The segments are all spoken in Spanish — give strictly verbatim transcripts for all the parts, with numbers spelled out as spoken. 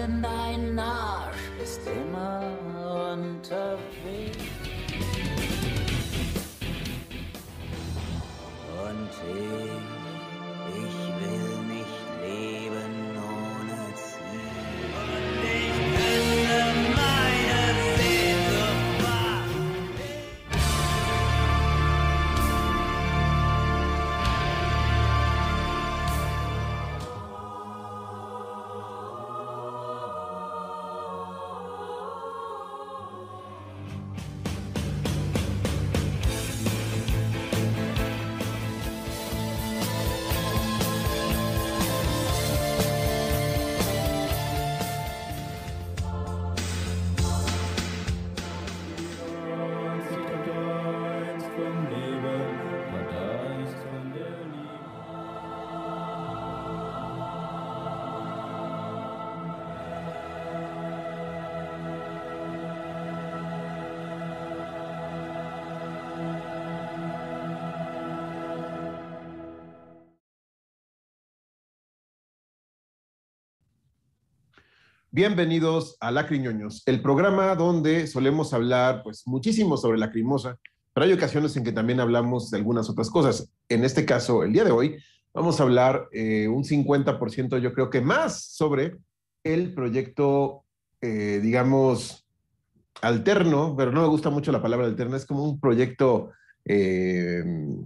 denn dein Arsch ist immer unterwegs. Und ich, ich will nicht leben ohne Ziel. Und ich küsse meine Sehnsucht wach. Bienvenidos a Lacriñoños, el programa donde solemos hablar pues muchísimo sobre Lacrimosa, pero hay ocasiones en que también hablamos de algunas otras cosas. En este caso, el día de hoy, vamos a hablar eh, un cincuenta por ciento, yo creo que más, sobre el proyecto, eh, digamos, alterno, pero no me gusta mucho la palabra alterna, es como un proyecto, eh,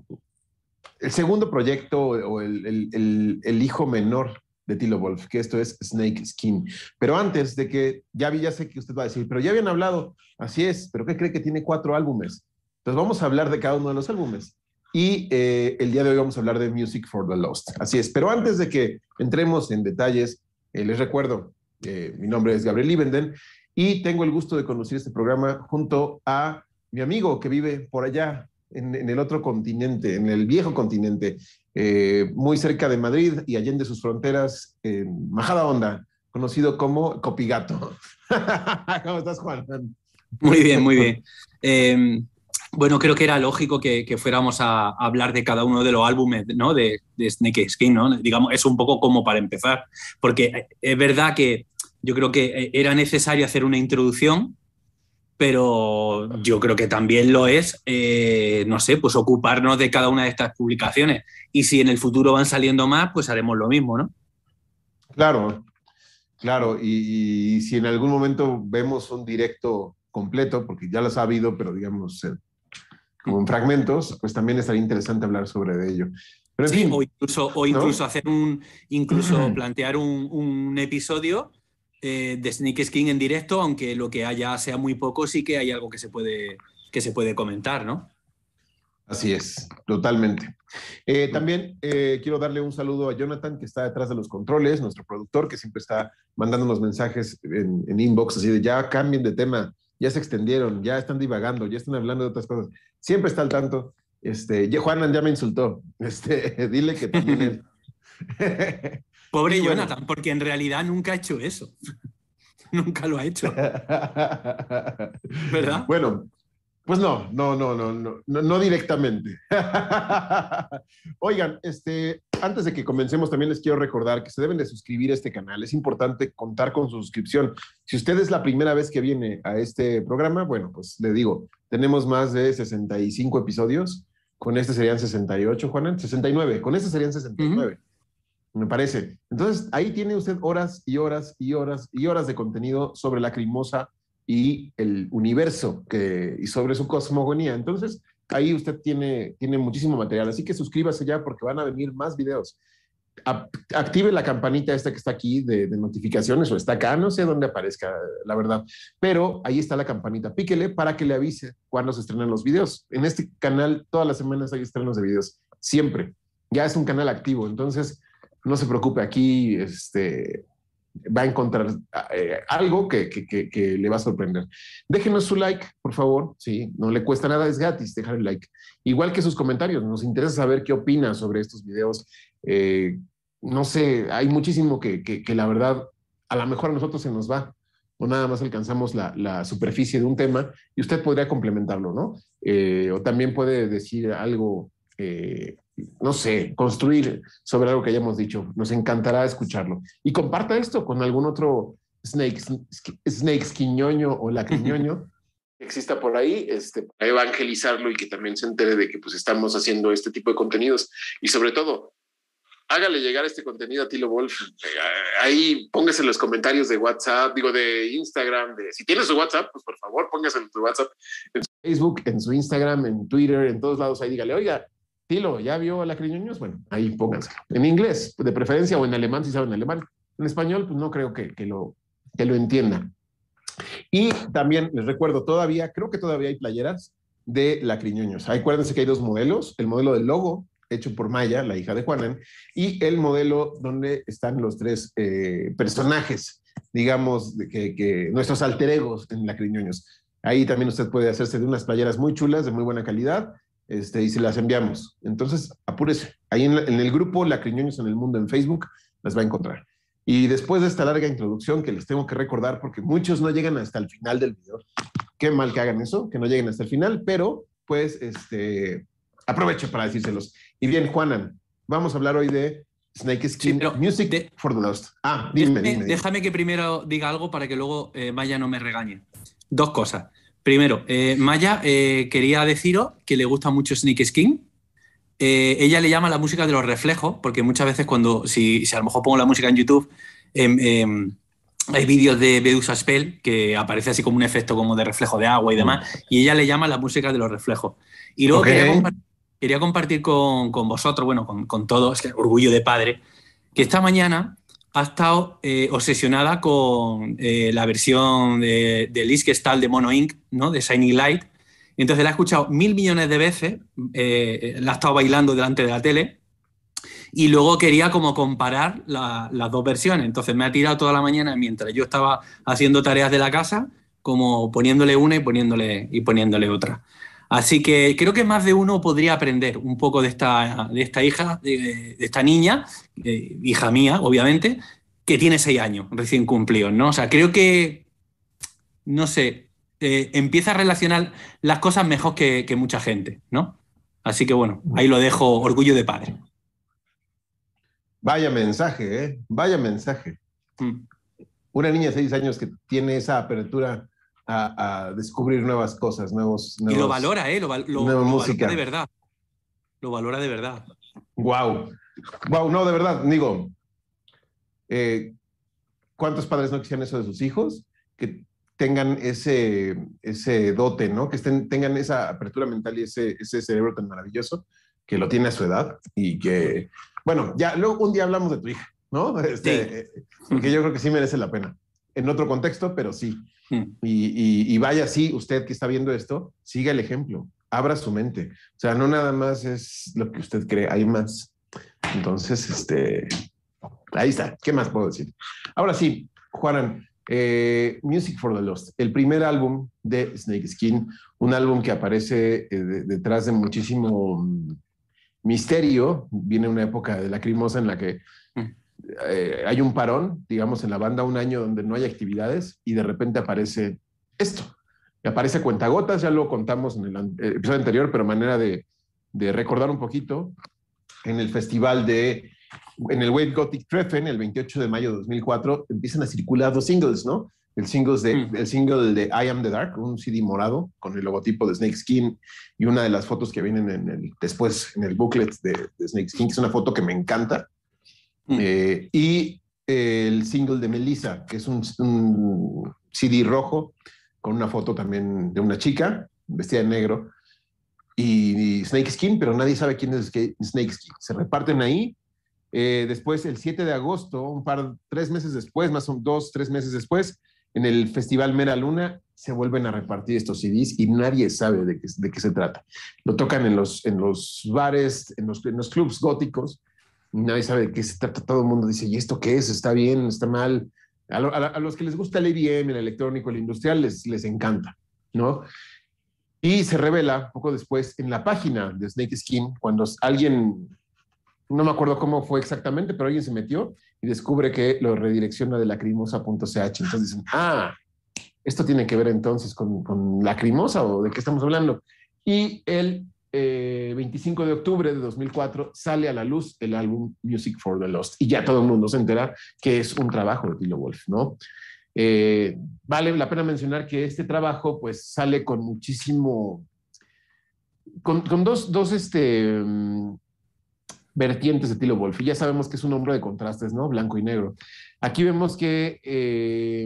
el segundo proyecto o el, el, el, el hijo menor de Tilo Wolff, que esto es Snake Skin. Pero antes de que, ya vi, ya sé que usted va a decir, pero ya habían hablado, así es, pero ¿qué cree? Que tiene cuatro álbumes. Entonces vamos a hablar de cada uno de los álbumes. Y eh, el día de hoy vamos a hablar de Music for the Lost. Así es, pero antes de que entremos en detalles, eh, les recuerdo, eh, mi nombre es Gabriel Liebenden y tengo el gusto de conducir este programa junto a mi amigo que vive por allá, en, en el otro continente, en el viejo continente, eh, muy cerca de Madrid y allende sus fronteras, en Majadahonda, conocido como Copigato. ¿Cómo estás, Juan? Muy bien, muy bien. Eh, bueno, creo que era lógico que, que fuéramos a, a hablar de cada uno de los álbumes, ¿no? de, de Snake Skin, ¿no? Digamos, es un poco como para empezar, porque es verdad que yo creo que era necesario hacer una introducción, pero yo creo que también lo es, eh, no sé, pues ocuparnos de cada una de estas publicaciones. Y si en el futuro van saliendo más, pues haremos lo mismo, ¿no? Claro, claro. Y, y si en algún momento vemos un directo completo, porque ya los ha habido, pero digamos, eh, como en fragmentos, pues también estaría interesante hablar sobre ello. Pero en sí, fin, o incluso, o incluso ¿no? hacer un, incluso plantear un, un episodio Eh, de Snake Skin en directo, aunque lo que haya sea muy poco, sí que hay algo que se puede, que se puede comentar, ¿no? Así es, totalmente. Eh, también eh, quiero darle un saludo a Jonathan, que está detrás de los controles, nuestro productor, que siempre está mandando unos mensajes en, en inbox, así de ya cambien de tema, ya se extendieron, ya están divagando, ya están hablando de otras cosas. Siempre está al tanto. Este, Juanan ya me insultó. Este, dile que también él. Pobre Y Jonathan, bueno, porque en realidad nunca ha hecho eso. Nunca lo ha hecho. ¿Verdad? Bueno, pues no, no, no, no, no, no, no directamente. Oigan, este, antes de que comencemos, también les quiero recordar que se deben de suscribir a este canal. Es importante contar con su suscripción. Si usted es la primera vez que viene a este programa, bueno, pues le digo, tenemos más de sesenta y cinco episodios. Con este serían sesenta y ocho, Juanan, sesenta y nueve. Con este serían sesenta y nueve. Uh-huh. Me parece. Entonces, ahí tiene usted horas y horas y horas y horas de contenido sobre Lacrimosa y el universo que, y sobre su cosmogonía. Entonces, ahí usted tiene, tiene muchísimo material. Así que suscríbase ya porque van a venir más videos. Active la campanita esta que está aquí de, de notificaciones o está acá, no sé dónde aparezca, la verdad. Pero ahí está la campanita. Píquele para que le avise cuando se estrenan los videos. En este canal, todas las semanas hay estrenos de videos. Siempre. Ya es un canal activo. Entonces, no se preocupe, aquí este, va a encontrar eh, algo que, que, que, que le va a sorprender. Déjenos su like, por favor. Sí, no le cuesta nada, es gratis dejar el like. Igual que sus comentarios. Nos interesa saber qué opina sobre estos videos. Eh, no sé, hay muchísimo que, que, que la verdad a lo mejor a nosotros se nos va. O nada más alcanzamos la, la superficie de un tema y usted podría complementarlo, ¿no? Eh, o también puede decir algo... Eh, no sé, construir sobre algo que hayamos dicho. Nos encantará escucharlo. Y comparta esto con algún otro Snake, Snake Quiñoño o Lacriñoño, exista por ahí, este, a evangelizarlo y que también se entere de que pues estamos haciendo este tipo de contenidos y sobre todo hágale llegar este contenido a Tilo Wolf. Ahí póngase en los comentarios de WhatsApp, digo de Instagram, de si tiene su WhatsApp, pues por favor póngase en su WhatsApp, en su Facebook, en su Instagram, en Twitter, en todos lados, ahí dígale, oiga, Tilo, ¿ya vio a Lacriñoños? Bueno, ahí pónganse. En inglés, de preferencia, o en alemán, si saben alemán. En español, pues no creo que, que, lo, que lo entiendan. Y también les recuerdo, todavía, creo que todavía hay playeras de Lacriñoños. Acuérdense que hay dos modelos, el modelo del logo, hecho por Maya, la hija de Juanan, y el modelo donde están los tres eh, personajes, digamos, de que, que nuestros alter egos en Lacriñoños. Ahí también usted puede hacerse de unas playeras muy chulas, de muy buena calidad, este, y se las enviamos. Entonces, apúrese. Ahí en, en el grupo Lacriñoños en el Mundo en Facebook las va a encontrar. Y después de esta larga introducción que les tengo que recordar, porque muchos no llegan hasta el final del video, qué mal que hagan eso, que no lleguen hasta el final, pero pues este, aprovecho para decírselos. Y bien, Juanan, vamos a hablar hoy de Snake Skin sí, Music de, for the Lost. Ah, dime, déjame, dime, dime. Déjame que primero diga algo para que luego eh, Maya no me regañe. Dos cosas. Primero, eh, Maya eh, quería deciros que le gusta mucho Snake Skin. Eh, ella le llama la música de los reflejos, porque muchas veces cuando, si, si a lo mejor pongo la música en YouTube, eh, eh, hay vídeos de Medusa Spell que aparece así como un efecto como de reflejo de agua y demás, mm. y ella le llama la música de los reflejos. Y luego okay. quería, compartir, quería compartir con, con vosotros, bueno, con, con todos, es que orgullo de padre, que esta mañana ha estado eh, obsesionada con eh, la versión de, de Liz Gestalt de Mono Inc, ¿no? De Shining Light. Entonces la he escuchado mil millones de veces, eh, la ha estado bailando delante de la tele y luego quería como comparar la, las dos versiones. Entonces me ha tirado toda la mañana mientras yo estaba haciendo tareas de la casa, como poniéndole una y poniéndole, y poniéndole otra. Así que creo que más de uno podría aprender un poco de esta, de esta hija, de, de esta niña, eh, hija mía, obviamente, que tiene seis años recién cumplidos, ¿no? O sea, creo que, no sé... Eh, empieza a relacionar las cosas mejor que, que mucha gente, ¿no? Así que bueno, ahí lo dejo, orgullo de padre. Vaya mensaje, ¿eh? Vaya mensaje. Mm. Una niña de seis años que tiene esa apertura a, a descubrir nuevas cosas, nuevos, nuevos... Y lo valora, ¿eh? Lo, lo, lo valora de verdad. Lo valora de verdad. Wow. Wow, no, de verdad, digo, eh, ¿cuántos padres no quisieran eso de sus hijos? Que tengan ese, ese dote, ¿no? Que estén, tengan esa apertura mental y ese, ese cerebro tan maravilloso que lo tiene a su edad y que, bueno, ya luego un día hablamos de tu hija, ¿no? Este, sí. Porque yo creo que sí merece la pena. En otro contexto, pero sí. Mm. Y, y, y vaya, sí, usted que está viendo esto, siga el ejemplo, abra su mente. O sea, no nada más es lo que usted cree, hay más. Entonces, este, ahí está. ¿Qué más puedo decir? Ahora sí, Juanan, Eh, Music for the Lost, el primer álbum de Snake Skin, un álbum que aparece eh, de, detrás de muchísimo misterio. Viene una época de Lacrimosa en la que eh, hay un parón, digamos, en la banda, un año donde no hay actividades y de repente aparece esto. Y aparece a cuentagotas, ya lo contamos en el episodio anterior, pero manera de, de recordar un poquito, en el festival de en el Wave Gothic Treffen, el veintiocho de mayo de dos mil cuatro, empiezan a circular dos singles, ¿no? El, singles de, mm. el single de I Am the Dark, un C D morado con el logotipo de Snake Skin y una de las fotos que vienen en el, después en el booklet de, de Snake Skin, que es una foto que me encanta. Mm. Eh, y el single de Melissa, que es un, un C D rojo con una foto también de una chica vestida de negro y, y Snake Skin, pero nadie sabe quién es Snake Skin. Se reparten ahí. Eh, después, el siete de agosto, un par, tres meses después, más o menos dos, tres meses después, en el Festival Mera Luna, se vuelven a repartir estos C Ds y nadie sabe de qué, de qué se trata. Lo tocan en los, en los bares, en los, en los clubs góticos, y nadie sabe de qué se trata. Todo el mundo dice, ¿y esto qué es? ¿Está bien? ¿Está mal? A, lo, a, a los que les gusta el E D M, el electrónico, el industrial, les, les encanta, ¿no? Y se revela poco después en la página de Snake Skin, cuando alguien... No me acuerdo cómo fue exactamente, pero alguien se metió y descubre que lo redirecciona de lacrimosa punto c h. Entonces dicen, ah, esto tiene que ver entonces con, con Lacrimosa, o de qué estamos hablando. Y el eh, veinticinco de octubre de dos mil cuatro sale a la luz el álbum Music for the Lost. Y ya todo el mundo se entera que es un trabajo de Tilo Wolf, ¿no? Eh, vale la pena mencionar que este trabajo pues sale con muchísimo, con, con dos, dos este, um, vertientes de Tilo Wolff. Y ya sabemos que es un hombre de contrastes, ¿no? Blanco y negro. Aquí vemos que eh,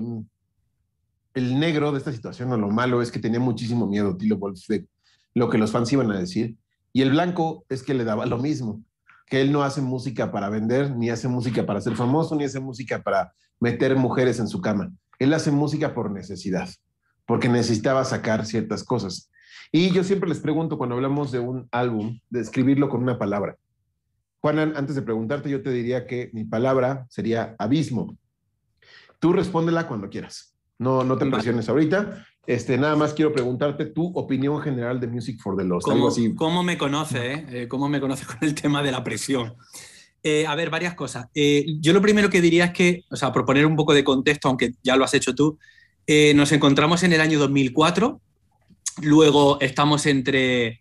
el negro de esta situación, o lo malo, es que tenía muchísimo miedo Tilo Wolff de lo que los fans iban a decir. Y el blanco es que le daba lo mismo, que él no hace música para vender, ni hace música para ser famoso, ni hace música para meter mujeres en su cama. Él hace música por necesidad, porque necesitaba sacar ciertas cosas. Y yo siempre les pregunto, cuando hablamos de un álbum, de escribirlo con una palabra. Juan, antes de preguntarte, yo te diría que mi palabra sería abismo. Tú respóndela cuando quieras. No, no te presiones ahorita. Este, nada más quiero preguntarte tu opinión general de Music for the Lost. ¿Cómo, algo así. ¿Cómo me conoces? Eh? Eh, ¿Cómo me conoces con el tema de la presión? Eh, a ver, varias cosas. Eh, yo lo primero que diría es que, o sea, por poner un poco de contexto, aunque ya lo has hecho tú, eh, nos encontramos en el año dos mil cuatro, luego estamos entre,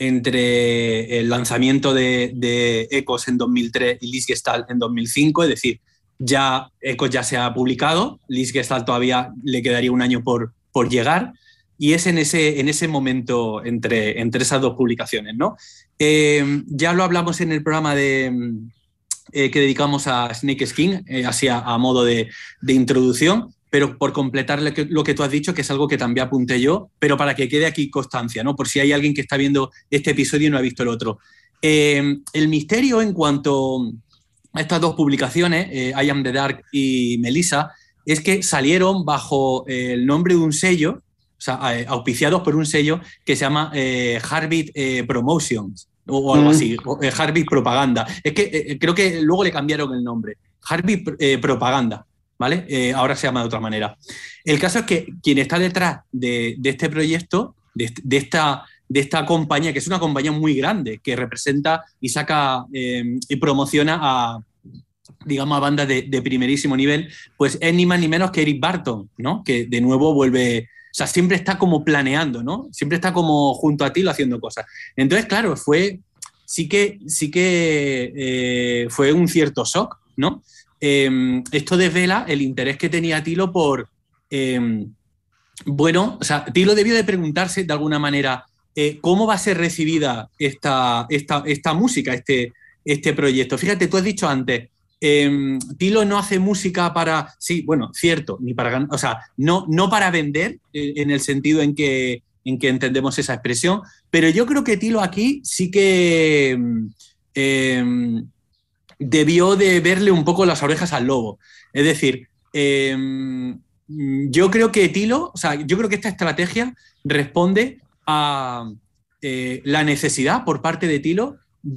entre el lanzamiento de, de Echoes en dos mil tres y Lichtgestalt en dos mil cinco, es decir, ya Echoes ya se ha publicado, Lichtgestalt todavía le quedaría un año por, por llegar, y es en ese, en ese momento entre, entre esas dos publicaciones, ¿no? Eh, ya lo hablamos en el programa de, eh, que dedicamos a Snake Skin, eh, así a, a modo de, de introducción, pero por completar lo que, lo que tú has dicho, que es algo que también apunté yo, pero para que quede aquí constancia, ¿no? Por si hay alguien que está viendo este episodio y no ha visto el otro. Eh, el misterio en cuanto a estas dos publicaciones, eh, I Am the Dark y Melissa, es que salieron bajo el nombre de un sello, o sea, auspiciados por un sello que se llama eh, Heartbeat eh, Promotions o, o algo mm. así, o, eh, Heartbeat Propaganda. Es que eh, creo que luego le cambiaron el nombre. Heartbeat eh, Propaganda, ¿vale? Eh, ahora se llama de otra manera. El caso es que quien está detrás de, de este proyecto, de, de, esta, de esta compañía, que es una compañía muy grande, que representa y saca eh, y promociona a, digamos, a bandas de, de primerísimo nivel, pues es ni más ni menos que Eric Barton, ¿no? Que de nuevo vuelve... O sea, siempre está como planeando, ¿no? Siempre está como junto a ti lo haciendo cosas. Entonces, claro, fue... Sí que, sí que eh, fue un cierto shock, ¿no? Eh, esto desvela el interés que tenía Tilo por... Eh, bueno, o sea, Tilo debió de preguntarse de alguna manera eh, cómo va a ser recibida esta, esta, esta música, este, este proyecto. Fíjate, tú has dicho antes... Eh, Tilo no hace música para, sí, bueno, cierto, ni para, o sea, no, no para vender, eh, en el sentido en que, en que entendemos esa expresión, pero yo creo que Tilo aquí sí que eh, debió de verle un poco las orejas al lobo. Es decir, eh, yo creo que Tilo, o sea, yo creo que esta estrategia responde a eh, la necesidad por parte de Tilo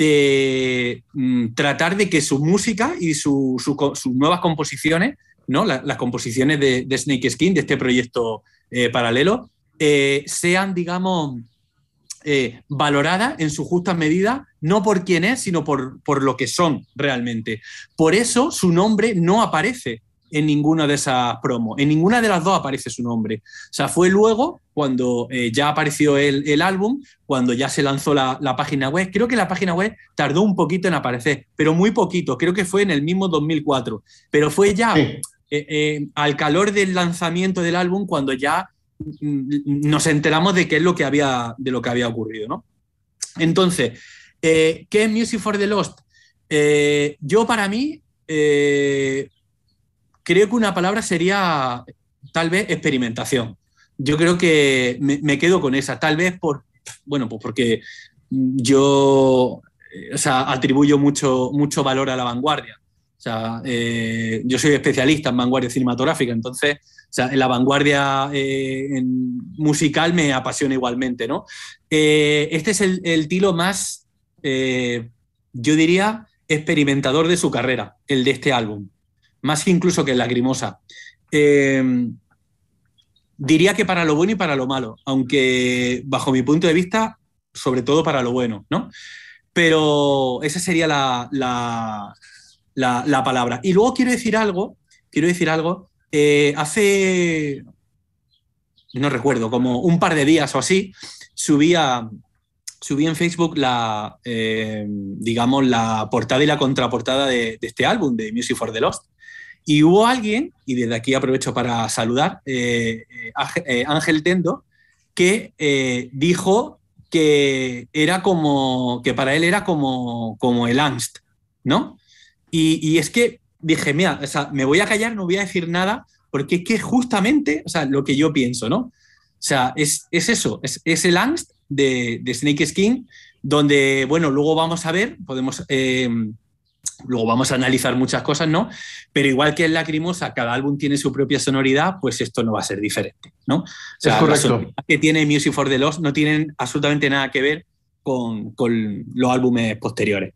de mm, tratar de que su música y su, su, sus nuevas composiciones, ¿no? La, las composiciones de, de Snake Skin, de este proyecto eh, paralelo, eh, sean, digamos, eh, valoradas en su justa medida, no por quién es, sino por, por lo que son realmente. Por eso su nombre no aparece en ninguna de esas promos, en ninguna de las dos aparece su nombre. O sea, fue luego, cuando eh, ya apareció el, el álbum, cuando ya se lanzó la, la página web. Creo que la página web tardó un poquito en aparecer, pero muy poquito, creo que fue en el mismo dos mil cuatro. Pero fue ya sí. eh, eh, al calor del lanzamiento del álbum cuando ya mm, nos enteramos de qué es lo que había, de lo que había ocurrido, ¿no? Entonces, eh, ¿qué es Music for the Lost? Eh, yo, para mí... Eh, creo que una palabra sería tal vez experimentación. Yo creo que me, me quedo con esa, tal vez por, bueno, pues porque yo, o sea, atribuyo mucho, mucho valor a la vanguardia. O sea, eh, yo soy especialista en vanguardia cinematográfica, entonces, o sea, en la vanguardia eh, en musical me apasiona igualmente, ¿no? Eh, este es el, el Tilo más, eh, yo diría, experimentador de su carrera, el de este álbum. Más que incluso que Lacrimosa. Eh, diría que para lo bueno y para lo malo, aunque bajo mi punto de vista, sobre todo para lo bueno, ¿no? Pero esa sería la, la, la, la palabra. Y luego quiero decir algo, quiero decir algo, eh, hace, no recuerdo, como un par de días o así, subía... subí en Facebook la, eh, digamos, la portada y la contraportada de, de este álbum, de Music for the Lost. Y hubo alguien, y desde aquí aprovecho para saludar, eh, eh, Ángel Tendo, que eh, dijo que era como, que para él era como, como el angst, ¿no? Y, y es que dije, mira, o sea, me voy a callar, no voy a decir nada, porque es que justamente, o sea, lo que yo pienso, ¿no? O sea, es, es eso, es, es el angst de, de Snake Skin, donde, bueno, luego vamos a ver, podemos... Eh, Luego vamos a analizar muchas cosas, ¿no? Pero igual que en Lacrimosa, cada álbum tiene su propia sonoridad, pues esto no va a ser diferente, ¿no? O sea, es correcto. La sonoridad que tiene Music for the Lost no tienen absolutamente nada que ver con, con los álbumes posteriores.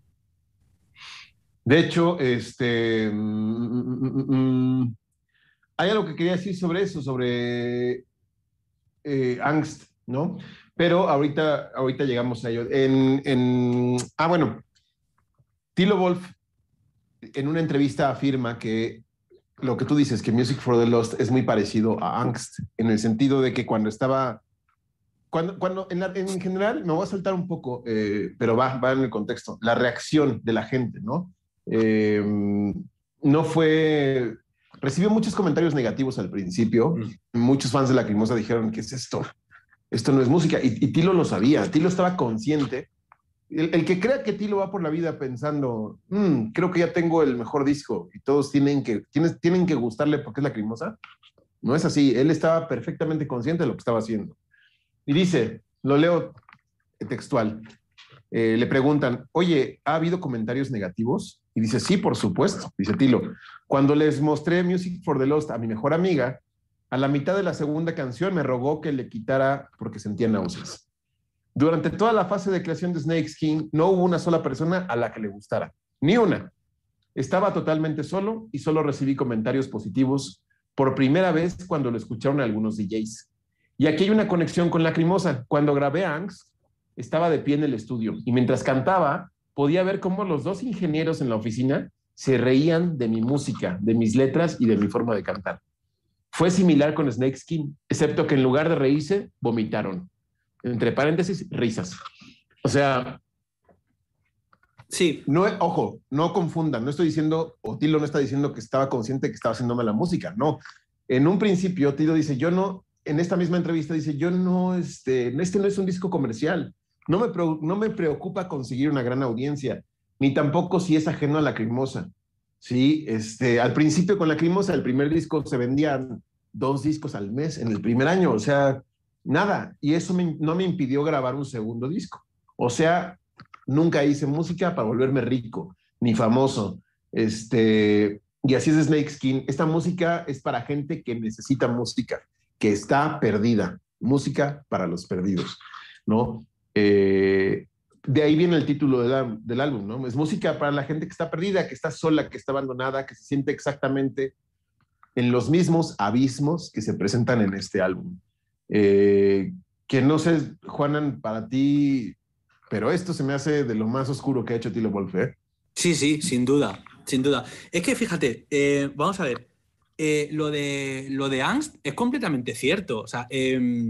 De hecho, este, mm, mm, mm, hay algo que quería decir sobre eso, sobre eh, angst, ¿no? Pero ahorita, ahorita llegamos a ello. En, en, ah, bueno, Tilo Wolff en una entrevista afirma que lo que tú dices, que Music for the Lost es muy parecido a Angst, en el sentido de que cuando estaba, cuando, cuando en, la, en general, me voy a saltar un poco, eh, pero va, va en el contexto, la reacción de la gente, ¿no? Eh, no fue, recibió muchos comentarios negativos al principio, mm. muchos fans de Lacrimosa dijeron, ¿qué es esto? Esto no es música, y, y Tilo lo sabía, Tilo estaba consciente. El, el que crea que Tilo va por la vida pensando, mmm, creo que ya tengo el mejor disco y todos tienen que, tienen, tienen que gustarle porque es Lacrimosa, no es así. Él estaba perfectamente consciente de lo que estaba haciendo. Y dice, lo leo textual, eh, le preguntan, oye, ¿ha habido comentarios negativos? Y dice, sí, por supuesto, dice Tilo. Cuando les mostré Music for the Lost a mi mejor amiga, a la mitad de la segunda canción me rogó que le quitara porque sentía náuseas. Durante toda la fase de creación de Snake Skin, no hubo una sola persona a la que le gustara. Ni una. Estaba totalmente solo y solo recibí comentarios positivos por primera vez cuando lo escucharon algunos D Js. Y aquí hay una conexión con Lacrimosa. Cuando grabé Angst, estaba de pie en el estudio y mientras cantaba, podía ver cómo los dos ingenieros en la oficina se reían de mi música, de mis letras y de mi forma de cantar. Fue similar con Snake Skin, excepto que en lugar de reírse, vomitaron. Entre paréntesis, risas. O sea, sí. No, ojo, no confundan, no estoy diciendo, o Tilo no está diciendo que estaba consciente que estaba haciendo mala música, no. En un principio, Tilo dice, yo no, en esta misma entrevista dice, yo no, este, este no es un disco comercial, no me, no me preocupa conseguir una gran audiencia, ni tampoco si es ajeno a Lacrimosa. Sí, este, al principio con Lacrimosa, el primer disco se vendían dos discos al mes en el primer año, o sea, nada, y eso me, no me impidió grabar un segundo disco. O sea, nunca hice música para volverme rico, ni famoso. Este, y así es Snake Skin. Esta música es para gente que necesita música, que está perdida. Música para los perdidos, ¿no? Eh, de ahí viene el título de la, del álbum, ¿no? Es música para la gente que está perdida, que está sola, que está abandonada, que se siente exactamente en los mismos abismos que se presentan en este álbum. Eh, que no sé, Juanan, para ti, pero esto se me hace de lo más oscuro que ha hecho Tilo Wolff, ¿eh? Sí, sí, sin duda, sin duda. Es que fíjate, eh, vamos a ver, eh, lo, de, lo de Angst es completamente cierto. O sea, eh,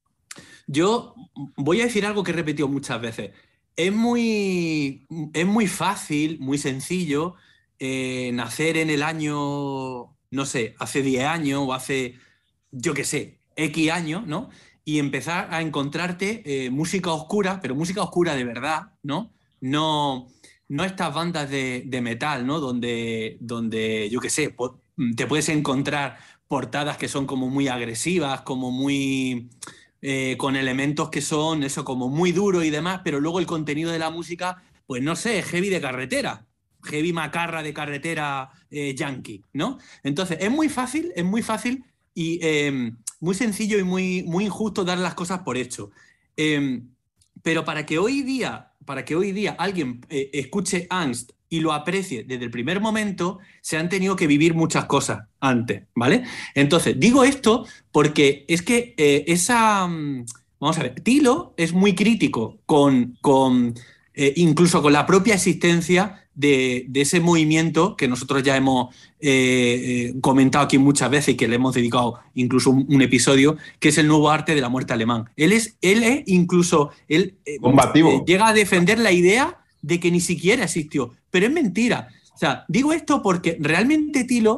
yo voy a decir algo que he repetido muchas veces. Es muy, es muy fácil, muy sencillo eh, nacer en el año, no sé, hace diez años o hace, yo qué sé, X años, ¿no? Y empezar a encontrarte eh, música oscura, pero música oscura de verdad, ¿no? No, no estas bandas de, de metal, ¿no? Donde, donde yo qué sé, te puedes encontrar portadas que son como muy agresivas, como muy... Eh, con elementos que son eso, como muy duros y demás, pero luego el contenido de la música, pues no sé, heavy de carretera, heavy macarra de carretera eh, yankee, ¿no? Entonces, es muy fácil, es muy fácil y eh, muy sencillo y muy, muy injusto dar las cosas por hecho. Eh, pero para que hoy día, para que hoy día alguien eh, escuche Angst y lo aprecie desde el primer momento, se han tenido que vivir muchas cosas antes, ¿vale? Entonces, digo esto porque es que eh, esa... Vamos a ver, Tilo es muy crítico con, con eh, incluso con la propia existencia de, de ese movimiento que nosotros ya hemos eh, eh, comentado aquí muchas veces y que le hemos dedicado incluso un, un episodio, que es el nuevo arte de la muerte alemán. Él es, él es incluso... Él, eh, combativo. Eh, llega a defender la idea de que ni siquiera existió. Pero es mentira. O sea, digo esto porque realmente Tilo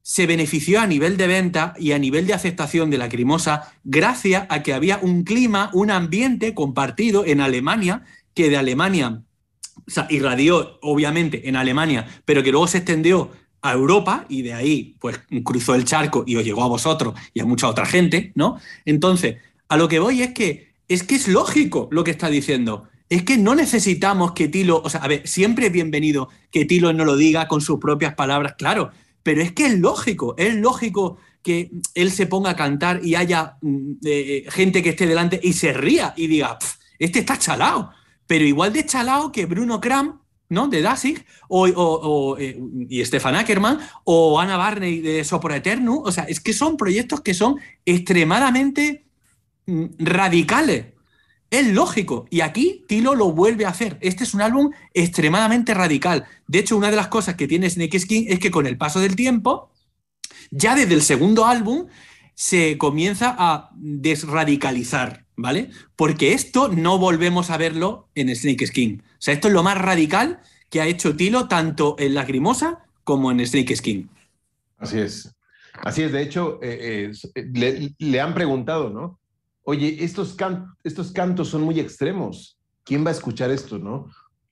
se benefició a nivel de venta y a nivel de aceptación de Lacrimosa gracias a que había un clima, un ambiente compartido en Alemania, que de Alemania, o sea, irradió obviamente en Alemania, pero que luego se extendió a Europa y de ahí pues cruzó el charco y os llegó a vosotros y a mucha otra gente, ¿no? Entonces, a lo que voy es que es que es lógico lo que está diciendo. Es que no necesitamos que Tilo, o sea, a ver, siempre es bienvenido que Tilo nos lo diga con sus propias palabras, claro, pero es que es lógico, es lógico que él se ponga a cantar y haya eh, gente que esté delante y se ría y diga, este está chalao, pero igual de chalao que Bruno Kram, ¿no? De Danzig, o, o, o eh, y Stefan Ackermann, o Anna Barney de Sopra Eternum, o sea, es que son proyectos que son extremadamente mm, radicales. Es lógico. Y aquí Tilo lo vuelve a hacer. Este es un álbum extremadamente radical. De hecho, una de las cosas que tiene Snake Skin es que con el paso del tiempo, ya desde el segundo álbum, se comienza a desradicalizar, ¿vale? Porque esto no volvemos a verlo en Snake Skin. O sea, esto es lo más radical que ha hecho Tilo tanto en Lacrimosa como en Snake Skin. Así es. Así es. De hecho, eh, eh, le, le han preguntado, ¿no? Oye, estos, can estos cantos son muy extremos. ¿Quién va a escuchar esto, no?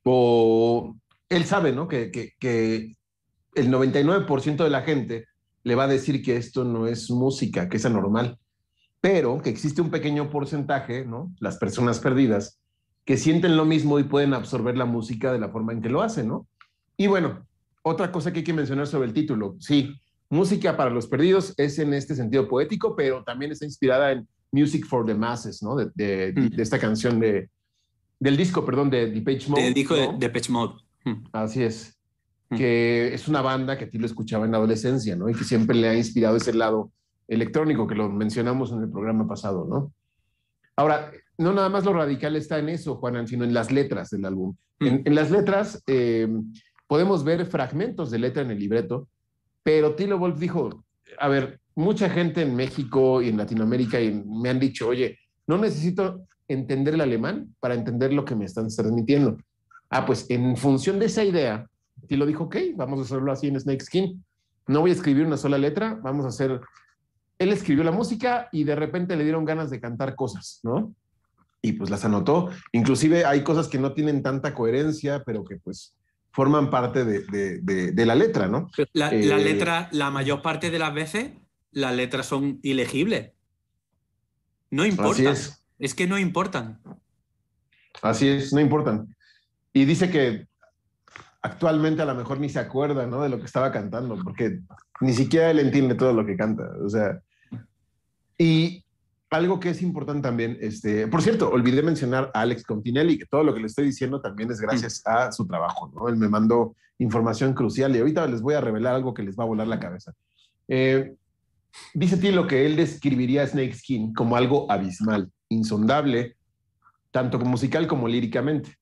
O él sabe, ¿no? Que, que, que el noventa y nueve por ciento de la gente le va a decir que esto no es música, que es anormal. Pero que existe un pequeño porcentaje, ¿no? Las personas perdidas, que sienten lo mismo y pueden absorber la música de la forma en que lo hacen, ¿no? Y bueno, otra cosa que hay que mencionar sobre el título. Sí, música para los perdidos es en este sentido poético, pero también está inspirada en Music for the Masses, ¿no? De, de, mm. de esta canción de, del disco, perdón, de Depeche Mode. Del disco ¿no? de Depeche Mode. Mm. Así es. Mm. Que es una banda que Tilo escuchaba en la adolescencia, ¿no? Y que siempre le ha inspirado ese lado electrónico que lo mencionamos en el programa pasado, ¿no? Ahora, no nada más lo radical está en eso, Juanan, sino en las letras del álbum. Mm. En, en las letras eh, podemos ver fragmentos de letra en el libreto, pero Tilo Wolff dijo, a ver, mucha gente en México y en Latinoamérica y me han dicho, oye, no necesito entender el alemán para entender lo que me están transmitiendo. Ah, pues en función de esa idea, Tilo dijo, ok, vamos a hacerlo así en Snake Skin. No voy a escribir una sola letra, vamos a hacer... Él escribió la música y de repente le dieron ganas de cantar cosas, ¿no? Y pues las anotó. Inclusive hay cosas que no tienen tanta coherencia, pero que pues forman parte de, de, de, de la letra, ¿no? La, eh, la letra, la mayor parte de las veces... las letras son ilegibles. No importa. Es. es que no importan. Así es, no importan. Y dice que actualmente a lo mejor ni se acuerda, ¿no? De lo que estaba cantando, porque ni siquiera él entiende todo lo que canta. O sea, y algo que es importante también, este, por cierto, olvidé mencionar a Alex Continelli, que todo lo que le estoy diciendo también es gracias mm. a su trabajo, ¿no? Él me mandó información crucial y ahorita les voy a revelar algo que les va a volar la cabeza. Eh, Dice Tilo que él describiría a Snake Skin como algo abismal, insondable, tanto musical como líricamente.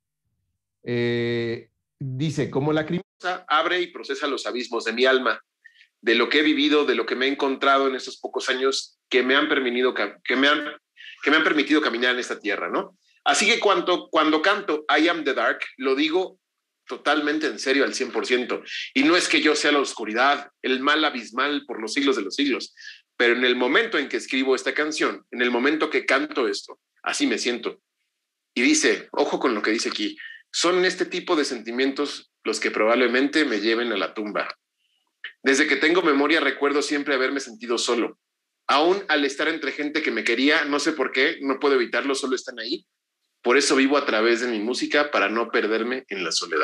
Eh, dice, como Lacrimosa abre y procesa los abismos de mi alma, de lo que he vivido, de lo que me he encontrado en estos pocos años que me han permitido, que me han, que me han permitido caminar en esta tierra, ¿no? Así que cuando, cuando canto I Am the Dark, lo digo totalmente en serio al cien por ciento. Y no es que yo sea la oscuridad, el mal abismal por los siglos de los siglos, pero en el momento en que escribo esta canción, en el momento que canto esto, así me siento. Y dice, ojo con lo que dice aquí, son este tipo de sentimientos los que probablemente me lleven a la tumba. Desde que tengo memoria recuerdo siempre haberme sentido solo. Aún al estar entre gente que me quería, no sé por qué, no puedo evitarlo, solo están ahí. Por eso vivo a través de mi música, para no perderme en la soledad.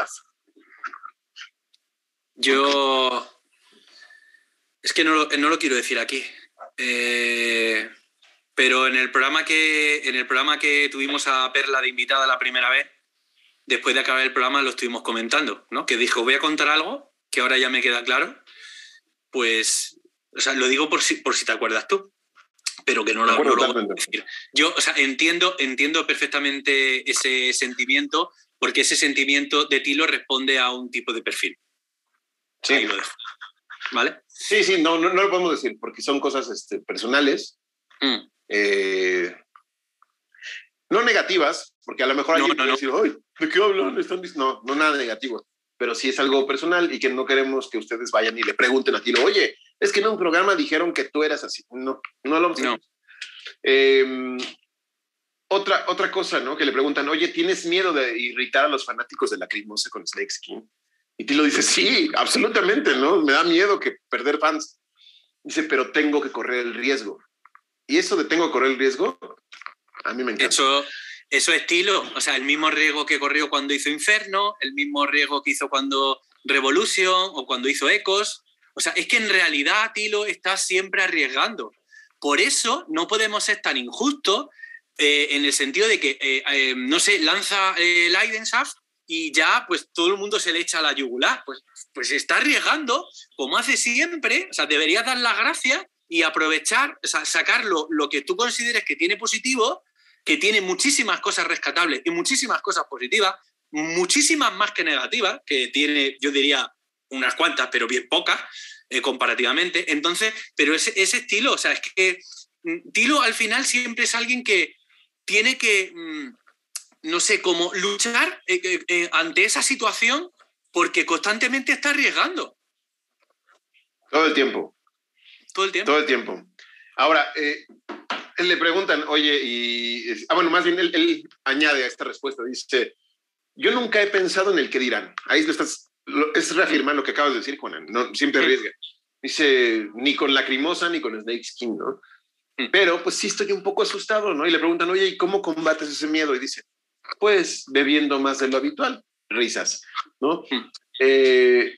Yo... Es que no lo, no lo quiero decir aquí. Eh... Pero en el programa que, en el programa que tuvimos a Perla de invitada la primera vez, después de acabar el programa lo estuvimos comentando, ¿no? Que dijo, voy a contar algo, que ahora ya me queda claro. Pues, o sea, lo digo por si, por si te acuerdas tú. Pero que no lo, no lo voy a decir. Yo, o sea, entiendo, entiendo perfectamente ese sentimiento, porque ese sentimiento de Tilo responde a un tipo de perfil. Sí. Ahí lo dejo. ¿Vale? Sí, sí, no, no, no lo podemos decir, porque son cosas este, personales, mm. eh, no negativas, porque a lo mejor alguien no, no, puede no. decir, ay, ¿de qué hablan? Están no, no nada negativo, pero sí es algo personal y que no queremos que ustedes vayan y le pregunten a Tilo, oye, es que en un programa dijeron que tú eras así. No, no lo hacemos. No. Eh, otra, otra cosa, ¿no? Que le preguntan, oye, ¿tienes miedo de irritar a los fanáticos de Lacrimosa con Snakeskin? Y Tilo dice, sí, absolutamente, ¿no? Me da miedo que perder fans. Dice, pero tengo que correr el riesgo. Y eso de tengo que correr el riesgo, a mí me encanta. Eso, eso es Tilo. O sea, el mismo riesgo que corrió cuando hizo Inferno, el mismo riesgo que hizo cuando Revolution o cuando hizo Ecos. O sea, es que en realidad Tilo está siempre arriesgando. Por eso no podemos ser tan injustos eh, en el sentido de que, eh, eh, no sé, lanza el eh, Leidenschaft y ya pues todo el mundo se le echa a la yugular. Pues, pues está arriesgando, como hace siempre. O sea, deberías dar las gracias y aprovechar, o sea, sacar lo, lo que tú consideres que tiene positivo, que tiene muchísimas cosas rescatables y muchísimas cosas positivas, muchísimas más que negativas, que tiene, yo diría, unas cuantas, pero bien pocas, eh, comparativamente. Entonces, pero ese, ese estilo, o sea, es que Tilo al final siempre es alguien que tiene que, no sé, como luchar eh, eh, ante esa situación porque constantemente está arriesgando. Todo el tiempo. Todo el tiempo. Todo el tiempo. Ahora, eh, le preguntan, oye, y... Ah, bueno, más bien él, él añade a esta respuesta, dice, yo nunca he pensado en el qué dirán. Ahí lo estás... Lo, es reafirmar lo que acabas de decir, Juan. No, siempre arriesga. Dice, ni con Lacrimosa ni con Snakeskin, ¿no? Pero pues sí estoy un poco asustado, ¿no? Y le preguntan, oye, ¿y cómo combates ese miedo? Y dice, pues bebiendo más de lo habitual. Risas, ¿no? Eh,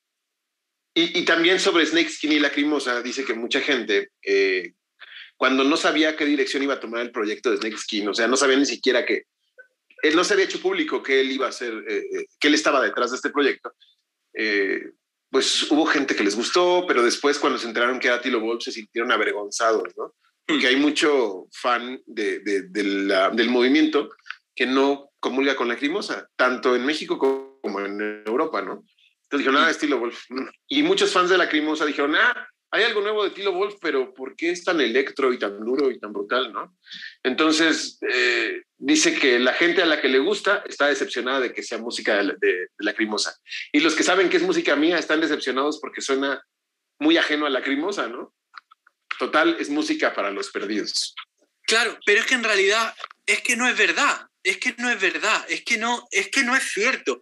y, y también sobre Snakeskin y Lacrimosa, dice que mucha gente, eh, cuando no sabía qué dirección iba a tomar el proyecto de Snakeskin, o sea, no sabía ni siquiera que él no se había hecho público que él iba a hacer, eh, eh, que él estaba detrás de este proyecto, eh, pues hubo gente que les gustó, pero después cuando se enteraron que era Tilo Wolff se sintieron avergonzados, ¿no? Porque hay mucho fan de, de, de la, del movimiento que no comulga con Lacrimosa, tanto en México como en Europa, ¿no? Entonces dijeron, ah, es Tilo Wolff. Y muchos fans de Lacrimosa dijeron, ah, hay algo nuevo de Tilo Wolff, pero ¿por qué es tan electro y tan duro y tan brutal, no? Entonces, eh, dice que la gente a la que le gusta está decepcionada de que sea música de, de, de Lacrimosa. Y los que saben que es música mía están decepcionados porque suena muy ajeno a Lacrimosa, ¿no? Total, es música para los perdidos. Claro, pero es que en realidad es que no es verdad. Es que no es verdad. Es que no, es que no es cierto.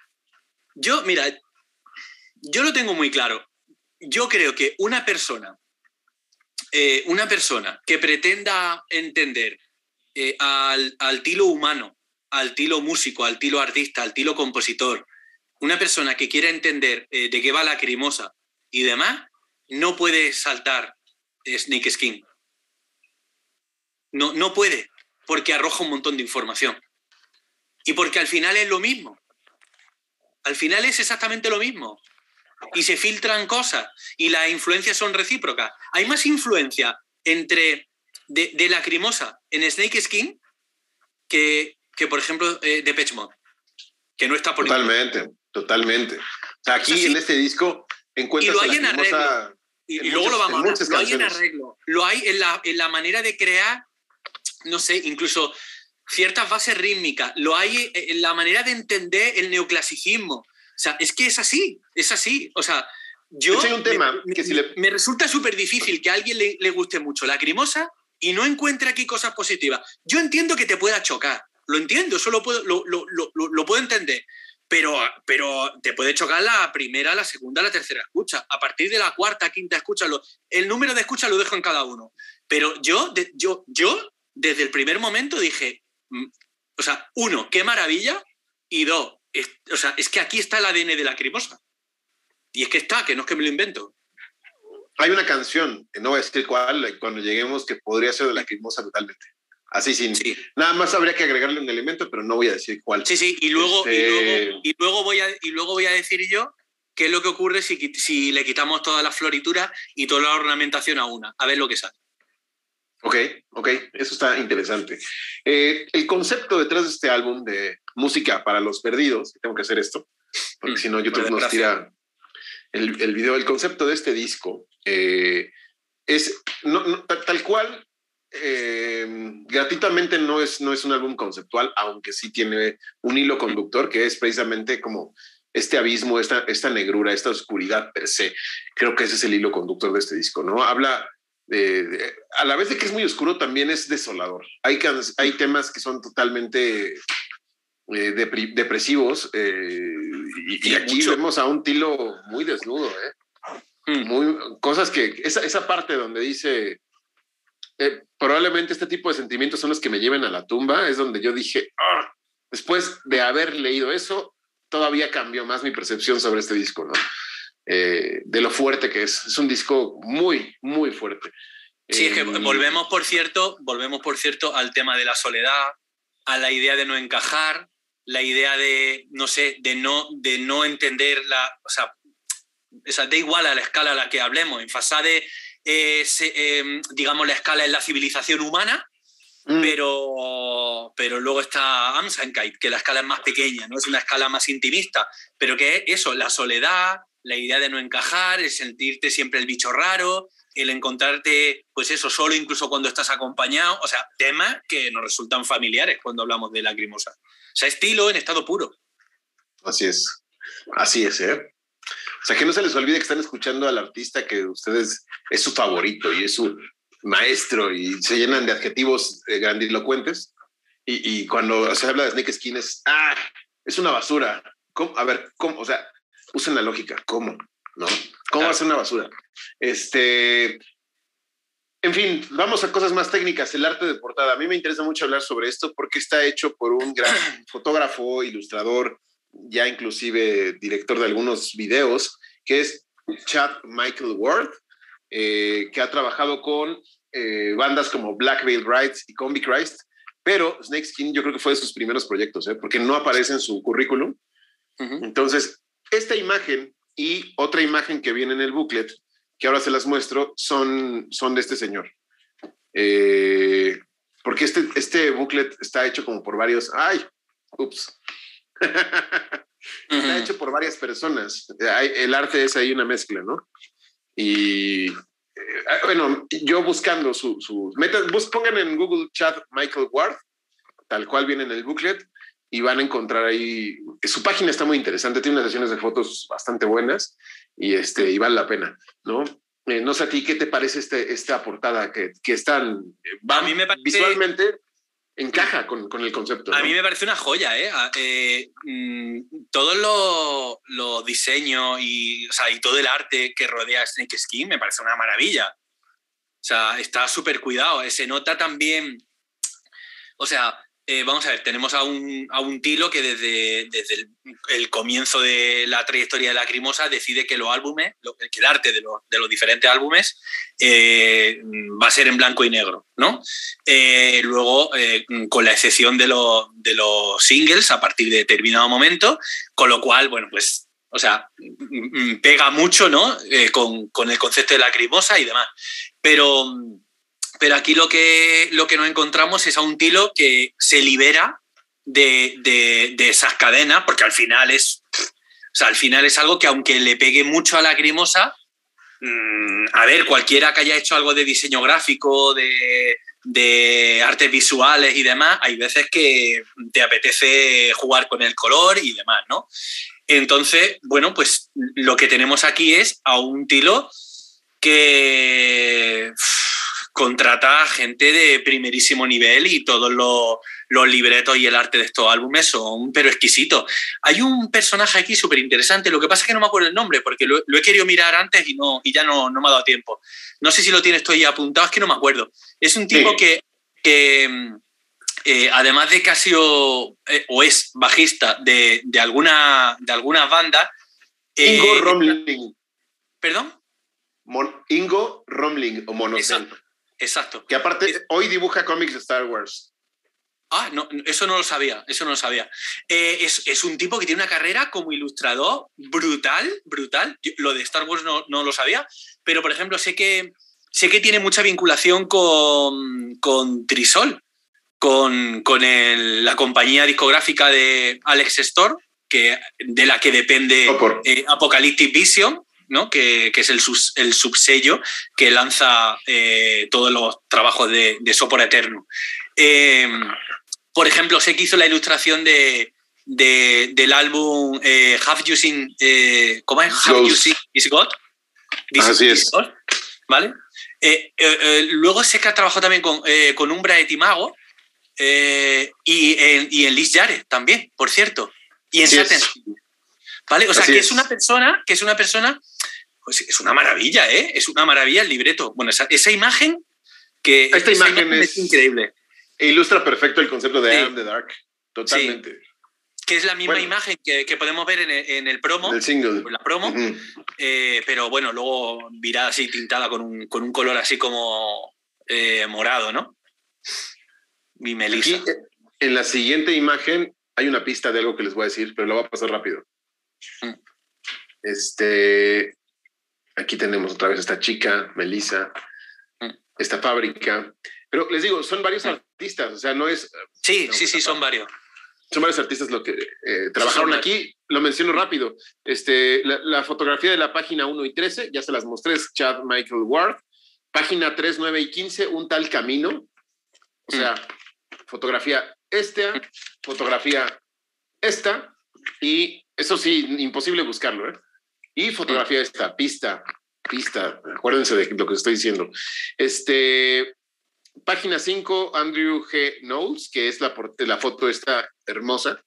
Yo, mira, yo lo tengo muy claro. Yo creo que una persona, eh, una persona que pretenda entender eh, al, al Tilo humano, al Tilo músico, al Tilo artista, al Tilo compositor, una persona que quiera entender eh, de qué va Lacrimosa y demás, no puede saltar Snakeskin. No, no puede, porque arroja un montón de información. Y porque al final es lo mismo. Al final es exactamente lo mismo. Y se filtran cosas y las influencias son recíprocas. Hay más influencia entre de, de Lacrimosa en Snakeskin que, que por ejemplo, eh, Depeche Mode, que no está por Totalmente, ningún... totalmente. O sea, aquí o sea, sí, en este disco encuentras y lo hay a Lacrimosa... En arreglo. Y, y luego muchas, lo vamos a hablar. Lo hay en arreglo. Lo hay en la, en la manera de crear, no sé, incluso ciertas bases rítmicas. Lo hay en la manera de entender el neoclasicismo. O sea, es que es así, es así. O sea, yo... Hay un tema me, que si le... me resulta súper difícil que a alguien le, le guste mucho Lacrimosa y no encuentre aquí cosas positivas. Yo entiendo que te pueda chocar. Lo entiendo, eso lo puedo, lo, lo, lo, lo puedo entender. Pero, pero te puede chocar la primera, la segunda, la tercera escucha. A partir de la cuarta, quinta escucha, lo, el número de escuchas lo dejo en cada uno. Pero yo, de, yo, yo desde el primer momento dije, o sea, uno, qué maravilla, y dos, es, o sea, es que aquí está el A D N de Lacrimosa. Y es que está, que no es que me lo invento. Hay una canción, no voy a decir cuál, cuando lleguemos, que podría ser de Lacrimosa totalmente. Así sin... Sí. Nada más habría que agregarle un elemento, pero no voy a decir cuál. Sí, sí, y luego, este... y luego, y luego, voy, a, y luego voy a decir yo qué es lo que ocurre si, si le quitamos todas las florituras y toda la ornamentación a una. A ver lo que sale. Ok, ok, eso está interesante. Eh, el concepto detrás de este álbum de música para los perdidos, tengo que hacer esto, porque mm, si no YouTube vale, nos tira el, el video. El concepto de este disco eh, es no, no, tal, tal cual... Eh, gratuitamente no es, no es un álbum conceptual, aunque sí tiene un hilo conductor que es precisamente como este abismo, esta, esta negrura, esta oscuridad per se. Creo que ese es el hilo conductor de este disco, ¿no? Habla, de, de, a la vez de que es muy oscuro, también es desolador. Hay, hay temas que son totalmente eh, depri, depresivos eh, y, y aquí mucho. Vemos a un Tilo muy desnudo, ¿eh? Mm. Muy, cosas que, esa, esa parte donde dice, eh, probablemente este tipo de sentimientos son los que me lleven a la tumba, es donde yo dije, ah, después de haber leído eso, todavía cambió más mi percepción sobre este disco, ¿no? Eh, de lo fuerte que es. Es un disco muy, muy fuerte. Sí, es que volvemos, por cierto, volvemos, por cierto, al tema de la soledad, a la idea de no encajar, la idea de, no sé, de no, de no entender la... O sea, o sea, da igual a la escala a la que hablemos. En Fasade, eh, se, eh, digamos, la escala es la civilización humana, Mm. Pero, pero luego está Amsankeit, que la escala es más pequeña, ¿no? Es una escala más intimista, pero que es eso, la soledad, la idea de no encajar, el sentirte siempre el bicho raro, el encontrarte, pues eso, solo incluso cuando estás acompañado, o sea, temas que nos resultan familiares cuando hablamos de Lacrimosa. O sea, estilo en estado puro. Así es, así es, ¿eh? O sea, que no se les olvide que están escuchando al artista que ustedes es su favorito y es su maestro y se llenan de adjetivos eh, grandilocuentes y, y cuando se habla de Snake Skin es, ah, es una basura. ¿Cómo? A ver, ¿cómo? O sea, usen la lógica, ¿cómo? ¿No? ¿Cómo va a ser una basura? Este, en fin, vamos a cosas más técnicas, el arte de portada. A mí me interesa mucho hablar sobre esto porque está hecho por un gran fotógrafo, ilustrador, ya inclusive director de algunos videos, que es Chad Michael Ward, Eh, que ha trabajado con eh, bandas como Black Veil Brides y Combi Christ, pero Snake Skin yo creo que fue de sus primeros proyectos, ¿eh? Porque no aparece en su currículum. Uh-huh. Entonces, esta imagen y otra imagen que viene en el booklet, que ahora se las muestro, son, son de este señor. Eh, porque este, este booklet está hecho como por varios... ¡Ay! ¡Ups! Está uh-huh. hecho por varias personas. El arte es ahí una mezcla, ¿no? Y eh, bueno, yo buscando su, su meta, bus, pongan en Google Chad Michael Ward, tal cual viene en el booklet, y van a encontrar ahí, su página está muy interesante, tiene unas sesiones de fotos bastante buenas y, este, y vale la pena, ¿no? Eh, no sé a ti, ¿qué te parece este, esta portada que, que están, va, a mí me parece... visualmente encaja con, con el concepto? A ¿no? mí me parece una joya, ¿eh? eh mmm, todos los, los diseños y, o sea, y todo el arte que rodea a Snake Skin me parece una maravilla. O sea, está súper cuidado. Se nota también... O sea, eh, vamos a ver, tenemos a un, a un Tilo que desde, desde el, el comienzo de la trayectoria de Lacrimosa decide que los álbumes, lo, que el arte de, lo, de los diferentes álbumes eh, va a ser en blanco y negro, ¿no? Eh, luego, eh, con la excepción de, lo, de los singles a partir de determinado momento, con lo cual, bueno, pues, o sea, pega mucho, ¿no? Eh, con, con el concepto de Lacrimosa y demás. Pero... Pero aquí lo que, lo que nos encontramos es a un Tilo que se libera de, de, de esas cadenas, porque al final es, o sea, al final es algo que aunque le pegue mucho a Lacrimosa, mmm, a ver, cualquiera que haya hecho algo de diseño gráfico, de, de artes visuales y demás, hay veces que te apetece jugar con el color y demás, ¿no? Entonces, bueno, pues lo que tenemos aquí es a un Tilo que... contrata gente de primerísimo nivel y todos los, los libretos y el arte de estos álbumes son pero exquisitos. Hay un personaje aquí súper interesante, lo que pasa es que no me acuerdo el nombre porque lo, lo he querido mirar antes y, no, y ya no, no me ha dado tiempo. No sé si lo tienes tú ahí apuntado, es que no me acuerdo. Es un tipo sí. que, que eh, además de que ha sido eh, o es bajista de, de, alguna, de algunas bandas... Eh, Ingo Romling. ¿Perdón? Mon, Ingo Romling o Monocen. Exacto. Exacto. Que aparte es, hoy dibuja cómics de Star Wars. Ah, no, eso no lo sabía, eso no lo sabía. Eh, es, es un tipo que tiene una carrera como ilustrador brutal, brutal. Yo, lo de Star Wars no, no lo sabía, pero por ejemplo sé que, sé que tiene mucha vinculación con, con Trisol, con, con el, la compañía discográfica de Alex Storr, que, de la que depende oh, por... eh, Apocalyptic Vision, ¿no? que, que es el, sus, el subsello que lanza eh, todos los trabajos de, de Sopor Eterno. Eh, por ejemplo, sé que hizo la ilustración de, de, del álbum eh, Have You Seen, eh, ¿cómo es? Have You Seen Is God? This Así is es. God, ¿vale? Eh, eh, eh, luego sé que ha trabajado también con, eh, con Umbra de Timago eh, y, en, y en Liz Jared también, por cierto. Y en Satin. ¿Vale? O sea, Así que es. es una persona, que es una persona, pues es una maravilla, ¿eh? Es una maravilla el libreto. Bueno, esa, esa imagen que Esta esa imagen, imagen es, es increíble. E ilustra perfecto el concepto de Sí. I Am the Dark. Totalmente. Sí. Que es la misma Bueno. imagen que, que podemos ver en el, en el promo. En el single. La promo. Uh-huh. Eh, pero bueno, luego virada así, tintada con un, con un color así como eh, morado, ¿no? Mi Melissa. Aquí, en la siguiente imagen, hay una pista de algo que les voy a decir, pero lo voy a pasar rápido. Mm. Este, aquí tenemos otra vez esta chica, Melissa, mm. esta fábrica. Pero les digo, son varios mm. artistas, o sea, no es... Sí, no, sí, sí, son varios. Son varios artistas los que eh, trabajaron sí, aquí. Lo menciono rápido. Este, la, la fotografía de la página uno y trece, ya se las mostré, es Chad Michael Ward. Página tres, nueve y quince, un tal camino. O sea, mm. fotografía esta, fotografía esta, y eso sí, imposible buscarlo, ¿eh? Y fotografía esta, pista, pista, acuérdense de lo que estoy diciendo. Este... Página cinco, Andrew G. Knowles, que es la, la foto esta hermosa.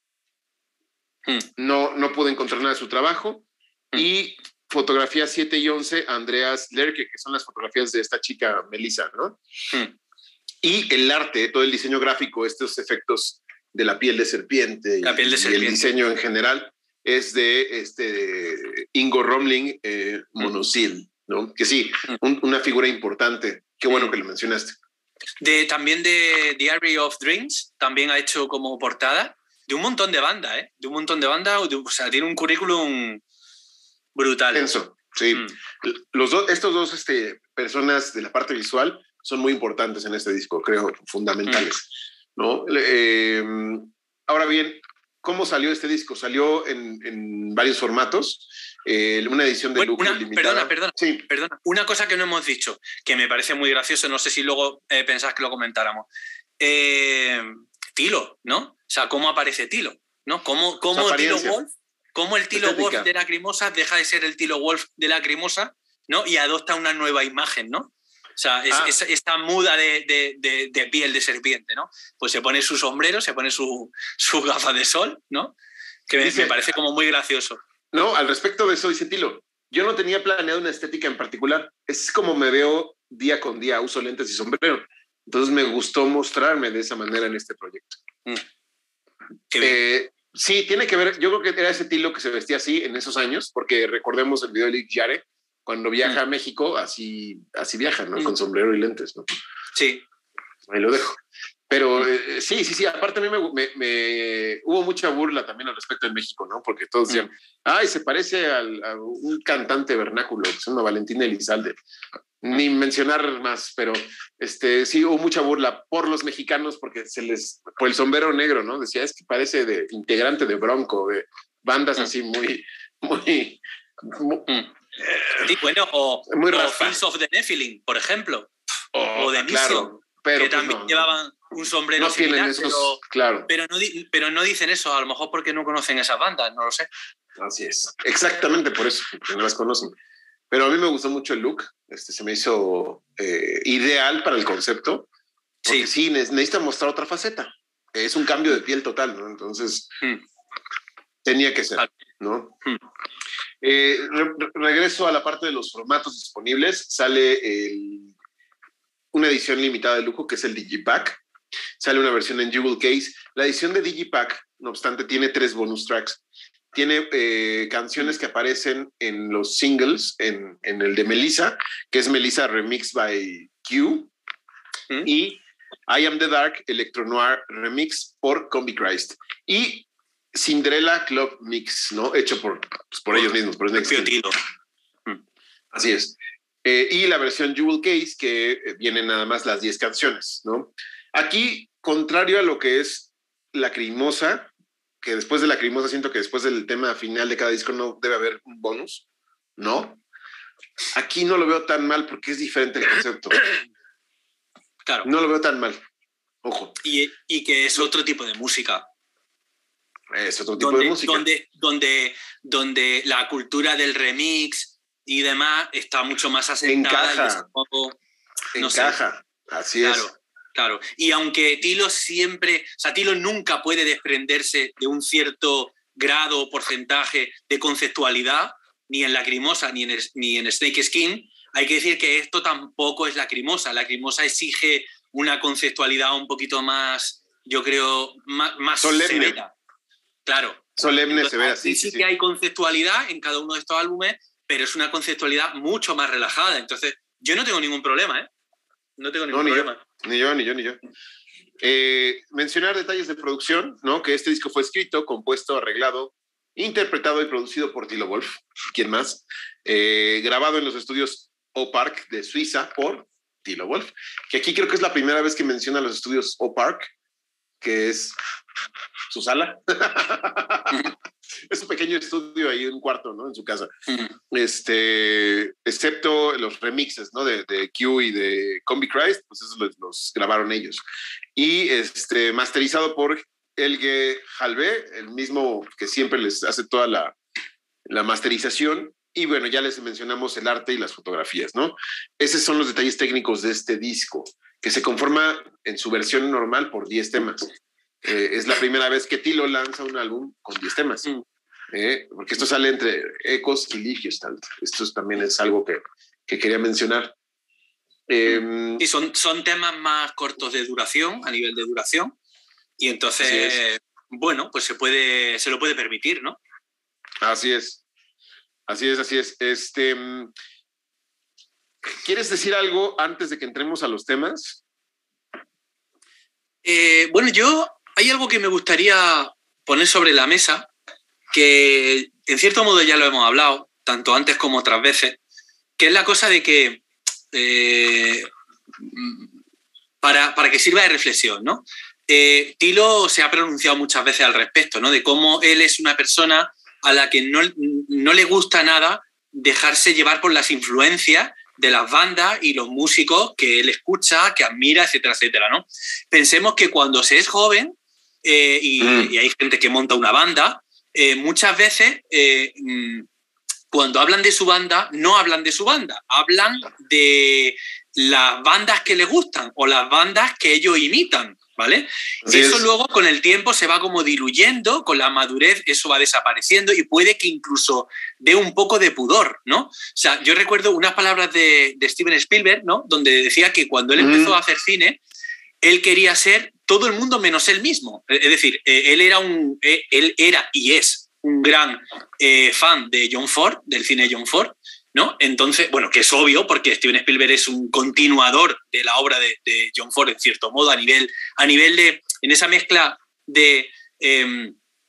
Hmm. No, no pude encontrar nada de su trabajo. Hmm. Y fotografía siete y once, Andreas Lerche, que son las fotografías de esta chica Melissa, ¿no? Hmm. Y el arte, todo el diseño gráfico, estos efectos de la piel de serpiente, la piel de y, serpiente. y el diseño en general es de este Ingo Romling eh, Monosil, ¿no? Que sí, hmm. un, una figura importante. Qué bueno hmm. que lo mencionaste. De, también de Diary of Dreams, también ha hecho como portada de un montón de bandas, ¿eh? De un montón de bandas, o sea, tiene un currículum brutal. Tenso, sí. Mm. Los do, estos dos este, personas de la parte visual son muy importantes en este disco, creo, fundamentales, mm. ¿no? Eh, ahora bien, ¿cómo salió este disco? Salió en, en varios formatos. Eh, una edición de bueno, lujo una, limitada. Perdona, perdona, sí. perdona. Una cosa que no hemos dicho, que me parece muy gracioso, no sé si luego eh, pensás que lo comentáramos. Eh, Tilo, ¿no? O sea, ¿cómo aparece Tilo? ¿No? ¿Cómo, cómo Tilo Wolf? ¿Cómo el Tilo Estética. Wolf de Lacrimosa deja de ser el Tilo Wolf de Lacrimosa, ¿no? Y adopta una nueva imagen, ¿no? O sea, es, ah. es, esta muda de, de, de, de piel de serpiente, ¿no? Pues se pone su sombrero, se pone su, su gafa de sol, ¿no? Que me, dice, me parece como muy gracioso. No, al respecto de eso dice Tilo, yo no tenía planeado una estética en particular, es como me veo día con día, uso lentes y sombrero, entonces me gustó mostrarme de esa manera en este proyecto. Mm. Eh, sí, tiene que ver, yo creo que era ese Tilo que se vestía así en esos años, porque recordemos el video de Liz Jared, cuando viaja mm. a México, así, así viaja, ¿no? Mm. Con sombrero y lentes, ¿no? Sí. Ahí lo dejo. Pero eh, sí, sí, sí, aparte a mí me, me, me hubo mucha burla también al respecto en México, ¿no? Porque todos decían, mm. ay, se parece al, a un cantante vernáculo, que se llama Valentín Elizalde. Ni mencionar más, pero este, sí hubo mucha burla por los mexicanos porque se les, por el sombrero negro, ¿no? Decía, es que parece de integrante de Bronco, de bandas mm. así muy, muy... muy mm. sí, bueno, o, muy o Fields of the Nephilim, por ejemplo. Oh, o de Mission, claro, pero que pues también no, llevaban un sombrero no similar, tienen esos, pero, claro. pero, no, pero no dicen eso, a lo mejor porque no conocen esas bandas, no lo sé. Así es, exactamente por eso, porque no las conocen. Pero a mí me gustó mucho el look, este, se me hizo eh, ideal para el concepto, porque sí, sí necesita mostrar otra faceta. Es un cambio de piel total, ¿no? Entonces, mm. tenía que ser, ¿no? Mm. Eh, re regreso a la parte de los formatos disponibles. Sale el, una edición limitada de lujo, que es el Digipack. Sale una versión en Jewel Case. La edición de Digipack, no obstante, tiene tres bonus tracks. Tiene eh, canciones que aparecen en los singles, en, en el de Melissa, que es Melissa Remix by Q, ¿Mm? y I Am the Dark Electro Noir Remix por Combi Christ. Y Cinderella Club Mix, ¿no? Hecho por, pues, por ellos mismos, por Next Tilo. Así es. Eh, y la versión Jewel Case, que eh, vienen nada más las diez canciones, ¿no? Aquí, contrario a lo que es Lacrimosa, que después de Lacrimosa siento que después del tema final de cada disco no debe haber un bonus, ¿no? Aquí no lo veo tan mal porque es diferente el concepto. Claro. No lo veo tan mal. Ojo. Y, y que es otro tipo de música. Es otro tipo donde, de música. Donde, donde, donde la cultura del remix y demás está mucho más asentada. Encaja. Y es un poco, no Encaja. Sé. Así claro, es. Claro. Y aunque Tilo siempre, o sea, Tilo nunca puede desprenderse de un cierto grado o porcentaje de conceptualidad, ni en Lacrimosa ni en, ni en Snake Skin, hay que decir que esto tampoco es Lacrimosa. Lacrimosa exige una conceptualidad un poquito más, yo creo, más, más solemne. severa. Claro. Solemne, Entonces, severa, sí, sí, sí, sí sí. que hay conceptualidad en cada uno de estos álbumes, pero es una conceptualidad mucho más relajada. Entonces, yo no tengo ningún problema, ¿eh? No tengo ningún no, ni problema. Yo, ni yo, ni yo, ni yo. Eh, mencionar detalles de producción, ¿no? Que este disco fue escrito, compuesto, arreglado, interpretado y producido por Tilo Wolff. ¿Quién más? Eh, grabado en los estudios O-Park de Suiza por Tilo Wolff, que aquí creo que es la primera vez que menciona los estudios O-Park, que es su sala. Es un pequeño estudio ahí, un cuarto, ¿no? En su casa. Este, excepto los remixes, ¿no? De, de Q y de Combi Christ, pues esos los, los grabaron ellos. Y este, masterizado por Helge Halve, el mismo que siempre les hace toda la, la masterización. Y bueno, ya les mencionamos el arte y las fotografías, ¿no? Esos son los detalles técnicos de este disco, que se conforma en su versión normal por diez temas. Eh, es la primera vez que Tilo lanza un álbum con diez temas. Mm. Eh, porque esto sale entre Ecos y Liefgestalt. Esto también es algo que, que quería mencionar. Eh, y son, son temas más cortos de duración, a nivel de duración, y entonces, bueno, pues se, puede, se lo puede permitir, ¿no? Así es. Así es, así es. Este, ¿quieres decir algo antes de que entremos a los temas? Eh, bueno, yo hay algo que me gustaría poner sobre la mesa, que en cierto modo ya lo hemos hablado, tanto antes como otras veces, que es la cosa de que eh, para, para que sirva de reflexión, ¿no? Eh, Tilo se ha pronunciado muchas veces al respecto, ¿no? De cómo él es una persona a la que no, no le gusta nada dejarse llevar por las influencias de las bandas y los músicos que él escucha, que admira, etcétera, etcétera, ¿no? Pensemos que cuando se es joven eh, y, mm. y hay gente que monta una banda, eh, muchas veces eh, cuando hablan de su banda, no hablan de su banda, hablan de las bandas que les gustan o las bandas que ellos imitan, ¿vale? Así eso es. Luego con el tiempo se va como diluyendo, con la madurez eso va desapareciendo y puede que incluso dé un poco de pudor, ¿no? O sea, yo recuerdo unas palabras de, de Steven Spielberg, ¿no? Donde decía que cuando él empezó mm. a hacer cine, él quería ser todo el mundo menos él mismo. Es decir, él era, un, él era y es un gran eh, fan de John Ford, del cine John Ford, ¿no? Entonces, bueno, que es obvio porque Steven Spielberg es un continuador de la obra de, de John Ford, en cierto modo, a nivel, a nivel de, en esa mezcla de, eh,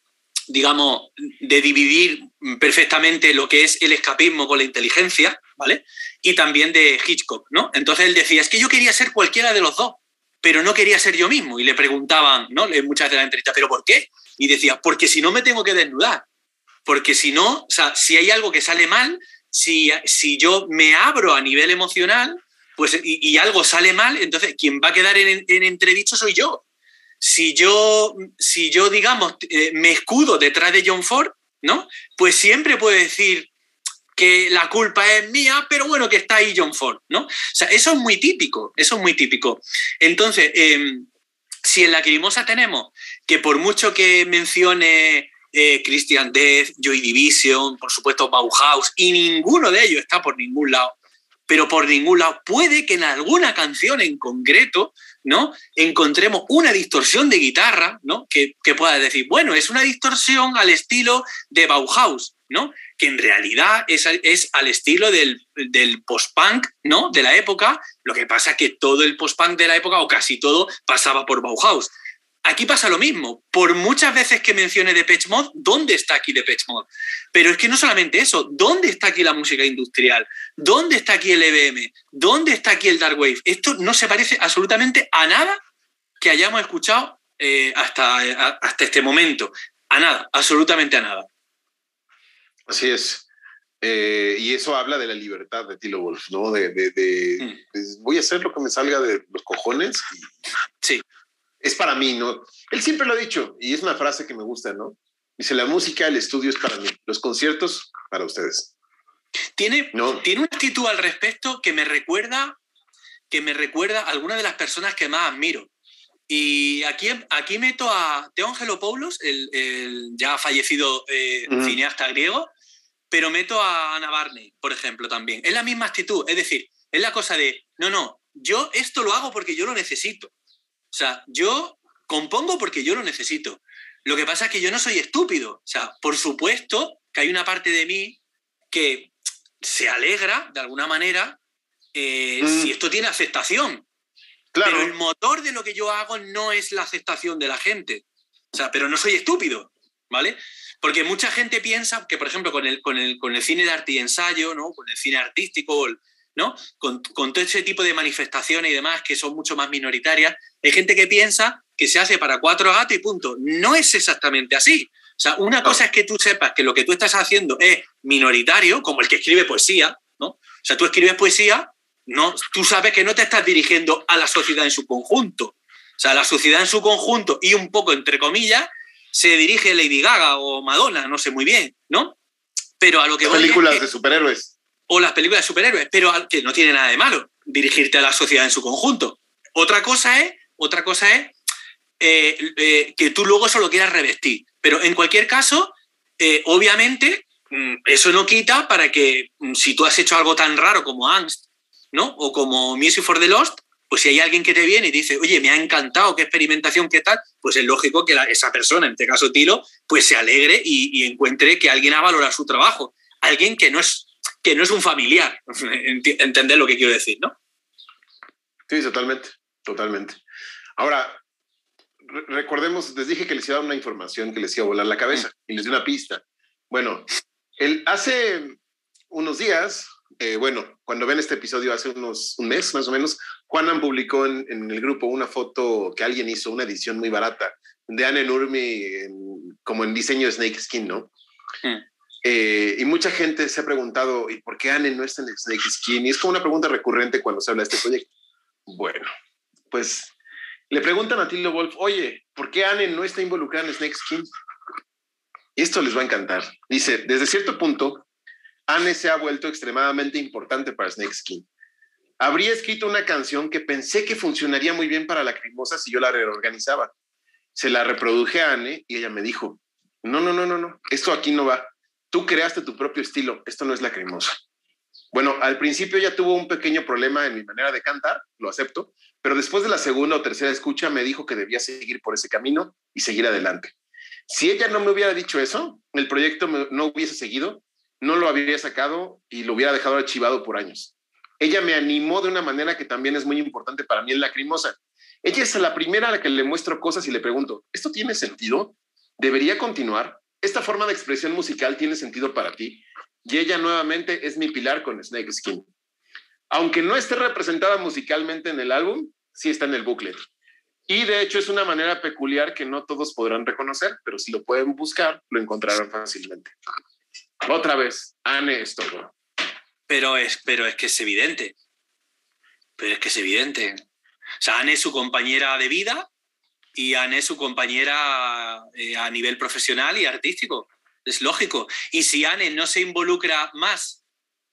digamos, de dividir perfectamente lo que es el escapismo con la inteligencia, ¿vale? Y también de Hitchcock, ¿no? Entonces él decía, es que yo quería ser cualquiera de los dos, pero no quería ser yo mismo. Y le preguntaban, ¿no? En muchas de las entrevistas, ¿pero por qué? Y decía, porque si no me tengo que desnudar. Porque si no, o sea, si hay algo que sale mal, si, si yo me abro a nivel emocional pues, y, y algo sale mal, entonces quien va a quedar en, en entredicho soy yo. Si yo, si yo digamos, eh, me escudo detrás de John Ford, ¿no? Pues siempre puedo decir que la culpa es mía, pero bueno, que está ahí John Ford, ¿no? O sea, eso es muy típico, eso es muy típico. Entonces, eh, si en Lacrimosa tenemos que por mucho que mencione eh, Christian Death, Joy Division, por supuesto Bauhaus, y ninguno de ellos está por ningún lado, pero por ningún lado, puede que en alguna canción en concreto, ¿no? Encontremos una distorsión de guitarra, ¿no? Que, que pueda decir, bueno, es una distorsión al estilo de Bauhaus, ¿no? Que en realidad es, es al estilo del, del post-punk, ¿no? De la época. Lo que pasa es que todo el post-punk de la época, o casi todo, pasaba por Bauhaus. Aquí pasa lo mismo. Por muchas veces que mencione Depeche Mode, ¿dónde está aquí Depeche Mode? Pero es que no solamente eso, ¿dónde está aquí la música industrial? ¿Dónde está aquí el E B M? ¿Dónde está aquí el Dark Wave? Esto no se parece absolutamente a nada que hayamos escuchado eh, hasta, a, hasta este momento. A nada, absolutamente a nada. Así es. Eh, y eso habla de la libertad de Tilo Wolff, ¿no? De, de, de, mm. de voy a hacer lo que me salga de los cojones. Y sí. Es para mí, ¿no? Él siempre lo ha dicho, y es una frase que me gusta, ¿no? Dice, la música, el estudio es para mí, los conciertos para ustedes. Tiene, ¿no? Tiene una actitud al respecto que me recuerda, que me recuerda a alguna de las personas que más admiro. Y aquí, aquí meto a Theon Gelopoulos, el, el ya fallecido eh, mm. cineasta griego, pero meto a Anna Barney, por ejemplo, también. Es la misma actitud, es decir, es la cosa de, no, no, yo esto lo hago porque yo lo necesito. O sea, yo compongo porque yo lo necesito. Lo que pasa es que yo no soy estúpido. O sea, por supuesto que hay una parte de mí que se alegra, de alguna manera, eh, mm. si esto tiene aceptación. Claro. Pero el motor de lo que yo hago no es la aceptación de la gente. O sea, pero no soy estúpido, ¿vale? Porque mucha gente piensa que, por ejemplo, con el, con el, con el cine de arte y ensayo, ¿no? Con el cine artístico, ¿no? Con, con todo ese tipo de manifestaciones y demás que son mucho más minoritarias, hay gente que piensa que se hace para cuatro gatos y punto. No es exactamente así. O sea, una no. cosa es que tú sepas que lo que tú estás haciendo es minoritario, como el que escribe poesía, ¿no? O sea, tú escribes poesía, no, tú sabes que no te estás dirigiendo a la sociedad en su conjunto. O sea, la sociedad en su conjunto y un poco, entre comillas, se dirige Lady Gaga o Madonna, no sé muy bien, ¿no? Pero a lo que las películas que, de superhéroes. O las películas de superhéroes, pero que no tiene nada de malo dirigirte a la sociedad en su conjunto. Otra cosa es, otra cosa es eh, eh, que tú luego eso lo quieras revestir. Pero en cualquier caso, eh, obviamente, eso no quita para que si tú has hecho algo tan raro como Angst, ¿no? O como Music for the Lost, pues si hay alguien que te viene y dice, oye, me ha encantado, qué experimentación, qué tal, pues es lógico que la, esa persona, en este caso Tilo, pues se alegre y, y encuentre que alguien ha valorado su trabajo. Alguien que no es, que no es un familiar. Entender lo que quiero decir, ¿no? Sí, totalmente, totalmente. Ahora, re- recordemos, les dije que les iba a dar una información que les iba a volar la cabeza mm. y les di una pista. Bueno, el, hace unos días... Eh, bueno, cuando ven este episodio hace unos un mes más o menos, Juanan publicó en, en el grupo una foto que alguien hizo, una edición muy barata, de Anne Nurmi en, como en diseño de Snake Skin, ¿no? Mm. Eh, y mucha gente se ha preguntado, ¿y por qué Anne no está en Snake Skin? Y es como una pregunta recurrente cuando se habla de este proyecto. Bueno, pues le preguntan a Tilo Wolff, oye, ¿por qué Anne no está involucrada en Snake Skin? Y esto les va a encantar. Dice, desde cierto punto, Anne se ha vuelto extremadamente importante para Snake Skin. Habría escrito una canción que pensé que funcionaría muy bien para Lacrimosa si yo la reorganizaba. Se la reproduje a Anne y ella me dijo, no, no, no, no, no, esto aquí no va. Tú creaste tu propio estilo, esto no es Lacrimosa. Bueno, al principio ella tuvo un pequeño problema en mi manera de cantar, lo acepto, pero después de la segunda o tercera escucha me dijo que debía seguir por ese camino y seguir adelante. Si ella no me hubiera dicho eso, el proyecto no hubiese seguido, no lo habría sacado y lo hubiera dejado archivado por años. Ella me animó de una manera que también es muy importante para mí en Lacrimosa. Ella es la primera a la que le muestro cosas y le pregunto, ¿esto tiene sentido? ¿Debería continuar? ¿Esta forma de expresión musical tiene sentido para ti? Y ella nuevamente es mi pilar con Snake Skin. Aunque no esté representada musicalmente en el álbum, sí está en el booklet. Y de hecho es una manera peculiar que no todos podrán reconocer, pero si lo pueden buscar, lo encontrarán fácilmente. Otra vez, Anne es todo. Pero es, pero es que es evidente. Pero es que es evidente. O sea, Anne es su compañera de vida y Anne es su compañera eh, a nivel profesional y artístico. Es lógico. Y si Anne no se involucra más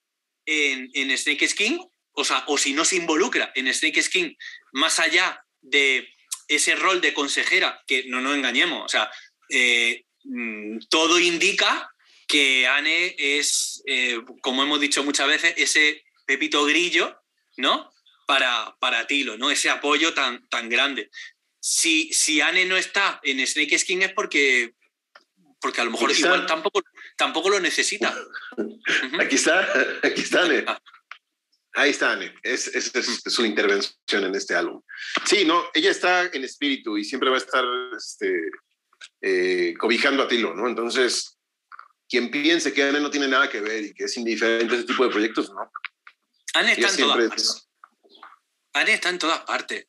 en, en Snake Skin, o sea, o si no se involucra en Snake Skin más allá de ese rol de consejera, que no nos engañemos, o sea, eh, todo indica que Anne es, eh, como hemos dicho muchas veces, ese pepito grillo, ¿no? Para, para Tilo, ¿no? Ese apoyo tan, tan grande. Si, si Anne no está en Snake Skin es porque, porque a lo mejor igual tampoco, tampoco lo necesita. Aquí está, aquí está Anne. Ahí está Anne. Es, es, es, es su intervención en este álbum. Sí, no, ella está en espíritu y siempre va a estar este, eh, cobijando a Tilo, ¿no? Entonces, quien piense que Anne no tiene nada que ver y que es indiferente a ese tipo de proyectos, no. Anne está en todas partes. Anne está en todas partes.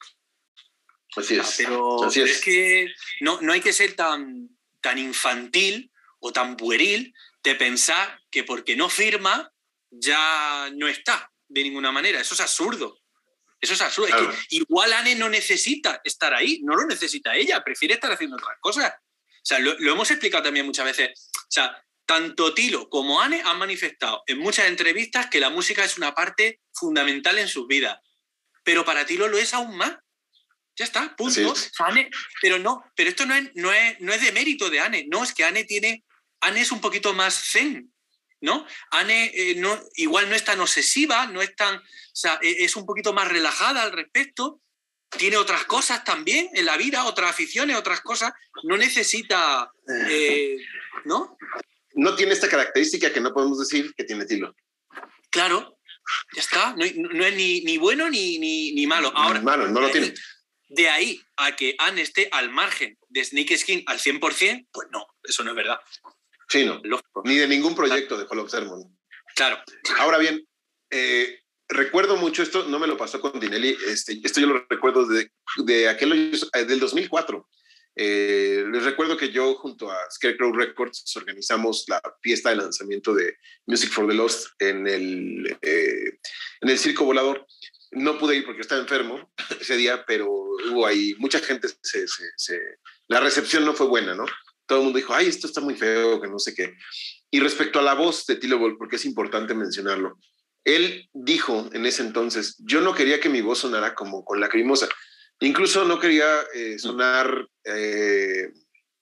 Así es. Pero Así es. es que no, no hay que ser tan, tan infantil o tan pueril de pensar que porque no firma ya no está de ninguna manera. Eso es absurdo. Eso es absurdo. Claro. Es que igual Anne no necesita estar ahí, no lo necesita ella, prefiere estar haciendo otras cosas. sea, lo, lo hemos explicado también muchas veces. O sea, tanto Tilo como Anne han manifestado en muchas entrevistas que la música es una parte fundamental en sus vidas. Pero para Tilo lo es aún más. Ya está, punto. Sí. Anne, pero no, pero esto no es, no, es, no es de mérito de Anne. No, es que Anne tiene... Anne es un poquito más zen, ¿no? Anne eh, no, igual no es tan obsesiva, no es tan... O sea, es un poquito más relajada al respecto. Tiene otras cosas también en la vida, otras aficiones, otras cosas. No necesita... Eh, ¿no? No tiene esta característica que no podemos decir que tiene Tilo. Claro, ya está. No, no es ni, ni bueno ni, ni, ni malo. Ahora, malo, no lo de tiene. Ahí, de ahí a que Anne esté al margen de Snake Skin al cien por ciento, pues no, eso no es verdad. Sí, no. Lógico. Ni de ningún proyecto de Fall of Sermon. Claro. Ahora bien, eh, recuerdo mucho esto, no me lo pasó con Dinelli, este, esto yo lo recuerdo de, de aquel, del dos mil cuatro. Eh, les recuerdo que yo junto a Scarecrow Records organizamos la fiesta de lanzamiento de Music for the Lost en el, eh, en el Circo Volador. No pude ir porque estaba enfermo ese día, pero hubo ahí mucha gente, se, se, se, la recepción no fue buena, ¿no? Todo el mundo dijo, ay, esto está muy feo, que no sé qué. Y respecto a la voz de Tilo Wolff, porque es importante mencionarlo, él dijo en ese entonces, yo no quería que mi voz sonara como con Lacrimosa. Incluso no quería eh, sonar eh,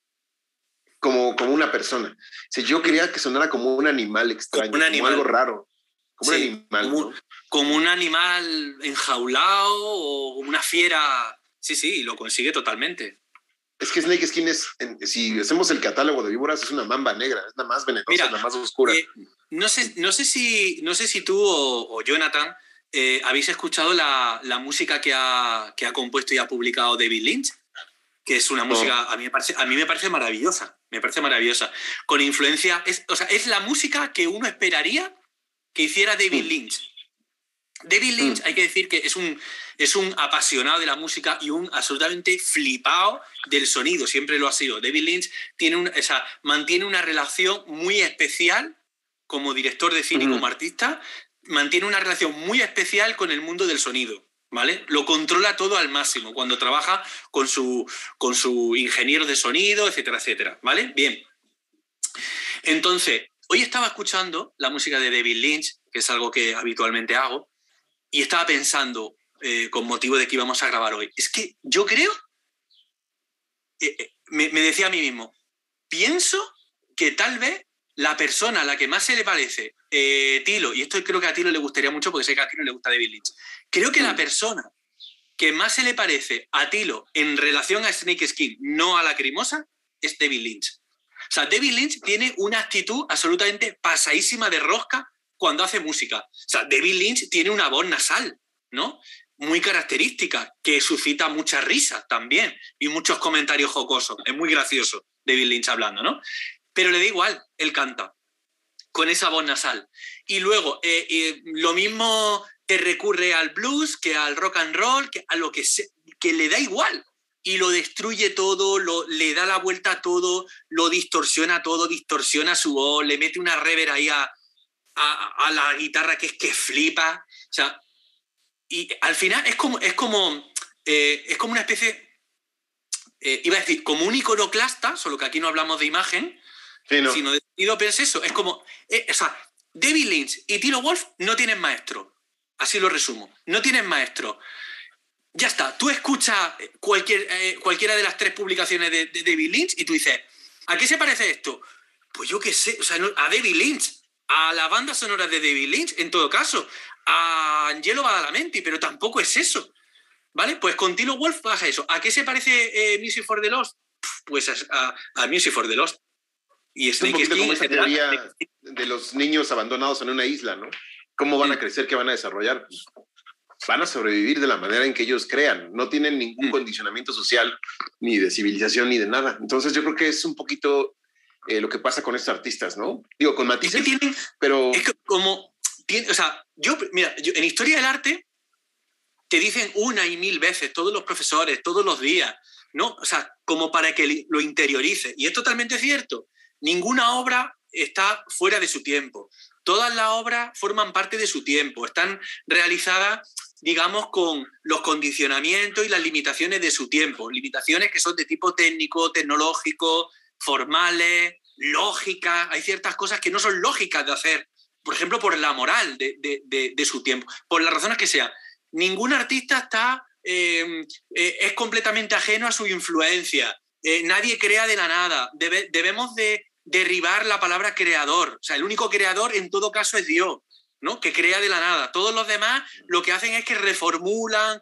como, como una persona. O sea, yo quería que sonara como un animal extraño, como, un animal. como algo raro. Como sí, un animal, como, ¿no? Como un animal enjaulado o como una fiera. Sí, sí, lo consigue totalmente. Es que Snake Skin es, si hacemos el catálogo de víboras, es una mamba negra, es la más venenosa, Mira, la más oscura. Eh, no, sé, no, sé si, no sé si tú o, o Jonathan eh, habéis escuchado la, la música que ha, que ha compuesto y ha publicado David Lynch, que es una música, no. a, mí me parece, a mí me parece maravillosa, me parece maravillosa. Con influencia, es, o sea, es la música que uno esperaría que hiciera David mm. Lynch. David Lynch, mm. hay que decir que es un, es un apasionado de la música y un absolutamente flipado del sonido, siempre lo ha sido. David Lynch tiene un, o sea, mantiene una relación muy especial como director de cine y mm. como artista, mantiene una relación muy especial con el mundo del sonido, ¿vale? Lo controla todo al máximo cuando trabaja con su, con su ingeniero de sonido, etcétera, etcétera, ¿vale? Bien. Entonces, hoy estaba escuchando la música de David Lynch, que es algo que habitualmente hago, y estaba pensando, eh, con motivo de que íbamos a grabar hoy, es que yo creo, eh, eh, me, me decía a mí mismo, pienso que tal vez la persona a la que más se le parece eh, Tilo, y esto creo que a Tilo le gustaría mucho porque sé que a Tilo le gusta David Lynch, creo que mm. la persona que más se le parece a Tilo en relación a Snake Skin, no a Lacrimosa, es David Lynch. O sea, David Lynch tiene una actitud absolutamente pasadísima de rosca cuando hace música. O sea, David Lynch tiene una voz nasal, ¿no? Muy característica, que suscita mucha risa también y muchos comentarios jocosos. Es muy gracioso David Lynch hablando, ¿no? Pero le da igual, él canta con esa voz nasal. Y luego, eh, eh, lo mismo te recurre al blues que al rock and roll, que a lo que, se, que le da igual. Y lo destruye todo, lo, le da la vuelta a todo, lo distorsiona todo, distorsiona su voz, le mete una reverb ahí a, a, a la guitarra que es que flipa. O sea, y al final es como, es como, eh, es como una especie, eh, iba a decir, como un iconoclasta, solo que aquí no hablamos de imagen, sí, no. sino de sonido, pero es eso, es como, eh, o sea, David Lynch y Tilo Wolff no tienen maestro, así lo resumo, no tienen maestro. Ya está, tú escuchas cualquier, eh, cualquiera de las tres publicaciones de, de David Lynch y tú dices, ¿a qué se parece esto? Pues yo qué sé, o sea, no, a David Lynch, a la banda sonora de David Lynch, en todo caso, a Angelo Badalamenti, pero tampoco es eso, ¿vale? Pues con Tilo Wolff pasa eso. ¿A qué se parece eh, Music for the Lost? Pues a, a, a Music for the Lost. Y es un poquito como esa teoría de los niños abandonados en una isla, ¿no? ¿Cómo van a crecer? ¿Qué van a desarrollar? Pues, van a sobrevivir de la manera en que ellos crean. No tienen ningún mm. condicionamiento social, ni de civilización, ni de nada. Entonces yo creo que es un poquito eh, lo que pasa con estos artistas, ¿no? Digo, con matices, es que tienen, pero... Es que como... Tiene, o sea, yo, mira, yo, en Historia del Arte te dicen una y mil veces, todos los profesores, todos los días, ¿no? O sea, como para que lo interiorice. Y es totalmente cierto. Ninguna obra está fuera de su tiempo. Todas las obras forman parte de su tiempo. Están realizadas, digamos, con los condicionamientos y las limitaciones de su tiempo. Limitaciones que son de tipo técnico, tecnológico, formales, lógicas. Hay ciertas cosas que no son lógicas de hacer, por ejemplo, por la moral de, de, de, de su tiempo, por las razones que sean. Ningún artista está, eh, eh, es completamente ajeno a su influencia. Eh, nadie crea de la nada. Debe, debemos de derribar la palabra creador. O sea, el único creador en todo caso es Dios, ¿no? Que crea de la nada. Todos los demás lo que hacen es que reformulan,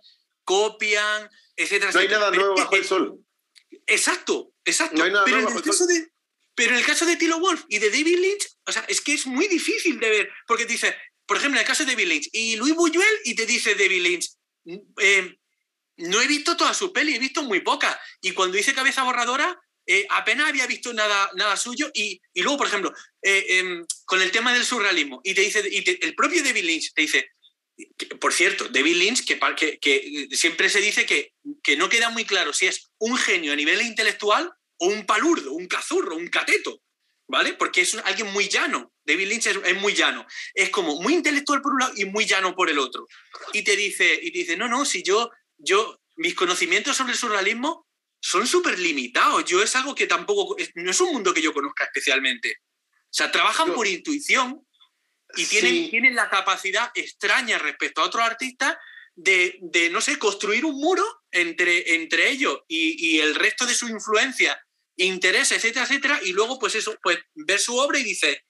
copian, etcétera. No hay etcétera. nada Pero nuevo es que, bajo el sol. Exacto, exacto. No hay nada pero, nuevo en bajo el el caso sol. de, pero en el caso de Tilo Wolff y de David Lynch, o sea, es que es muy difícil de ver, porque te dice, por ejemplo, en el caso de David Lynch y Louis Buñuel, y te dice David Lynch, eh, no he visto todas sus pelis, he visto muy pocas. Y cuando hice Cabeza Borradora, eh, apenas había visto nada, nada suyo. Y, y luego, por ejemplo, eh, eh, con el tema del surrealismo, y te dice, y te, el propio David Lynch te dice, que, por cierto, David Lynch, que, que, que siempre se dice que, que no queda muy claro si es un genio a nivel intelectual o un palurdo, un cazurro, un cateto, ¿vale? Porque es alguien muy llano. David Lynch es, es muy llano. Es como muy intelectual por un lado y muy llano por el otro. Y te dice, y te dice no, no, si yo... Yo, mis conocimientos sobre el surrealismo son súper limitados. Yo es algo que tampoco, no es un mundo que yo conozca especialmente. O sea, trabajan yo, por intuición y tienen, sí. tienen la capacidad extraña respecto a otros artistas de, de no sé, construir un muro entre, entre ellos y, y el resto de su influencia, interés, etcétera, etcétera, y luego, pues eso, pues ver su obra y dices,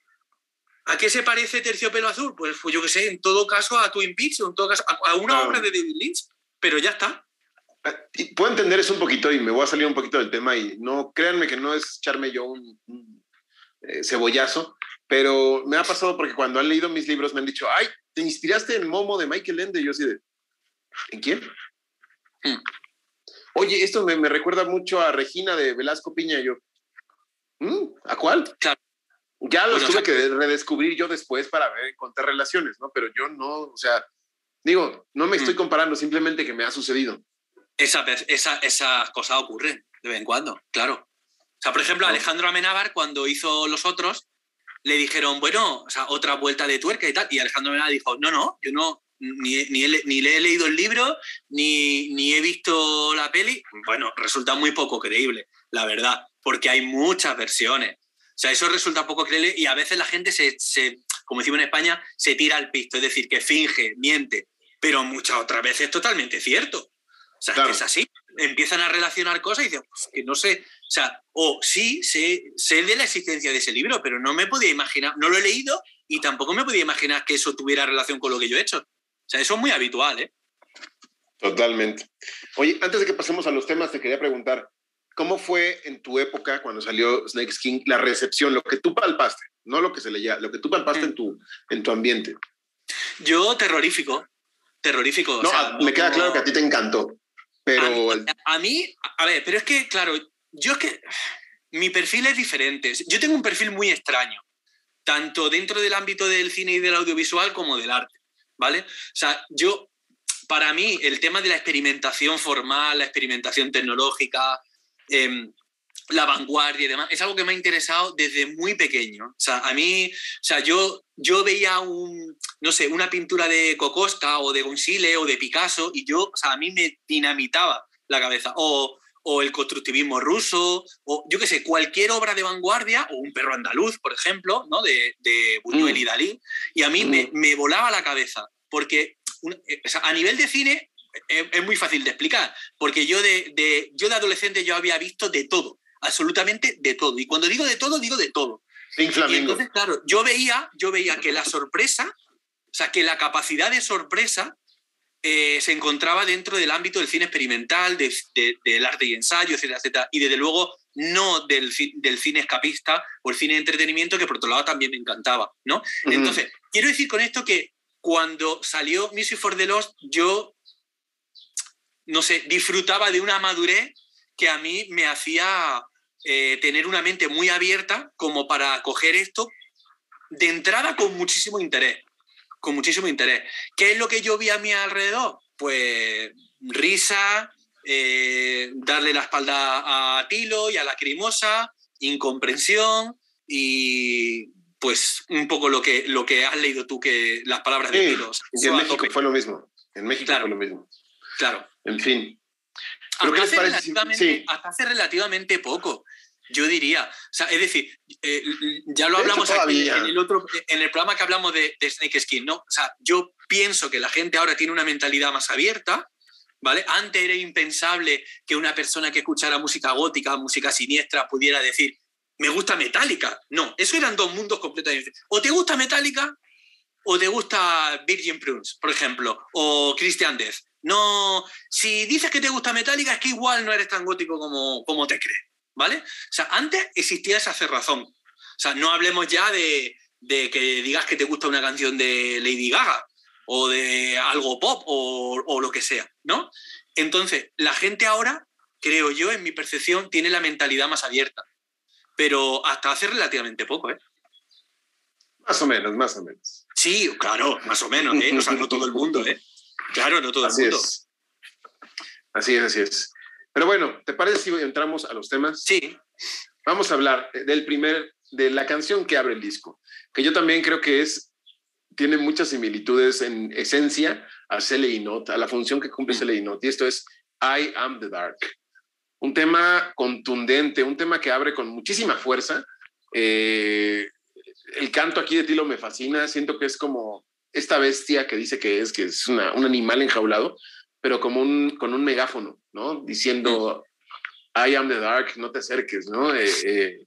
¿a qué se parece Terciopelo Azul? Pues, pues yo qué sé, en todo caso a Twin Peaks, o en todo caso a, a una claro. obra de David Lynch. Pero ya está. Puedo entender eso un poquito y me voy a salir un poquito del tema y no, créanme que no es echarme yo un, un eh, cebollazo, pero me ha pasado porque cuando han leído mis libros me han dicho, ay, ¿te inspiraste en Momo de Michael Ende? Y yo así de, ¿en quién? Hmm. Oye, esto me, me recuerda mucho a Regina de Velasco Piña y yo, ¿Mm? ¿A cuál? Claro. Ya los bueno, tuve o sea, que redescubrir yo después para ver, encontrar relaciones, ¿no? Pero yo no, o sea... Digo, no me estoy comparando, simplemente que me ha sucedido. Esa, esa, esas cosas ocurren de vez en cuando, claro. O sea, por ejemplo, no. Alejandro Amenábar, cuando hizo Los Otros, le dijeron, bueno, o sea, otra vuelta de tuerca y tal. Y Alejandro Amenábar dijo, no, no, yo no, ni, ni, he, ni le he leído el libro, ni, ni he visto la peli. Bueno, resulta muy poco creíble, la verdad, porque hay muchas versiones. O sea, eso resulta poco creíble y a veces la gente se, se, como decimos en España, se tira al pisto, es decir, que finge, miente, pero muchas otras veces es totalmente cierto. O sea, claro. Es que es así. Empiezan a relacionar cosas y dicen, pues, que no sé, o sea, o sí, sé, sé de la existencia de ese libro, pero no me podía imaginar, no lo he leído y tampoco me podía imaginar que eso tuviera relación con lo que yo he hecho. O sea, eso es muy habitual, ¿eh? Totalmente. Oye, antes de que pasemos a los temas, te quería preguntar, ¿cómo fue en tu época, cuando salió Snake Skin, la recepción, lo que tú palpaste, no lo que se leía, lo que tú palpaste mm. en, tu, en tu ambiente? Yo, terrorífico, terrorífico. No, o sea, a, me no, queda claro que a ti te encantó, pero... A mí, a mí, a ver, pero es que, claro, yo es que... Mi perfil es diferente. Yo tengo un perfil muy extraño, tanto dentro del ámbito del cine y del audiovisual como del arte, ¿vale? O sea, yo, para mí, el tema de la experimentación formal, la experimentación tecnológica, eh, la vanguardia y demás, es algo que me ha interesado desde muy pequeño. O sea, a mí, o sea, yo, yo veía un, no sé, una pintura de Cocosta o de Gonzile o de Picasso y yo, o sea, a mí me dinamitaba la cabeza. O... o el constructivismo ruso, o yo qué sé, cualquier obra de vanguardia, o un perro andaluz, por ejemplo, ¿no? de, de Buñuel mm. y Dalí, y a mí mm. me, me volaba la cabeza, porque un, o sea, a nivel de cine es, es muy fácil de explicar, porque yo de, de, yo de adolescente yo había visto de todo, absolutamente de todo, y cuando digo de todo, digo de todo. Pink Flamingo. Y entonces, claro, yo veía, yo veía que la sorpresa, o sea, que la capacidad de sorpresa Eh, se encontraba dentro del ámbito del cine experimental, de, de, del arte y ensayo, etcétera, etcétera, y desde luego no del, del cine escapista o el cine de entretenimiento, que por otro lado también me encantaba, ¿no? Uh-huh. Entonces, quiero decir con esto que cuando salió Music for the Lost, yo, no sé, disfrutaba de una madurez que a mí me hacía eh, tener una mente muy abierta como para coger esto de entrada con muchísimo interés. con muchísimo interés. ¿Qué es lo que yo vi a mi alrededor? Pues risa, eh, darle la espalda a Tilo y a Lacrimosa, incomprensión y pues un poco lo que, lo que has leído tú, que las palabras sí, de Tilo. Y en México fue lo mismo. En México claro, fue lo mismo. Claro. En fin. Hasta, ¿Pero qué les parece? Relativamente, sí. hasta hace relativamente poco. Yo diría, o sea, es decir, eh, ya lo hablamos aquí en el otro, en el programa que hablamos de, de Snake Skin, ¿no? O sea, yo pienso que la gente ahora tiene una mentalidad más abierta, ¿vale? Antes era impensable que una persona que escuchara música gótica, música siniestra, pudiera decir, me gusta Metallica. No, eso eran dos mundos completamente diferentes. O te gusta Metallica o te gusta Virgin Prunes, por ejemplo, o Christian Death. No, si dices que te gusta Metallica es que igual no eres tan gótico como, como te crees. ¿Vale? O sea, antes existía esa cerrazón. O sea, no hablemos ya de, de que digas que te gusta una canción de Lady Gaga o de algo pop o, o lo que sea, ¿no? Entonces, la gente ahora, creo yo, en mi percepción, tiene la mentalidad más abierta. Pero hasta hace relativamente poco, ¿eh? Más o menos, más o menos. Sí, claro, más o menos, ¿eh? O sea, no todo el mundo, ¿eh? Claro, no todo así el mundo. Es. Así es, así es. Pero bueno, ¿te parece si entramos a los temas? Sí. Vamos a hablar del primer, de la canción que abre el disco, que yo también creo que es, tiene muchas similitudes en esencia a Celebrity Not, a la función que cumple Celebrity Not, y esto es I Am the Dark. Un tema contundente, un tema que abre con muchísima fuerza. Eh, el canto aquí de Tilo me fascina, siento que es como esta bestia que dice que es, que es una, un animal enjaulado, pero como un, con un megáfono, ¿no? Diciendo, I am the dark, no te acerques, ¿no? Eh, eh,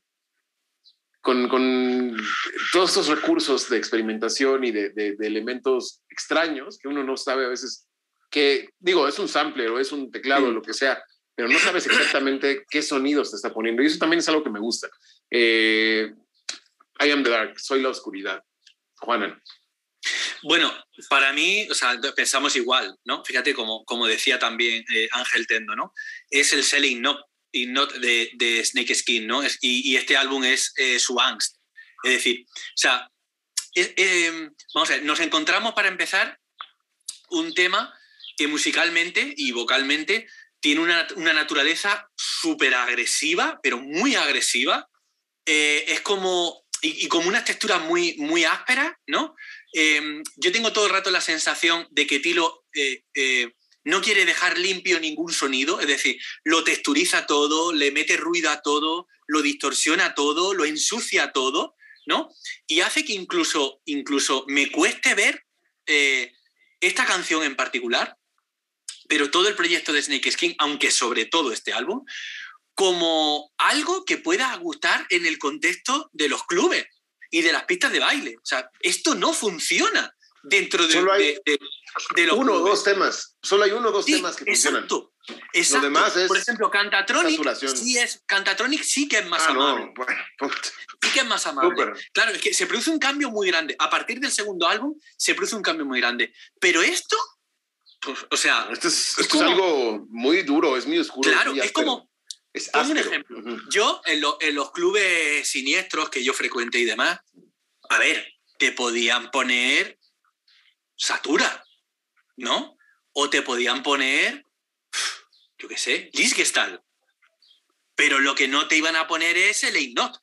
con, con todos estos recursos de experimentación y de, de, de elementos extraños que uno no sabe a veces que, digo, es un sampler o es un teclado, Mm. lo que sea, pero no sabes exactamente qué sonidos te está poniendo. Y eso también es algo que me gusta. Eh, I am the dark, soy la oscuridad. Juana. Bueno, para mí, o sea, pensamos igual, ¿no? Fíjate, como, como decía también eh, Ángel Tendo, ¿no? Es el Selling Not, y not de, de Snake Skin, ¿no? Es, y, y este álbum es eh, su angst. Es decir, o sea, eh, eh, vamos a ver, nos encontramos para empezar un tema que musicalmente y vocalmente tiene una, una naturaleza súper agresiva, pero muy agresiva. Eh, es como, y, y como unas texturas muy, muy ásperas, ¿no? Eh, yo tengo todo el rato la sensación de que Tilo eh, eh, no quiere dejar limpio ningún sonido, es decir, lo texturiza todo, le mete ruido a todo, lo distorsiona todo, lo ensucia todo, ¿no? Y hace que incluso, incluso me cueste ver eh, esta canción en particular, pero todo el proyecto de Snake Skin, aunque sobre todo este álbum, como algo que pueda gustar en el contexto de los clubes y de las pistas de baile. O sea, esto no funciona dentro de, Solo hay de, de, de los uno o clubes. dos temas. Solo hay uno o dos Sí, temas que funcionan. exacto, exacto. Lo demás es Por ejemplo, Cantatronic saturación. sí, es, Cantatronic sí que es más Ah, amable. no, bueno, punto. Sí que es más amable. Súper. Claro, es que se produce un cambio muy grande. A partir del segundo álbum se produce un cambio muy grande. Pero esto, pues, o sea... Esto es, es esto como- es algo muy duro, es muy oscuro. Claro, muy es áspero. como... Es Pongo un áspero. ejemplo. Ujú. Yo, en, lo- en los clubes siniestros que yo frecuenté y demás, a ver, te podían poner Satura, ¿no? O te podían poner, yo qué sé, Lisgestal. Pero lo que no te iban a poner es el Not.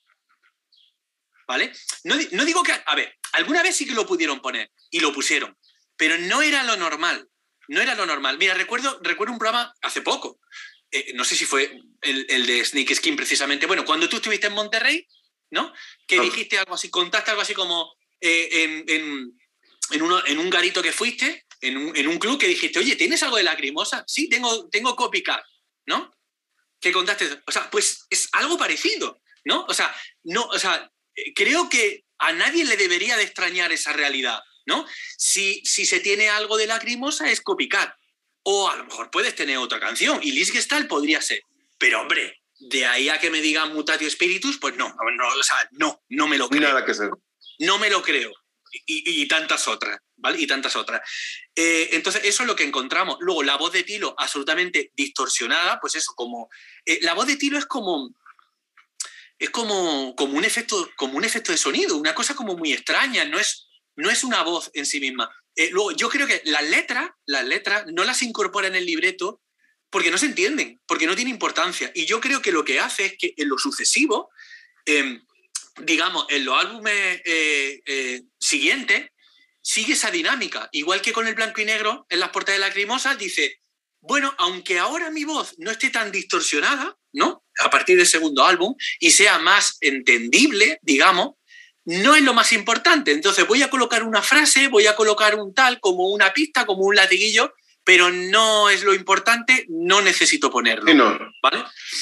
¿Vale? No, di- no digo que... A ver, alguna vez sí que lo pudieron poner y lo pusieron, pero no era lo normal. No era lo normal. Mira, recuerdo, recuerdo un programa hace poco. Eh, no sé si fue el, el de Snake Skin precisamente. Bueno, cuando tú estuviste en Monterrey, ¿no? Que Ah. dijiste algo así, contaste algo así como eh, en, en, en, uno, en un garito que fuiste, en un, en un club, que dijiste, oye, ¿tienes algo de Lacrimosa? Sí, tengo, tengo Copycat, ¿no? Que contaste, o sea, pues es algo parecido, ¿no? O sea, no, o sea, eh, creo que a nadie le debería de extrañar esa realidad, ¿no? Si, si se tiene algo de Lacrimosa es Copycat, o a lo mejor puedes tener otra canción, y Lisgestal podría ser, pero hombre, de ahí a que me digan Mutatio Spiritus, pues no, no, no, o sea, no, no me lo creo. Nada que hacer. No me lo creo. Y, y- y tantas otras, ¿vale? Y tantas otras. Eh, entonces, eso es lo que encontramos. Luego, la voz de Tilo absolutamente distorsionada, pues eso, como... eh, la voz de Tilo es como... Es como, como, un efecto, como un efecto de sonido, una cosa como muy extraña, no es, no es una voz en sí misma. Eh, luego, yo creo que las letras, las letras no las incorpora en el libreto porque no se entienden, porque no tiene importancia. Y yo creo que lo que hace es que en lo sucesivo... eh, digamos, en los álbumes eh, eh, siguientes, sigue esa dinámica. Igual que con el blanco y negro, en las portadas de Lacrimosa, dice, bueno, aunque ahora mi voz no esté tan distorsionada, ¿no? a partir del segundo álbum y sea más entendible, digamos, no es lo más importante. Entonces voy a colocar una frase, voy a colocar un tal, como una pista, como un latiguillo, pero no es lo importante, no necesito ponerlo. Sí, no. ¿Vale?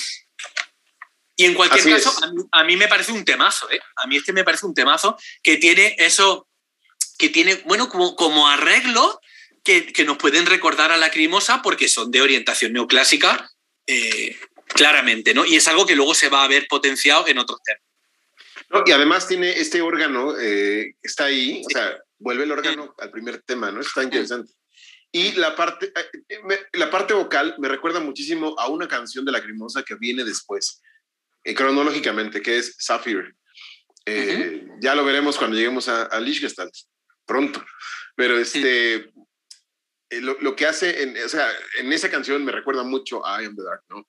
Y en cualquier Así caso, es. a mí, a mí me parece un temazo, ¿eh? A mí este me parece un temazo que tiene eso, que tiene, bueno, como, como arreglo que, que nos pueden recordar a Lacrimosa porque son de orientación neoclásica, eh, claramente, ¿no? Y es algo que luego se va a ver potenciado en otros temas. No, y además tiene este órgano, eh, está ahí, o sea, vuelve el órgano al primer tema, ¿no? Está interesante. Y la parte, eh, me, la parte vocal me recuerda muchísimo a una canción de Lacrimosa que viene después, eh, cronológicamente, que es Sapphire. Eh, uh-huh. Ya lo veremos cuando lleguemos a, a Lichgestalt, pronto. Pero este, eh, lo, lo que hace, en, o sea, en esa canción me recuerda mucho a I Am the Dark, ¿no?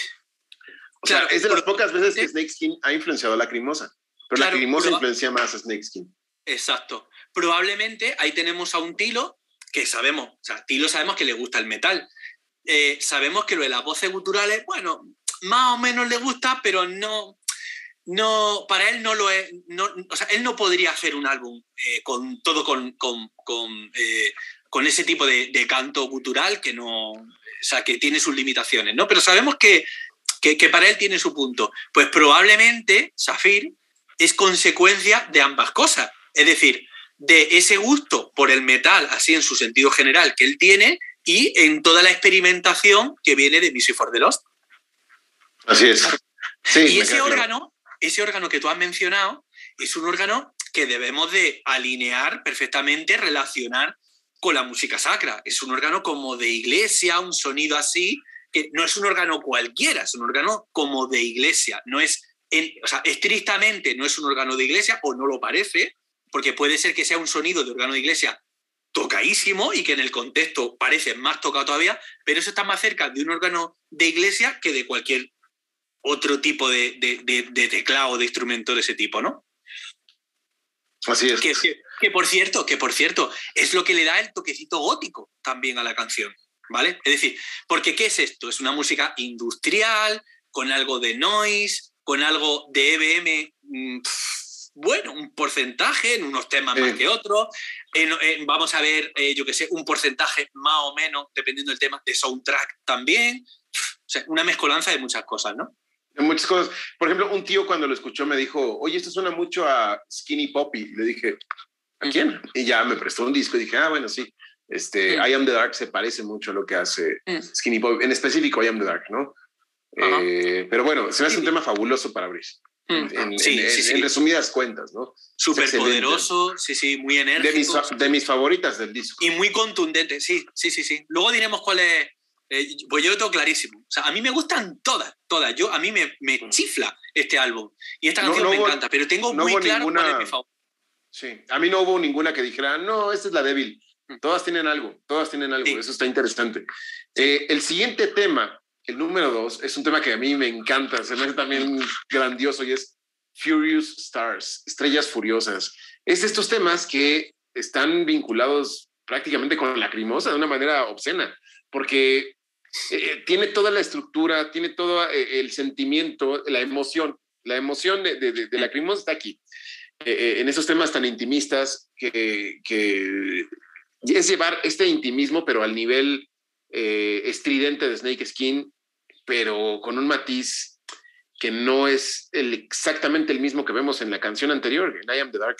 O sea, claro, es de las pocas veces que Snakeskin ha influenciado a Lacrimosa. Pero claro, Lacrimosa proba- influencia más a Snakeskin. Exacto. Probablemente ahí tenemos a un Tilo que sabemos, o sea, Tilo sabemos que le gusta el metal. Eh, sabemos que lo de las voces guturales, bueno, más o menos le gusta, pero no, no para él no lo es. No, o sea, él no podría hacer un álbum eh, con todo con, con, con, eh, con ese tipo de, de canto gutural que no, o sea, que tiene sus limitaciones, ¿no? Pero sabemos que, que, que para él tiene su punto. Pues probablemente Sapphire es consecuencia de ambas cosas. Es decir, de ese gusto por el metal, así en su sentido general, que él tiene, y en toda la experimentación que viene de Music for the Lost. Así es. Sí, y ese órgano, ese órgano que tú has mencionado, es un órgano que debemos de alinear perfectamente, relacionar con la música sacra. Es un órgano como de iglesia, un sonido así, que no es un órgano cualquiera, es un órgano como de iglesia, no es... En, o sea, estrictamente no es un órgano de iglesia, o no lo parece, porque puede ser que sea un sonido de órgano de iglesia tocadísimo y que en el contexto parece más tocado todavía, pero eso está más cerca de un órgano de iglesia que de cualquier otro tipo de, de, de, de teclado o de instrumento de ese tipo, ¿no? Así es. Que, que, que, por cierto, que por cierto, es lo que le da el toquecito gótico también a la canción, ¿vale? Es decir, porque ¿qué es esto? Es una música industrial, con algo de noise, con algo de E B M, mmm, bueno, un porcentaje en unos temas sí. más que otros. En, en, vamos a ver, eh, yo qué sé, un porcentaje más o menos, dependiendo del tema, de soundtrack también. O sea, una mezcolanza de muchas cosas, ¿no? De muchas cosas. Por ejemplo, un tío cuando lo escuchó me dijo, oye, esto suena mucho a Skinny Puppy. Le dije, ¿a quién? Y ya me prestó un disco y dije, ah, bueno, sí. Este, mm. I Am the Dark se parece mucho a lo que hace mm. Skinny Puppy. En específico, I Am the Dark, ¿no? Eh, pero bueno, se me hace un tema fabuloso para abrir. En, en, sí, en, sí, sí. en resumidas cuentas, ¿no? Súper poderoso, sí, sí, muy enérgico. De mis, de mis favoritas del disco. Y muy contundente, sí, sí, sí, sí. Luego diremos cuál es, eh, pues yo lo tengo clarísimo. O sea, a mí me gustan todas, todas. Yo, a mí me, me chifla este álbum. Y esta canción no, no me hubo, encanta, pero tengo no muy claro ninguna, cuál es mi favorita. Sí, a mí no hubo ninguna que dijera, no, esta es la débil. Todas tienen algo, todas tienen algo, sí. Eso está interesante. Sí. Eh, el siguiente tema, el número dos, es un tema que a mí me encanta, se me hace también grandioso y es Furious Stars, Estrellas Furiosas. Es de estos temas que están vinculados prácticamente con Lacrimosa de una manera obscena, porque eh, tiene toda la estructura, tiene todo eh, el sentimiento, la emoción. La emoción de, de, de, de Lacrimosa está aquí, eh, en esos temas tan intimistas que, que es llevar este intimismo, pero al nivel eh, estridente de Snakeskin, pero con un matiz que no es el, exactamente el mismo que vemos en la canción anterior, en I Am the Dark.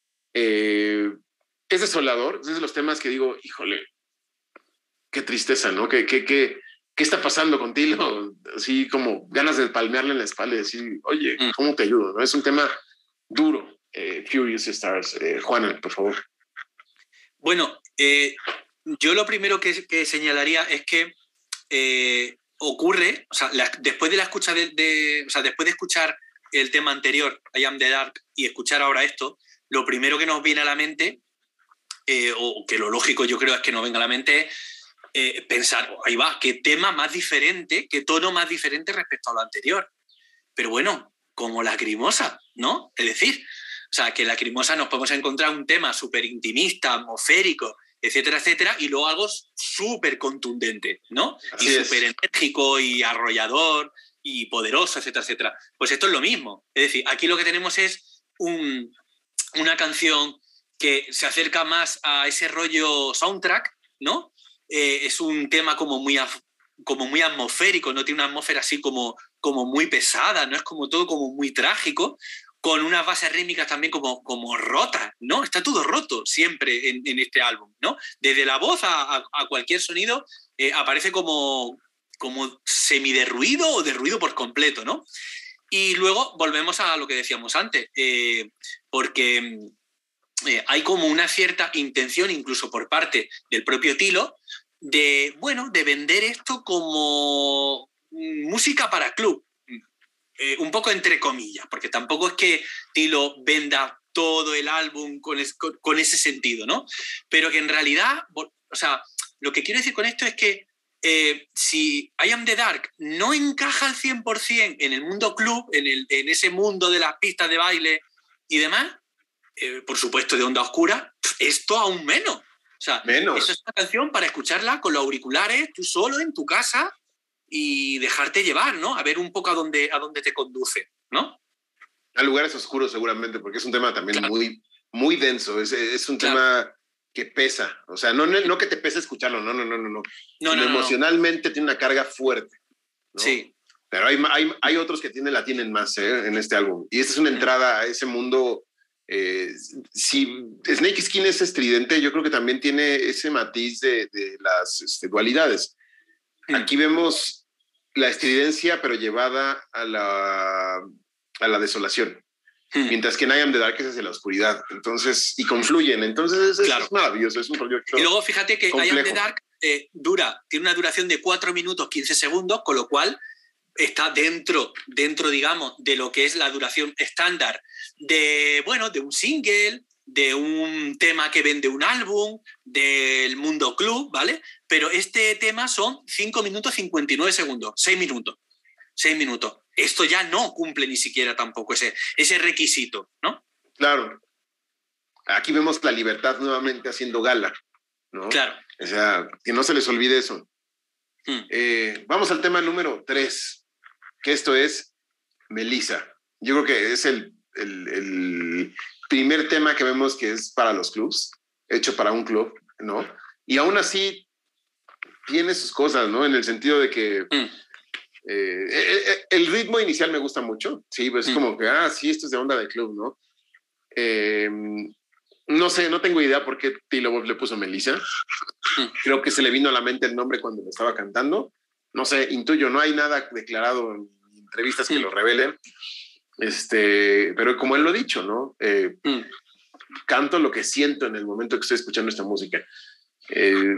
Eh, es desolador, es de los temas que digo, híjole, qué tristeza, ¿no? ¿Qué, qué, qué, qué está pasando contigo? Así como ganas de palmearle en la espalda y decir, oye, ¿cómo te ayudo? ¿No? Es un tema duro, eh, Furious Stars. Eh, Juana, por favor. Bueno, eh, yo lo primero que, que señalaría es que eh, ocurre, o sea, la, después de la escucha de, de, o sea, después de escuchar el tema anterior, I Am the Dark, y escuchar ahora esto, lo primero que nos viene a la mente, eh, o que lo lógico yo creo es que nos venga a la mente, es eh, pensar, oh, ahí va, qué tema más diferente, qué tono más diferente respecto a lo anterior. Pero bueno, como Lacrimosa, ¿no? Es decir, o sea, que Lacrimosa nos podemos encontrar un tema súper intimista, atmosférico, etcétera, etcétera, y luego algo súper contundente, ¿no? Así y súper enérgico y arrollador y poderoso, etcétera, etcétera. Pues esto es lo mismo. Es decir, aquí lo que tenemos es un, una canción que se acerca más a ese rollo soundtrack, ¿no? Eh, es un tema como muy, como muy atmosférico, ¿no? Tiene una atmósfera así como, como muy pesada, ¿no? Es como todo como muy trágico, con unas bases rítmicas también como, como rotas, ¿no? Está todo roto siempre en, en este álbum, ¿no? Desde la voz a, a, a cualquier sonido eh, aparece como, como semiderruido o derruido por completo, ¿no? Y luego volvemos a lo que decíamos antes, eh, porque eh, hay como una cierta intención, incluso por parte del propio Tilo, de, bueno, de vender esto como música para club. Eh, un poco entre comillas, porque tampoco es que Tilo venda todo el álbum con, es, con, con ese sentido, ¿no? Pero que en realidad, o sea, lo que quiero decir con esto es que eh, si I Am the Dark no encaja al cien por ciento en el mundo club, en, el, en ese mundo de las pistas de baile y demás, eh, por supuesto de Onda Oscura, esto aún menos. O sea, menos. Eso es una canción para escucharla con los auriculares, tú solo en tu casa, y dejarte llevar, ¿no? A ver un poco a dónde, a dónde te conduce, ¿no? A lugares oscuros seguramente, porque es un tema también claro. muy, muy denso, es, es un claro. tema que pesa, o sea, no, no, no que te pese escucharlo, no, no, no, no, no, no, no emocionalmente no. Tiene una carga fuerte, ¿no? Sí. Pero hay, hay, hay otros que tienen, la tienen más ¿eh? En este álbum, y esta es una entrada a ese mundo. Eh, si Snake Skin es estridente, yo creo que también tiene ese matiz de, de las este, dualidades. Aquí vemos la estridencia, pero llevada a la, a la desolación. Hmm. Mientras que en I Am the Dark es hacia la oscuridad. Entonces, y confluyen. Entonces, es, claro. es maravilloso. Es un proyecto. Y luego, fíjate que complejo. I Am the Dark eh, dura, tiene una duración de cuatro minutos quince segundos, con lo cual está dentro, dentro, digamos, de lo que es la duración estándar de, bueno, de un single, de un tema que vende un álbum, del mundo club, ¿vale? Pero este tema son cinco minutos cincuenta y nueve segundos, seis minutos, seis minutos. Esto ya no cumple ni siquiera tampoco ese, ese requisito, ¿no? Claro. Aquí vemos la libertad nuevamente haciendo gala, ¿no? Claro. O sea, que no se les olvide eso. Hmm. Eh, vamos al tema número tres, que esto es Melissa. Yo creo que es el, el, el primer tema que vemos que es para los clubs, hecho para un club, ¿no? Y aún así tiene sus cosas, ¿no? En el sentido de que mm. eh, el ritmo inicial me gusta mucho, sí, pues es mm. como que, ah, sí, esto es de onda de club, ¿no? Eh, no sé, no tengo idea por qué Tilo Wolff le puso Melissa. Mm. Creo que se le vino a la mente el nombre cuando lo estaba cantando. No sé, intuyo, no hay nada declarado en entrevistas que mm. lo revelen. Este, pero como él lo ha dicho, ¿no? Eh, mm. Canto lo que siento en el momento que estoy escuchando esta música. Eh,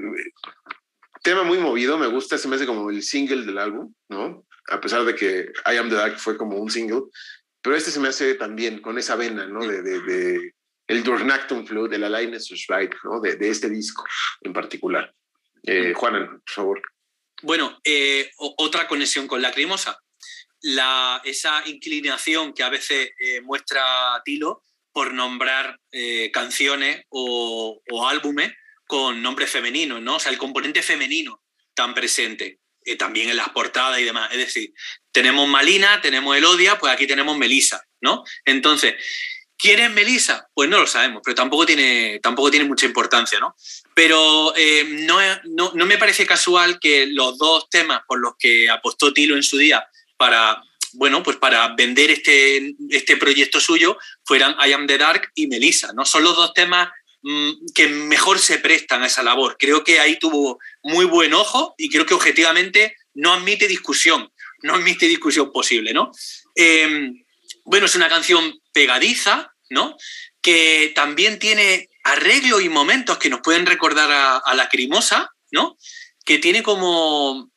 tema muy movido, me gusta, se me hace como el single del álbum, ¿no? A pesar de que I Am the Dark fue como un single, pero este se me hace también con esa vena, ¿no? De, de, de el Durnachtun Flut, de la Line Right, ¿no? De, de este disco en particular. Eh, Juanan, por favor. Bueno, eh, otra conexión con Lacrimosa. La, esa inclinación que a veces eh, muestra Tilo por nombrar eh, canciones o, o álbumes con nombres femeninos, ¿no? O sea, el componente femenino tan presente, eh, también en las portadas y demás. Es decir, tenemos Malina, tenemos Elodia, pues aquí tenemos Melissa, ¿no? Entonces, ¿quién es Melissa? Pues no lo sabemos, pero tampoco tiene, tampoco tiene mucha importancia, ¿no? Pero eh, no, no, no me parece casual que los dos temas por los que apostó Tilo en su día para, bueno, pues para vender este, este proyecto suyo fueran I Am the Dark y Melissa, ¿no? Son los dos temas mmm, que mejor se prestan a esa labor. Creo que ahí tuvo muy buen ojo y creo que objetivamente no admite discusión, no admite discusión posible, ¿no? Eh, bueno, es una canción pegadiza, ¿no? Que también tiene arreglos y momentos que nos pueden recordar a, a Lacrimosa, ¿no? Que tiene como...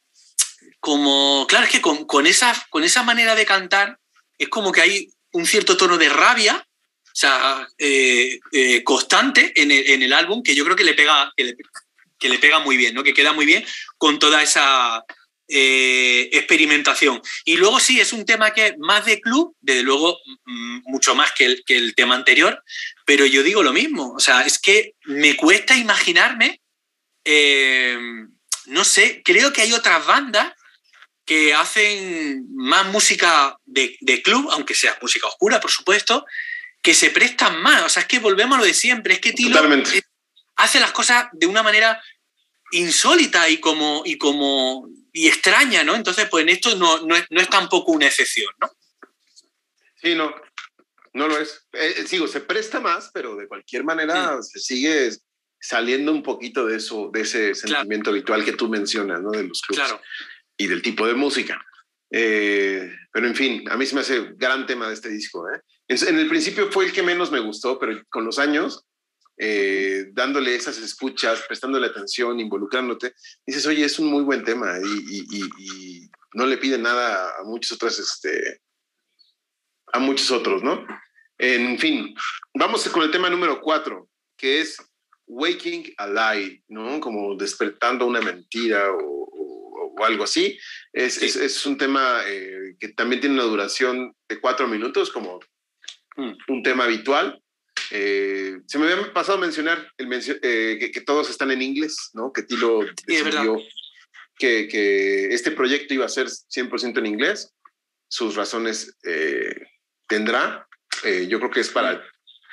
como claro, es que con, con, esa, con esa manera de cantar es como que hay un cierto tono de rabia, o sea, eh, eh, constante en el, en el álbum, que yo creo que le pega, que le, que le pega muy bien, ¿no? Que queda muy bien con toda esa eh, experimentación. Y luego sí, es un tema que es más de club, desde luego mucho más que el, que el tema anterior, pero yo digo lo mismo, o sea, es que me cuesta imaginarme, eh, no sé, creo que hay otras bandas que hacen más música de, de club, aunque sea música oscura, por supuesto, que se prestan más. O sea, es que volvemos a lo de siempre. Es que Tilo Totalmente. hace las cosas de una manera insólita y como, y como y extraña, ¿no? Entonces, pues en esto no, no, es, no es tampoco una excepción, ¿no? Sí, no, no lo es. Eh, sigo, se presta más, pero de cualquier manera sí. se sigue saliendo un poquito de eso, de ese sentimiento claro. habitual que tú mencionas, ¿no? De los clubs claro. y del tipo de música. Eh, pero en fin, a mí se me hace gran tema de este disco, ¿eh? En, en el principio fue el que menos me gustó, pero con los años, eh, dándole esas escuchas, prestándole atención, involucrándote, dices, oye, es un muy buen tema y, y, y, y no le pide nada a muchos otros, este, a muchos otros, ¿no? En fin, vamos con el tema número cuatro, que es Waking a Lie, ¿no? Como despertando una mentira o, o, o algo así. Es, sí. es, es un tema eh, que también tiene una duración de cuatro minutos, como mm. un tema habitual. Eh, se me había pasado a mencionar el mencio eh, que, que todos están en inglés, ¿no? Que Tilo decidió sí, que, que este proyecto iba a ser cien por ciento en inglés. Sus razones eh, tendrá. Eh, yo creo que es para...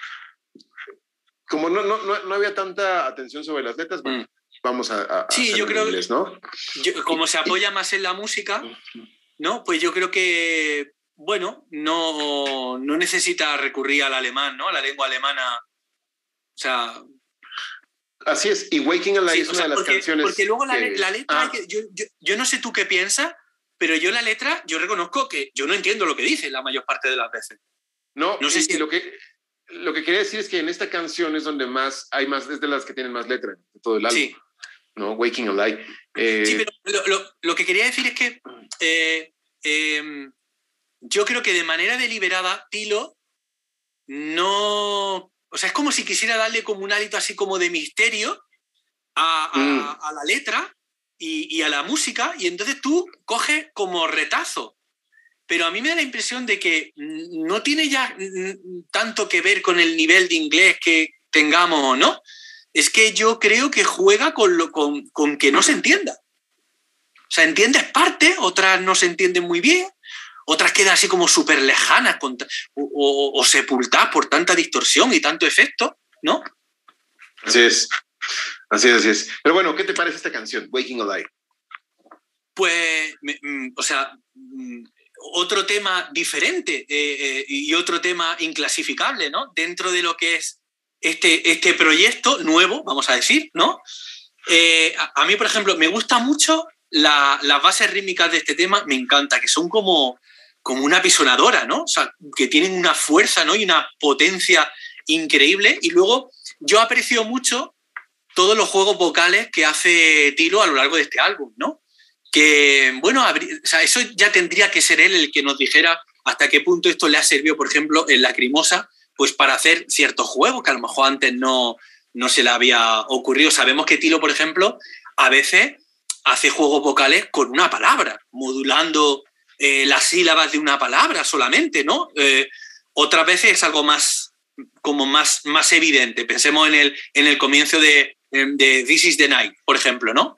Como no, no, no, no había tanta atención sobre las letras, bueno, mm. vamos a, a sí, yo creo, en inglés, ¿no? Yo, como se apoya más en la música, ¿no? Pues yo creo que, bueno, no, no necesita recurrir al alemán, ¿no? A la lengua alemana. O sea... Así es, y Waking a Lie sí, es una sea, de las porque, canciones... Porque luego la, que... la letra, ah. que, yo, yo, yo no sé tú qué piensas, pero yo la letra, yo reconozco que yo no entiendo lo que dice la mayor parte de las veces. No, no sé y, si... y lo que... Lo que quería decir es que en esta canción es donde más hay más, es de las que tienen más letra de todo el álbum, sí. ¿no? Waking a Lie. Eh... Sí, pero lo, lo, lo que quería decir es que eh, eh, yo creo que de manera deliberada Tilo no... O sea, es como si quisiera darle como un hálito así como de misterio a, a, mm. a la letra y, y a la música, y entonces tú coges como retazo. Pero a mí me da la impresión de que no tiene ya tanto que ver con el nivel de inglés que tengamos o no. Es que yo creo que juega con, lo, con, con que no se entienda. O sea, entiendes partes, otras no se entienden muy bien, otras quedan así como súper lejanas con, o, o, o sepultadas por tanta distorsión y tanto efecto, ¿no? Así es. Así es, así es. Pero bueno, ¿qué te parece esta canción, Waking a Lie? Pues, o sea... otro tema diferente eh, eh, y otro tema inclasificable, ¿no? Dentro de lo que es este, este proyecto nuevo, vamos a decir, ¿no? Eh, a, a mí, por ejemplo, me gusta mucho la, las bases rítmicas de este tema, me encanta, que son como, como una pisonadora, ¿no? O sea, que tienen una fuerza, ¿no? Y una potencia increíble. Y luego yo aprecio mucho todos los juegos vocales que hace Tilo a lo largo de este álbum, ¿no? Que, bueno, o sea, eso ya tendría que ser él el que nos dijera hasta qué punto esto le ha servido, por ejemplo, en Lacrimosa, pues para hacer ciertos juegos que a lo mejor antes no, no se le había ocurrido. Sabemos que Tilo, por ejemplo, a veces hace juegos vocales con una palabra, modulando eh, las sílabas de una palabra solamente, ¿no? Eh, otras veces es algo más, como más, más evidente. Pensemos en el, en el comienzo de, de This is the Night, por ejemplo, ¿no?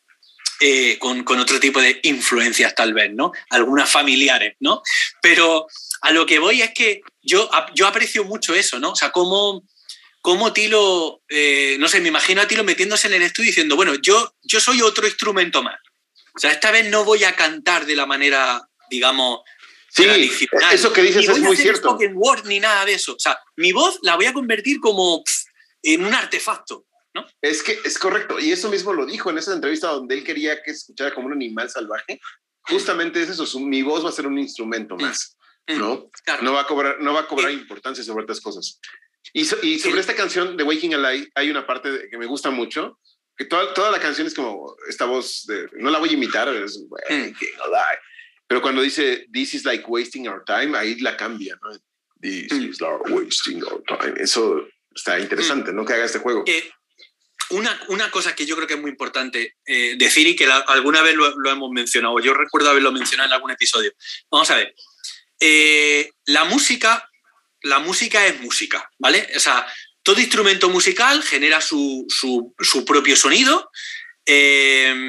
Eh, con, con otro tipo de influencias tal vez, ¿no? Algunas familiares, ¿no? Pero a lo que voy es que yo, yo aprecio mucho eso, ¿no? O sea, cómo, cómo Tilo, eh, no sé, me imagino a Tilo metiéndose en el estudio diciendo, bueno, yo, yo soy otro instrumento más. O sea, esta vez no voy a cantar de la manera, digamos, sí, tradicional. Eso que dices es muy cierto. Spoken word ni nada de eso. O sea, mi voz la voy a convertir como pff, en un artefacto, ¿no? Es que es correcto, y eso mismo lo dijo en esa entrevista donde él quería que escuchara como un animal salvaje. Justamente es eso, su, mi voz va a ser un instrumento más, ¿no? Claro. No va a cobrar, no va a cobrar sí. importancia sobre otras cosas. Y, so, y sobre sí. esta canción de Waking a Lie hay una parte de, que me gusta mucho, que toda, toda la canción es como esta voz, de, no la voy a imitar, es Waking a Lie, pero cuando dice This is like wasting our time, ahí la cambia, ¿no? This mm. is like wasting our time. Eso está interesante, mm. ¿no? Que haga este juego. Eh, Una, una cosa que yo creo que es muy importante eh, decir y que la, alguna vez lo, lo hemos mencionado, yo recuerdo haberlo mencionado en algún episodio. Vamos a ver, eh, la música, la música es música, ¿vale? O sea, todo instrumento musical genera su, su, su propio sonido eh,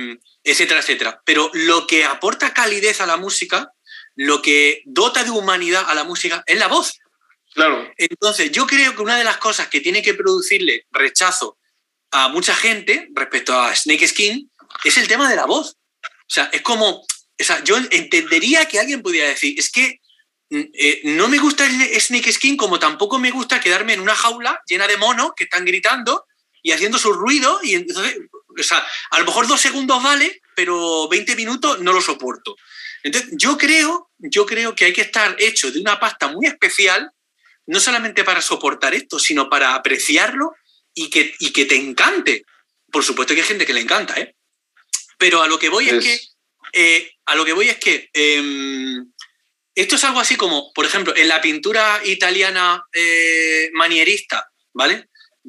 etcétera, etcétera. Pero lo que aporta calidez a la música, lo que dota de humanidad a la música, es la voz. Claro. Entonces, yo creo que una de las cosas que tiene que producirle rechazo a mucha gente respecto a Snake Skin es el tema de la voz. O sea, es como... O sea, yo entendería que alguien pudiera decir, es que eh, no me gusta el Snake Skin, como tampoco me gusta quedarme en una jaula llena de monos que están gritando y haciendo su ruido, y entonces, o sea, a lo mejor dos segundos vale, pero veinte minutos no lo soporto. Entonces, yo creo, yo creo que hay que estar hecho de una pasta muy especial, no solamente para soportar esto, sino para apreciarlo y que, y que te encante. Por supuesto que hay gente que le encanta, ¿eh? Pero a lo que voy es, es que, eh, a lo que voy es que eh, esto es algo así como, por ejemplo, en la pintura italiana eh, manierista, ¿vale?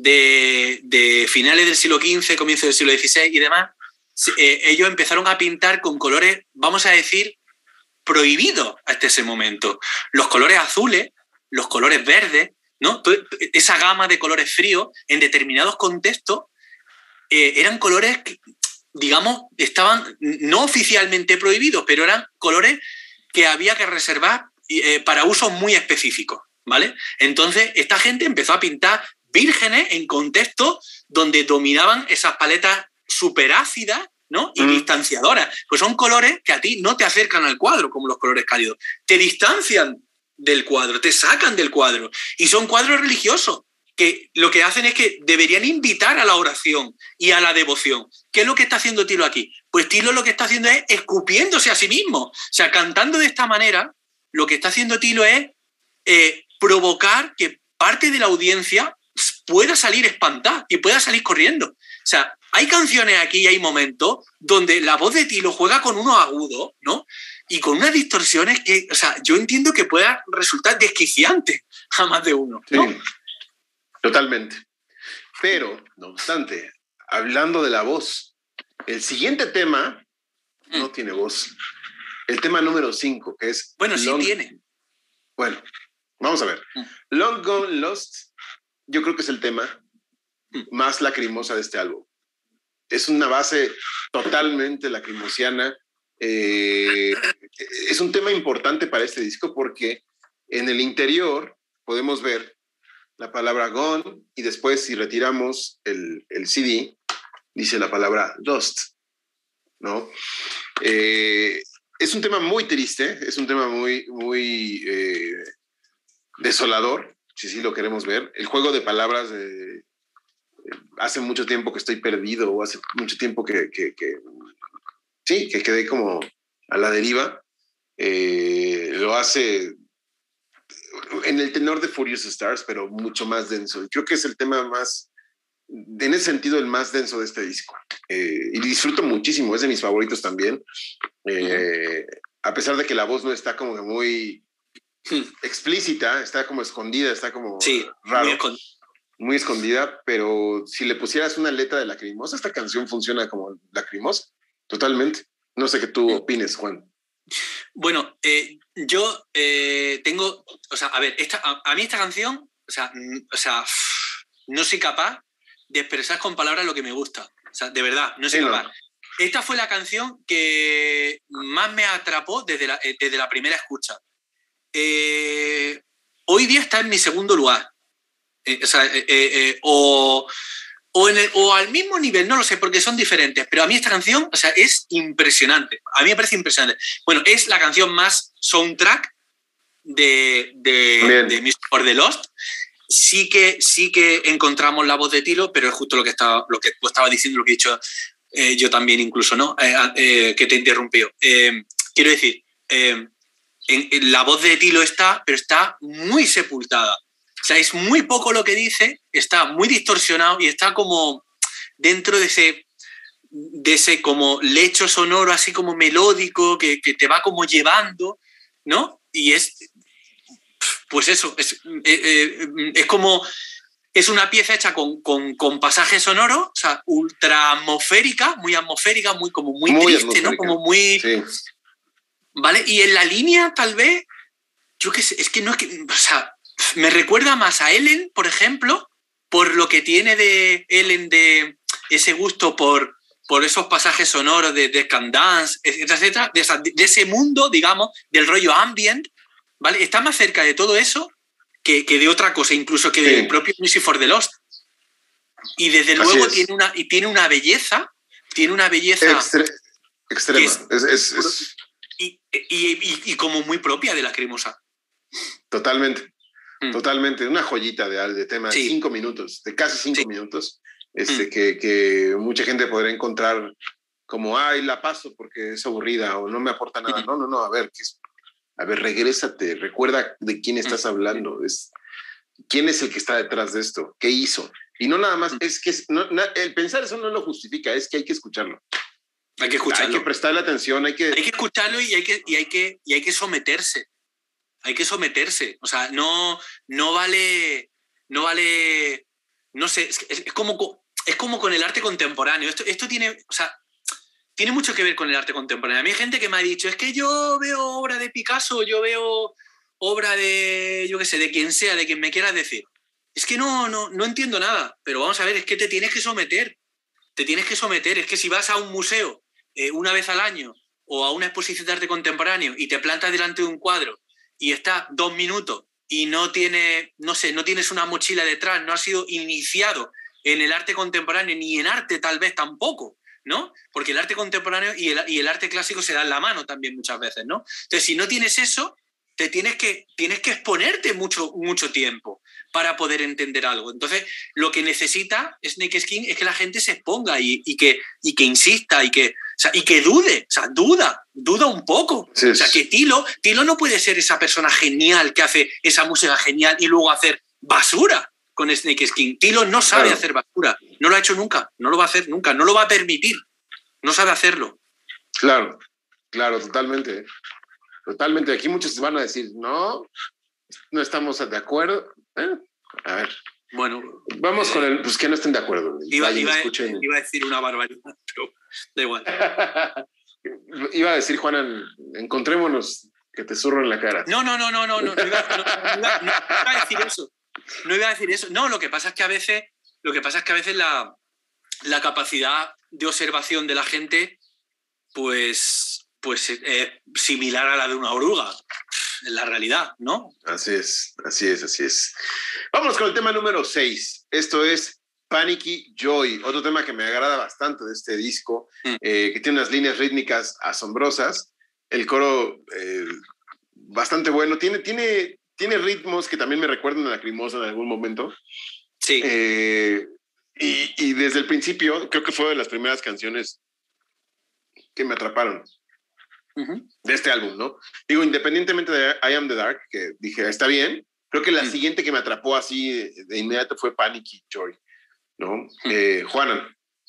De, de finales del siglo quince, comienzo del siglo dieciséis y demás, eh, ellos empezaron a pintar con colores, vamos a decir, prohibidos hasta ese momento. Los colores azules, los colores verdes, ¿no? Esa gama de colores fríos, en determinados contextos, eh, eran colores que, digamos, estaban no oficialmente prohibidos, pero eran colores que había que reservar eh, para usos muy específicos, ¿vale? Entonces, esta gente empezó a pintar vírgenes en contextos donde dominaban esas paletas superácidas, ¿no? Y mm. distanciadoras. Pues son colores que a ti no te acercan al cuadro, como los colores cálidos. Te distancian del cuadro, te sacan del cuadro. Y son cuadros religiosos, que lo que hacen es que deberían invitar a la oración y a la devoción. ¿Qué es lo que está haciendo Tilo aquí? Pues Tilo lo que está haciendo es escupiéndose a sí mismo. O sea, cantando de esta manera, lo que está haciendo Tilo es eh, provocar que parte de la audiencia pueda salir espantada y pueda salir corriendo. O sea, hay canciones aquí y hay momentos donde la voz de Tilo juega con unos agudos, ¿no? Y con unas distorsiones que, o sea, yo entiendo que pueda resultar desquiciante a más de uno, ¿no? Sí, totalmente. Pero, no obstante, hablando de la voz, el siguiente tema mm. no tiene voz. El tema número cinco, que es... Bueno, sí long... tiene. Bueno, vamos a ver. Mm. Long Gone Lost, yo creo que es el tema mm. más lacrimosa de este álbum. Es una base totalmente lacrimosiana. Eh, es un tema importante para este disco porque en el interior podemos ver la palabra gone y después, si retiramos el, el C D, dice la palabra lost, ¿no? Eh, es un tema muy triste, es un tema muy, muy eh, desolador, si sí lo queremos ver. El juego de palabras de... hace mucho tiempo que estoy perdido, o hace mucho tiempo que, que, que sí, que quedé como a la deriva. Eh, lo hace en el tenor de Furious Stars, pero mucho más denso. Y creo que es el tema más, en ese sentido, el más denso de este disco. Eh, y disfruto muchísimo, es de mis favoritos también. Eh, uh-huh. A pesar de que la voz no está como muy explícita, está como escondida, está como sí, raro. Muy escondida. muy escondida, pero si le pusieras una letra de Lacrimosa, esta canción funciona como Lacrimosa, totalmente. No sé qué tú opines, Juan. Bueno, eh, yo eh, tengo, o sea, a ver, esta, a, a mí esta canción, o sea, n- o sea, no soy capaz de expresar con palabras lo que me gusta. O sea, de verdad, no soy sí, capaz. No. Esta fue la canción que más me atrapó desde la, eh, desde la primera escucha. Eh, hoy día está en mi segundo lugar. Eh, o, sea, eh, eh, o, o, en el, o al mismo nivel, no lo sé, porque son diferentes, pero a mí esta canción, o sea, es impresionante. A mí me parece impresionante. Bueno, es la canción más soundtrack de, de, de Music for the Lost. Sí que, sí que encontramos la voz de Tilo, pero es justo lo que estaba, lo que tú estabas diciendo, lo que he dicho eh, yo también incluso, ¿no? Eh, eh, que te interrumpí. Eh, quiero decir, eh, en, en la voz de Tilo está, pero está muy sepultada. O sea, es muy poco lo que dice, está muy distorsionado y está como dentro de ese, de ese como lecho sonoro, así como melódico, que, que te va como llevando, ¿no? Y es, pues eso, es, eh, es como, es una pieza hecha con, con, con pasajes sonoros, o sea, ultra atmosférica, muy atmosférica, muy, como muy, muy triste, ¿no? Como muy... Sí. ¿Vale? Y en la línea, tal vez, yo qué sé, es que no es que, o sea, me recuerda más a Ellen, por ejemplo, por lo que tiene de Ellen de ese gusto por por esos pasajes sonoros de, de Can Dance, etcétera, etcétera, de, esa, de ese mundo, digamos, del rollo ambient, ¿vale? Está más cerca de todo eso que, que de otra cosa, incluso que sí. del propio Music for the Lost. Y desde luego tiene una, y tiene una belleza, tiene una belleza... Extre extrema. Es, es, es, es... Y, y, y, y como muy propia de Lacrimosa. Totalmente, mm. totalmente. Una joyita de, de tema sí. de cinco minutos, de casi cinco sí. minutos, este, mm. que, que mucha gente podrá encontrar como, ay, la paso porque es aburrida o no me aporta nada. Mm. No, no, no, a ver, ¿qué es? A ver, regrésate, recuerda de quién estás mm. hablando, es, quién es el que está detrás de esto, qué hizo. Y no nada más, mm. es que es, no, na, el pensar eso no lo justifica, es que hay que escucharlo. Hay que escucharlo. Hay que prestarle atención, hay que... Hay que escucharlo y hay que, y hay que, y hay que someterse. Hay que someterse. O sea, no, no vale... No vale... No sé, es, es, como, es como con el arte contemporáneo. Esto, esto tiene... O sea, tiene mucho que ver con el arte contemporáneo. A mí hay gente que me ha dicho, es que yo veo obra de Picasso, yo veo obra de... Yo qué sé, de quien sea, de quien me quieras decir. Es que no, no, no entiendo nada. Pero vamos a ver, es que te tienes que someter. Te tienes que someter. Es que si vas a un museo eh, una vez al año o a una exposición de arte contemporáneo y te plantas delante de un cuadro y estás dos minutos y no, tiene, no, sé, no tienes una mochila detrás, no has sido iniciado en el arte contemporáneo ni en arte tal vez tampoco, ¿no? Porque el arte contemporáneo y el, y el arte clásico se dan la mano también muchas veces, ¿no? Entonces, si no tienes eso, te tienes que, tienes que exponerte mucho, mucho tiempo para poder entender algo. Entonces, lo que necesita Snake Skin es que la gente se exponga y, y, que, y que insista y que, o sea, y que dude, o sea, duda, duda un poco. Sí, o sea, que Tilo, Tilo no puede ser esa persona genial que hace esa música genial y luego hacer basura con Snake Skin. Tilo no sabe claro. hacer basura, no lo ha hecho nunca, no lo va a hacer nunca, no lo va a permitir, no sabe hacerlo. Claro, claro, totalmente. Totalmente. Aquí muchos van a decir, no, no estamos de acuerdo. ¿Eh? A ver. Bueno. Vamos eh, con el, pues que no estén de acuerdo. Iba, iba, iba a decir una barbaridad, pero da igual. Iba a decir, Juana, encontrémonos, que te zurro en la cara. No, no, no, no, no, no, no, iba, no, no, iba, no iba a decir eso. No iba a decir eso. No, lo que pasa es que a veces, lo que pasa es que a veces la, la capacidad de observación de la gente, pues, pues es similar a la de una oruga. En la realidad, ¿no? Así es, así es, así es. Vamos con el tema número seis. Esto es Panicky Joy, otro tema que me agrada bastante de este disco, mm. eh, que tiene unas líneas rítmicas asombrosas, el coro eh, bastante bueno, tiene, tiene, tiene ritmos que también me recuerdan a Lacrimosa en algún momento. Sí. Eh, y, y desde el principio, creo que fue de las primeras canciones que me atraparon. Uh-huh. De este álbum, ¿no? Digo, independientemente de I Am the Dark, que dije, está bien, creo que la uh-huh. siguiente que me atrapó así de, de inmediato fue Panicky Joy, ¿no? Uh-huh. Eh, Juana.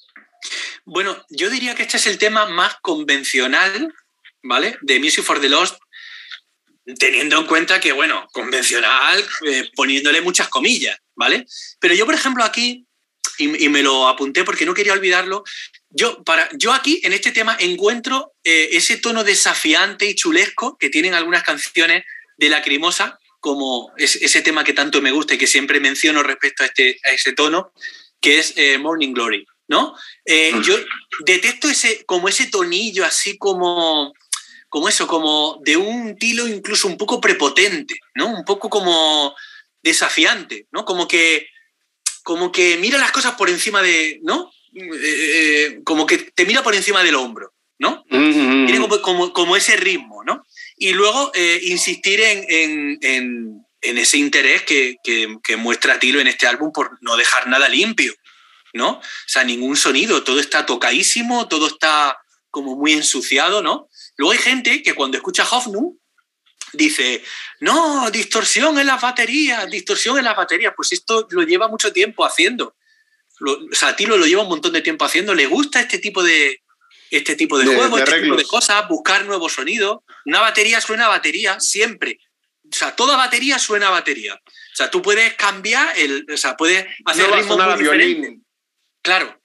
Bueno, yo diría que este es el tema más convencional, ¿vale? De Music for the Lost, teniendo en cuenta que, bueno, convencional, eh, poniéndole muchas comillas, ¿vale? Pero yo, por ejemplo, aquí, y, y me lo apunté porque no quería olvidarlo, Yo, para, yo aquí, en este tema, encuentro eh, ese tono desafiante y chulesco que tienen algunas canciones de Lacrimosa, como es, ese tema que tanto me gusta y que siempre menciono respecto a, este, a ese tono, que es eh, Morning Glory, ¿no? Eh, yo detecto ese, como ese tonillo así como, como eso, como de un tilo incluso un poco prepotente, ¿no? Un poco como desafiante, ¿no? Como que, como que mira las cosas por encima de, ¿no? Eh, como que te mira por encima del hombro, ¿no? Mm-hmm. Tiene como, como, como ese ritmo, ¿no? Y luego eh, insistir en, en, en, en ese interés que, que, que muestra Tilo en este álbum por no dejar nada limpio, ¿no? O sea, ningún sonido, todo está tocadísimo, todo está como muy ensuciado, ¿no? Luego hay gente que cuando escucha Hoffnung dice, no, distorsión en las baterías, distorsión en las baterías. Pues esto lo lleva mucho tiempo haciendo. Lo, o sea, Tilo lo lleva un montón de tiempo haciendo, le gusta este tipo de, este tipo de, de juegos, de este arreglos. Tipo de cosas, buscar nuevos sonidos. Una batería suena a batería siempre. O sea, toda batería suena a batería. O sea, tú puedes cambiar, el, o sea, puedes hacer no ritmos muy diferentes. Violín. Claro.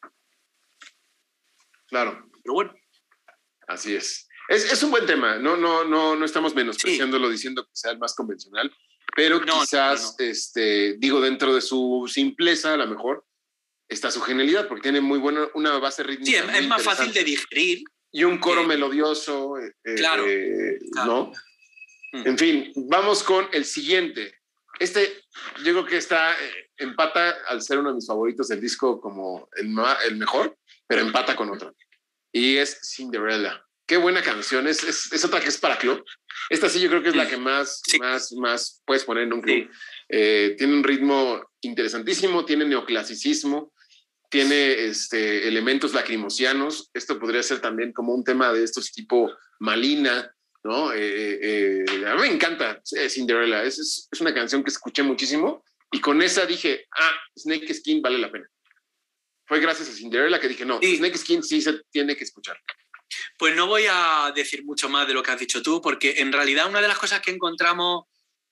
Claro. Pero bueno. Así es. Es, es un buen tema. No, no, no, no estamos menospreciándolo sí. diciendo que sea el más convencional, pero no, quizás, no, no. Este, digo, dentro de su simpleza, a lo mejor, está su genialidad, porque tiene muy buena, una base rítmica. Sí, es, es más fácil de digerir. Y un coro que... melodioso. Eh, claro, eh, claro. ¿no? Mm. En fin, vamos con el siguiente. Este, yo creo que está, eh, empata al ser uno de mis favoritos del disco como el, el mejor, pero empata con otra. Y es Cinderella. Qué buena canción. Es, es, es otra que es para club. Esta sí yo creo que es la que más, sí. más, más puedes poner en un club. Sí. Eh, tiene un ritmo interesantísimo, tiene neoclasicismo, tiene este, elementos lacrimosianos. Esto podría ser también como un tema de estos tipo Malina, ¿no? Eh, eh, a mí me encanta Cinderella. Es, es, es una canción que escuché muchísimo y con esa dije, ah, Snake Skin vale la pena. Fue gracias a Cinderella que dije, no, sí. Snake Skin sí se tiene que escuchar. Pues no voy a decir mucho más de lo que has dicho tú, porque en realidad una de las cosas que encontramos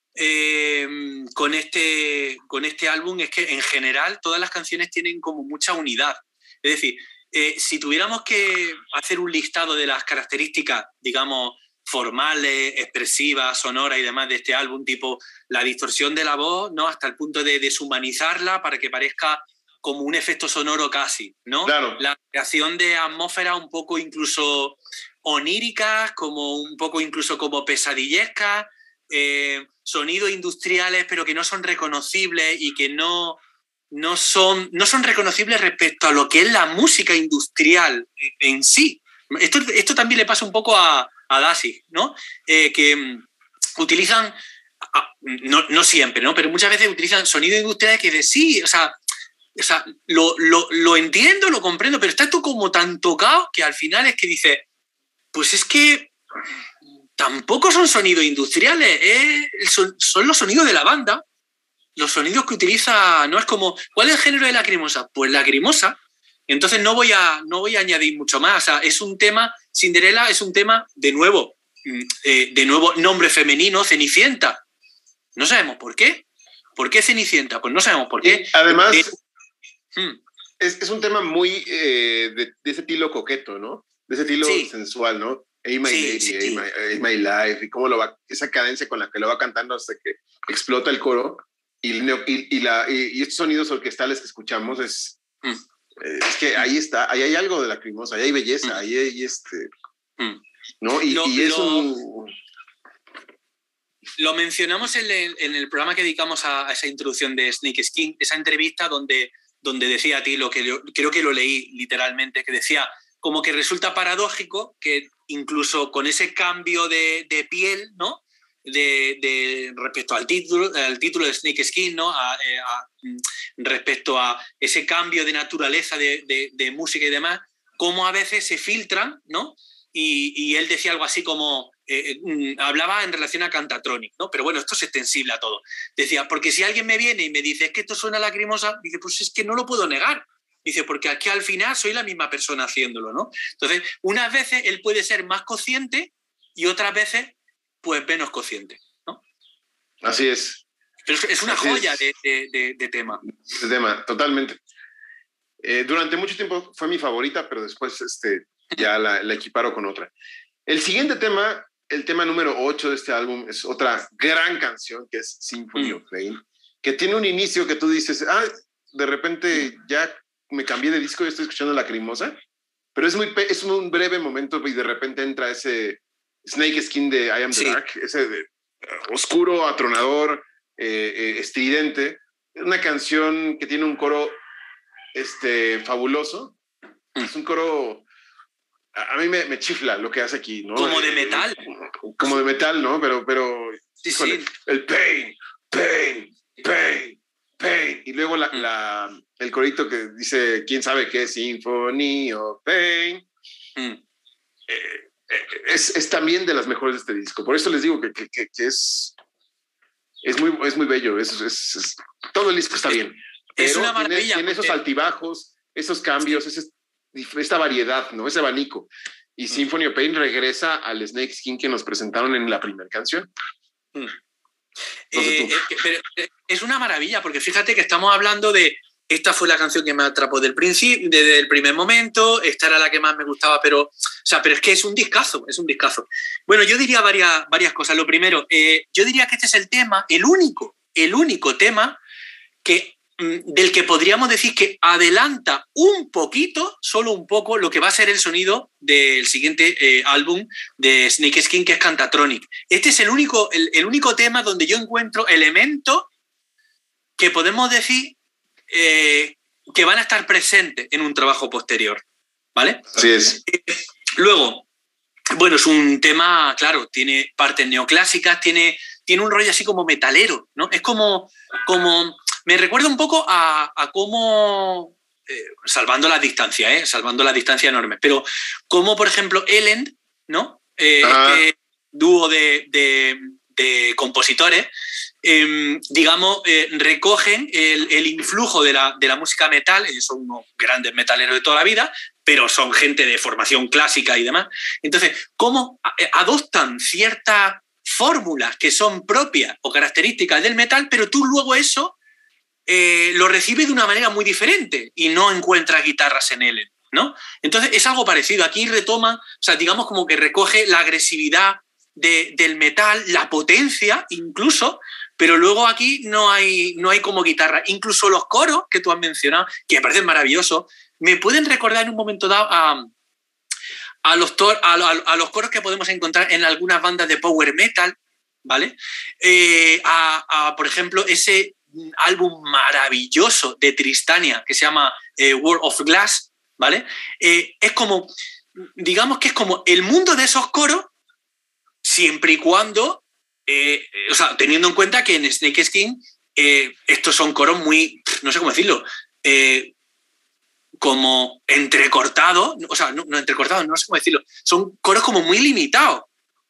eh, con, este, con este álbum es que en general todas las canciones tienen como mucha unidad. Es decir, eh, si tuviéramos que hacer un listado de las características, digamos, formales, expresivas, sonoras y demás de este álbum, tipo la distorsión de la voz, ¿no? Hasta el punto de deshumanizarla para que parezca como un efecto sonoro casi, ¿no? Claro. La creación de atmósferas un poco incluso oníricas, como un poco incluso como pesadillescas, eh, sonidos industriales pero que no son reconocibles y que no, no, son, no son reconocibles respecto a lo que es la música industrial en sí. Esto, esto también le pasa un poco a, a Danzig, ¿no? Eh, que um, utilizan, no, no siempre, ¿no? Pero muchas veces utilizan sonidos industriales que de sí, o sea, O sea, lo, lo, lo entiendo, lo comprendo, pero está tú como tan tocado que al final es que dices, pues es que tampoco son sonidos industriales, ¿eh? son, son los sonidos de la banda, los sonidos que utiliza, no es como, ¿cuál es el género de Lacrimosa? Pues Lacrimosa. Entonces no voy a, no voy a añadir mucho más. O sea, es un tema, Cinderella es un tema, de nuevo, eh, de nuevo nombre femenino, Cenicienta. No sabemos por qué. ¿Por qué Cenicienta? Pues no sabemos por qué. Y además... Eh, Hmm. Es, es un tema muy eh, de, de ese estilo coqueto, ¿no? De ese estilo sí. sensual, ¿no? Hey, my sí, lady, sí, hey, sí. My, hey, my life, y cómo lo va, esa cadencia con la que lo va cantando hasta que explota el coro, y, y, y, la, y, y estos sonidos orquestales que escuchamos, es, hmm. eh, es que ahí está, ahí hay algo de Lacrimosa, ahí hay belleza, hmm. ahí hay este, hmm. ¿no? Y, lo, y es lo, un... Lo mencionamos en el, en el programa que dedicamos a, a esa introducción de Snake Skin, esa entrevista donde donde decía a ti, lo que yo, creo que lo leí literalmente, que decía como que resulta paradójico que incluso con ese cambio de, de piel, ¿no? De, de, respecto al título, al título de Snake Skin, ¿no? A, a, respecto a ese cambio de naturaleza de, de, de música y demás, cómo a veces se filtran, ¿no? Y, y él decía algo así como, eh, eh, hablaba en relación a Cantatronic, ¿no? Pero bueno, esto es extensible a todo. Decía, porque si alguien me viene y me dice, es que esto suena Lacrimosa, dice, pues es que no lo puedo negar. Dice, porque aquí al final soy la misma persona haciéndolo, ¿no? Entonces, unas veces él puede ser más consciente y otras veces, pues menos consciente, ¿no? Así es. Pero es una Así joya es. De, de, de, de tema. De tema, totalmente. Eh, durante mucho tiempo fue mi favorita, pero después este, ya la, la equiparo con otra. El siguiente tema, el tema número ocho de este álbum, es otra gran canción que es Symphony mm. of Pain, que tiene un inicio que tú dices, ah, de repente ya me cambié de disco y estoy escuchando Lacrimosa, pero es, muy, es un breve momento y de repente entra ese Snake Skin de I Am the sí. Dark, ese de, uh, oscuro, atronador, eh, eh, estridente, una canción que tiene un coro este, fabuloso, mm. es un coro... A mí me, me chifla lo que hace aquí, ¿no? Como de metal. Como de metal, ¿no? Pero, pero sí, híjole, sí. el pain, pain, pain, pain. Y luego la, mm. la, el corito que dice, ¿quién sabe qué es Symphony of Pain? Mm. Eh, es, es también de las mejores de este disco. Por eso les digo que, que, que, que es, es, muy, es muy bello. Es, es, es, todo el disco está bien. Es pero una maravilla. Tiene, tiene porque... esos altibajos, esos cambios, sí. ese... esta variedad, ¿no? Ese abanico. Y mm. Symphony of Pain regresa al Snake Skin que nos presentaron en la primera canción. Mm. Eh, eh, pero es una maravilla, porque fíjate que estamos hablando de esta fue la canción que me atrapó del principio, desde el primer momento, esta era la que más me gustaba, pero, o sea, pero es que es un discazo, es un discazo. Bueno, yo diría varias, varias cosas. Lo primero, eh, yo diría que este es el tema, el único, el único tema que del que podríamos decir que adelanta un poquito, solo un poco, lo que va a ser el sonido del siguiente eh, álbum de Snake Skin, que es Cantatronic. Este es el único, el, el único tema donde yo encuentro elementos que podemos decir eh, que van a estar presentes en un trabajo posterior, ¿vale? Así es. Eh, luego, bueno, es un tema, claro, tiene partes neoclásicas, tiene, tiene un rollo así como metalero, ¿no? Es como, como me recuerda un poco a, a cómo, eh, salvando las distancias, ¿eh? Salvando las distancias enormes, pero como, por ejemplo, Elend, ¿no? Eh, este dúo de, de, de compositores, eh, digamos, eh, recogen el, el influjo de la, de la música metal. Ellos son unos grandes metaleros de toda la vida, pero son gente de formación clásica y demás. Entonces, ¿cómo adoptan ciertas fórmulas que son propias o características del metal, pero tú luego eso eh, lo recibes de una manera muy diferente y no encuentras guitarras en él, ¿no? Entonces, es algo parecido. Aquí retoma, o sea, digamos como que recoge la agresividad de, del metal, la potencia incluso, pero luego aquí no hay, no hay como guitarra. Incluso los coros que tú has mencionado, que me parecen maravillosos, me pueden recordar en un momento dado a, a, los, tor, a, a, a los coros que podemos encontrar en algunas bandas de power metal, ¿vale? Eh, a, a, por ejemplo, ese álbum maravilloso de Tristania que se llama eh, World of Glass, ¿vale? Eh, es como, digamos que es como el mundo de esos coros, siempre y cuando, eh, o sea, teniendo en cuenta que en Snake Skin eh, estos son coros muy, no sé cómo decirlo, eh, como entrecortados, o sea, no, no entrecortados, no sé cómo decirlo, son coros como muy limitados.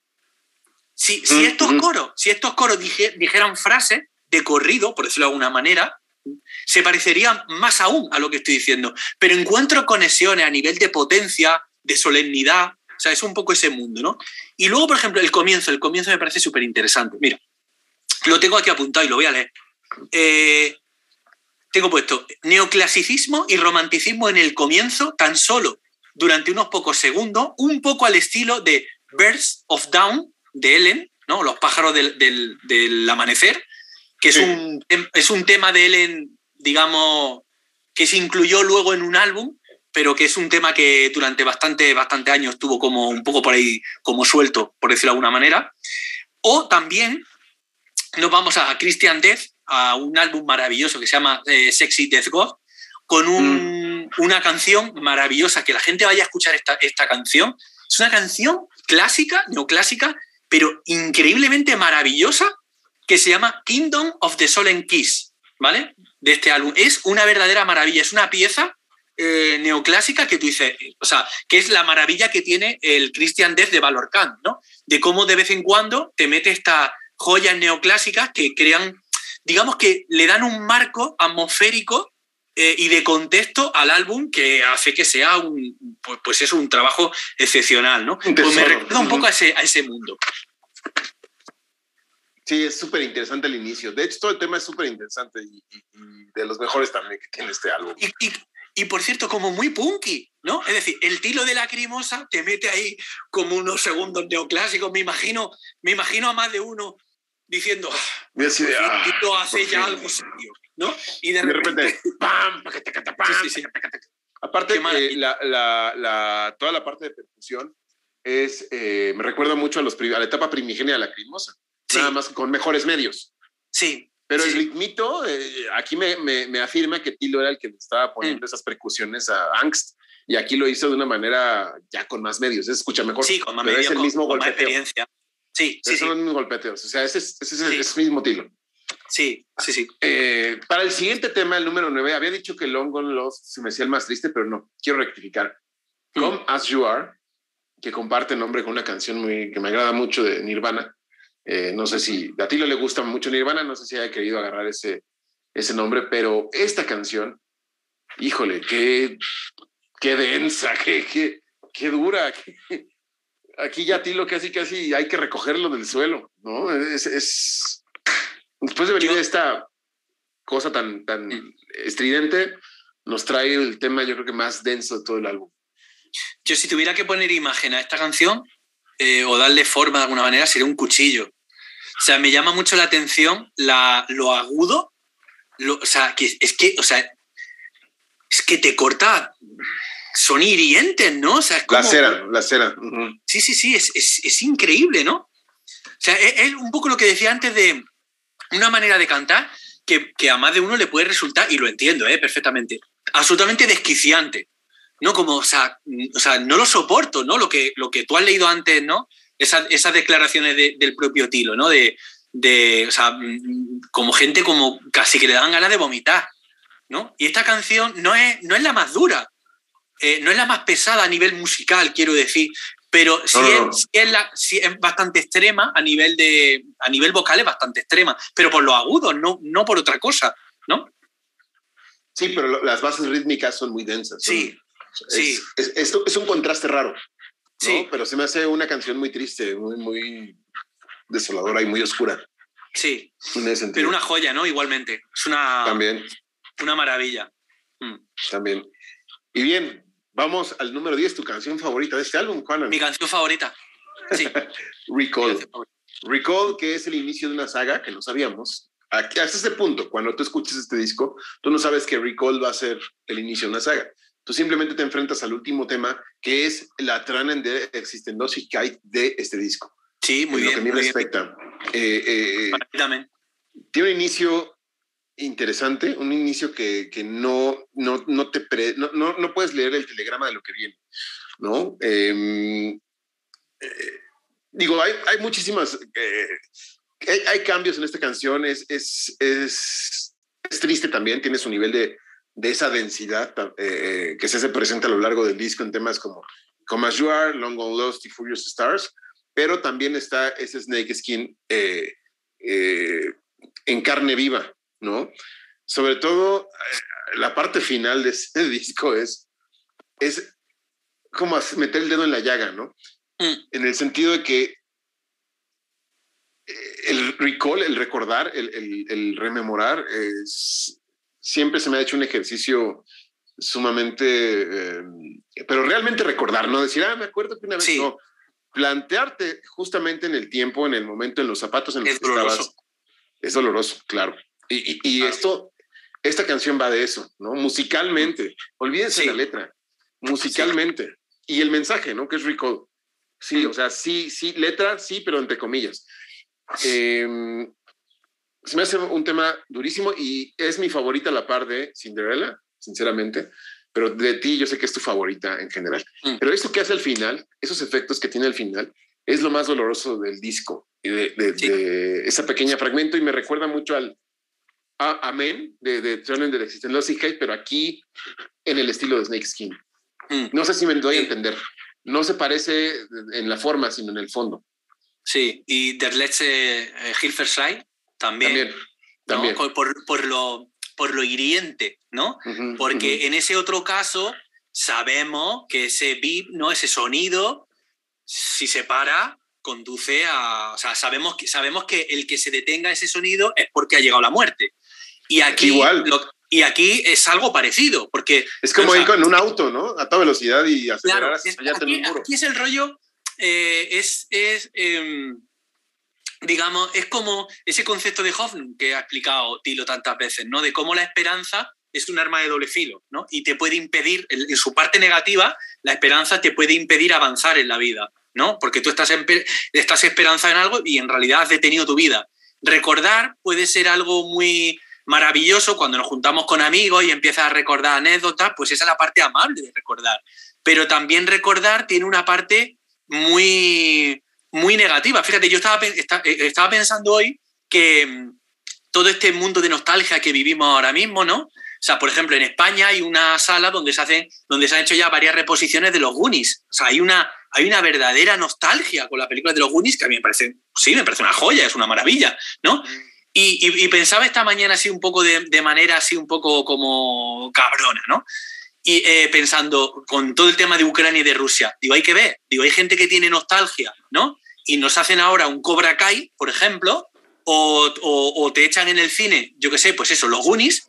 Si, si estos coros, si estos coros dije, dijeran frases de corrido, por decirlo de alguna manera, se parecerían más aún a lo que estoy diciendo. Pero encuentro conexiones a nivel de potencia, de solemnidad, o sea, es un poco ese mundo, ¿no? Y luego, por ejemplo, el comienzo, el comienzo me parece súper interesante. Mira, lo tengo aquí apuntado y lo voy a leer. Eh, tengo puesto neoclasicismo y romanticismo en el comienzo, tan solo durante unos pocos segundos, un poco al estilo de Birds of Dawn de Ellen, ¿no? Los pájaros del, del, del amanecer, que es, sí. un, es un tema de Ellen, digamos, que se incluyó luego en un álbum, pero que es un tema que durante bastante, bastante años estuvo como un poco por ahí como suelto, por decirlo de alguna manera. O también nos vamos a Christian Death, a un álbum maravilloso que se llama eh, Sexy Death God, con un, mm. una canción maravillosa, que la gente vaya a escuchar esta, esta canción. Es una canción clásica, neoclásica, pero increíblemente maravillosa, que se llama Kingdom of the Solemn Kiss, ¿vale? De este álbum. Es una verdadera maravilla, es una pieza eh, neoclásica que tú dices, o sea, que es la maravilla que tiene el Christian Death de Valor Kant, ¿no? De cómo de vez en cuando te mete estas joyas neoclásicas que crean, digamos que le dan un marco atmosférico eh, y de contexto al álbum que hace que sea un, pues, pues es un trabajo excepcional, ¿no? Pues me recuerda un poco a ese, a ese mundo. Sí, es súper interesante el inicio. De hecho, todo el tema es súper interesante y, y, y de los mejores también que tiene este álbum. Y, y, y por cierto, como muy punky, ¿no? Es decir, el tilo de Lacrimosa te mete ahí como unos segundos neoclásicos. Me imagino, me imagino a más de uno diciendo, ah, así de, ah, Tito hace ya algo serio, ¿no? Y de, de repente, repente ¡pam! ¡pam! Sí, sí, sí. Aparte, eh, la, la, la, toda la parte de percusión es, eh, me recuerda mucho a, los, a la etapa primigenia de Lacrimosa. Sí. Nada más con mejores medios. Sí. Pero sí. el ritmito, eh, aquí me, me, me afirma que Tilo era el que le estaba poniendo mm. esas percusiones a Angst, y aquí lo hizo de una manera ya con más medios. Se escucha mejor. Sí, con más medios. Es el con, mismo con golpeteo. Más experiencia. Sí, sí, sí. Son sí. los mismos golpeteos. O sea, ese es, ese es, sí. el, es el mismo Tilo. Sí, sí, sí. Eh, para el siguiente tema, el número nueve, había dicho que Long Gone Lost se me hacía el más triste, pero no, quiero rectificar. Mm. Come As You Are, que comparte nombre con una canción muy, que me agrada mucho de Nirvana. Eh, no sé si a Tilo le gusta mucho Nirvana, no sé si haya querido agarrar ese, ese nombre, pero esta canción, híjole, qué, qué densa, qué, qué, qué dura. Qué, aquí ya Tilo casi casi hay que recogerlo del suelo, ¿no? Es, es después de venir yo, esta cosa tan, tan mm. estridente, nos trae el tema yo creo que más denso de todo el álbum. Yo si tuviera que poner imagen a esta canción, Eh, o darle forma de alguna manera, sería un cuchillo. O sea, me llama mucho la atención la, lo agudo, lo, o sea, que, es que, o sea, es que te corta, son hirientes, ¿no? O sea, es como, la cera, la cera. Uh-huh. Sí, sí, sí, es, es, es increíble, ¿no? O sea, es, es un poco lo que decía antes de una manera de cantar que, que a más de uno le puede resultar, y lo entiendo, ¿eh? Perfectamente, absolutamente desquiciante, ¿no? Como, o sea, o sea, no lo soporto, ¿no? Lo que, lo que tú has leído antes, ¿no? Esas, esas declaraciones de, del propio Tilo, ¿no? De, de, o sea, como gente como casi que le dan ganas de vomitar, ¿no? Y esta canción no es, no es la más dura, eh, no es la más pesada a nivel musical, quiero decir, pero sí, no, no. Es, sí, es, la, sí es bastante extrema a nivel, de, a nivel vocal, es bastante extrema, pero por los agudos, no, no por otra cosa, ¿no? Sí, pero lo, las bases rítmicas son muy densas. Son, sí, es, sí. Es, es, es, es un contraste raro, ¿no? Sí. Pero se me hace una canción muy triste, muy, muy desoladora y muy oscura. Sí, en ese sentido. Pero una joya, ¿no? Igualmente. Es una, También. Una maravilla. Mm. También. Y bien, vamos al número diez, tu canción favorita de este álbum, Juana. Mi canción favorita, sí. Recall. Recall, que es el inicio de una saga que no sabíamos. Aquí, hasta este punto, cuando tú escuches este disco, tú no sabes que Recall va a ser el inicio de una saga. Tú simplemente te enfrentas al último tema, que es la trana de Existenlosigkeit de este disco. Sí, muy en bien. Lo que a mí respecta. Eh, eh, tiene un inicio interesante, un inicio que, que no, no, no te pre, no, no, no puedes leer el telegrama de lo que viene, ¿no? Eh, eh, digo, hay, hay muchísimas... Eh, hay, hay cambios en esta canción, es, es, es, es triste también, tiene su nivel de, de esa densidad eh, que se hace presente a lo largo del disco en temas como Come As You Are, Long Gone Lost y Furious Stars, pero también está ese Snake Skin eh, eh, en carne viva, ¿no? Sobre todo, eh, la parte final de ese disco es, es como meter el dedo en la llaga, ¿no? Mm. En el sentido de que el recall, el recordar, el, el, el rememorar, es, siempre se me ha hecho un ejercicio sumamente, eh, pero realmente recordar, no decir, ah, me acuerdo que una vez, sí. No, plantearte justamente en el tiempo, en el momento, en los zapatos en los es que doloroso. estabas, es doloroso, claro. Y, y, y claro. esto, esta canción va de eso, ¿no? Musicalmente, olvídense sí. la letra, musicalmente, sí. Y el mensaje, ¿no? Que es recall. Sí, mm. o sea, sí, sí, letra, sí, pero entre comillas. Eh, se me hace un tema durísimo y es mi favorita a la par de Cinderella, sinceramente, pero de ti yo sé que es tu favorita en general. Mm. Pero esto que hace al final, esos efectos que tiene al final, es lo más doloroso del disco y de, de, sí. de ese pequeño fragmento y me recuerda mucho al a, Amen de, de Turning the Existenlosigkeit, pero aquí en el estilo de Snake Skin. Mm. No sé si me doy sí. a entender. No se parece en la forma, sino en el fondo. Sí, y Der letzte Hilfeschrei también, también, también. ¿no? por, por, lo, por lo hiriente, ¿no? Uh-huh, Porque uh-huh. en ese otro caso sabemos que ese beep, ¿no? Ese sonido, si se para, conduce a... O sea, sabemos que, sabemos que el que se detenga ese sonido es porque ha llegado la muerte. Y aquí, Igual. Lo, y aquí es algo parecido, porque... Es como o sea, ir con un auto, ¿no? A toda velocidad y acelerar claro, hasta es, allá aquí, en un muro. Aquí es el rollo... Eh, es, es eh, digamos, es como ese concepto de Hoffman que ha explicado Tilo tantas veces, ¿no? De cómo la esperanza es un arma de doble filo, ¿no? Y te puede impedir, en su parte negativa, la esperanza te puede impedir avanzar en la vida, ¿no? Porque tú estás, en, estás esperanzado en algo y en realidad has detenido tu vida. Recordar puede ser algo muy maravilloso cuando nos juntamos con amigos y empiezas a recordar anécdotas, pues esa es la parte amable de recordar. Pero también recordar tiene una parte muy, muy negativa. Fíjate, yo estaba, estaba pensando hoy que todo este mundo de nostalgia que vivimos ahora mismo, ¿no? O sea, por ejemplo, en España hay una sala donde se, hacen, donde se han hecho ya varias reposiciones de los Goonies. O sea, hay una, hay una verdadera nostalgia con las películas de los Goonies que a mí me parece, sí, me parece una joya, es una maravilla, ¿no? Y, y, y pensaba esta mañana así un poco de, de manera así un poco como cabrona, ¿no? Y eh, pensando con todo el tema de Ucrania y de Rusia, digo, hay que ver, digo, hay gente que tiene nostalgia, ¿no? Y nos hacen ahora un Cobra Kai, por ejemplo, o, o, o te echan en el cine, yo qué sé, pues eso, los Goonies,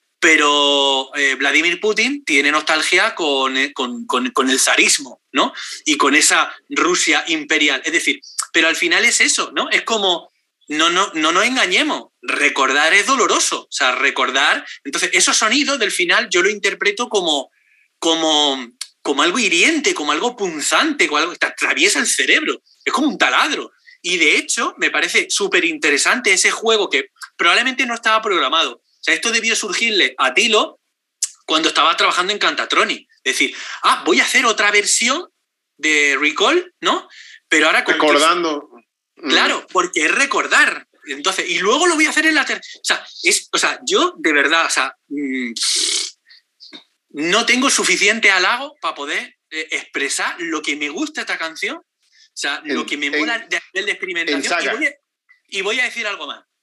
pero eh, Vladimir Putin tiene nostalgia con, con, con, con el zarismo, ¿no? Y con esa Rusia imperial. Es decir, pero al final es eso, ¿no? Es como no, no, no nos engañemos, recordar es doloroso, o sea, recordar, entonces esos sonidos del final yo lo interpreto como, como, como algo hiriente, como algo punzante, como algo que te atraviesa el cerebro, es como un taladro. Y de hecho, me parece súper interesante ese juego que probablemente no estaba programado. O sea, esto debió surgirle a Tilo cuando estaba trabajando en Cantatronic. Es decir, ah, voy a hacer otra versión de Recall, ¿no? Pero ahora con recordando. Que... Claro, porque es recordar. Entonces, y luego lo voy a hacer en la tercera. O sea, es, o sea, yo de verdad, o sea, mmm, no tengo suficiente halago para poder eh, expresar lo que me gusta esta canción. O sea, en, lo que me mola de nivel de experimentación. Y voy, a, y voy a decir algo más.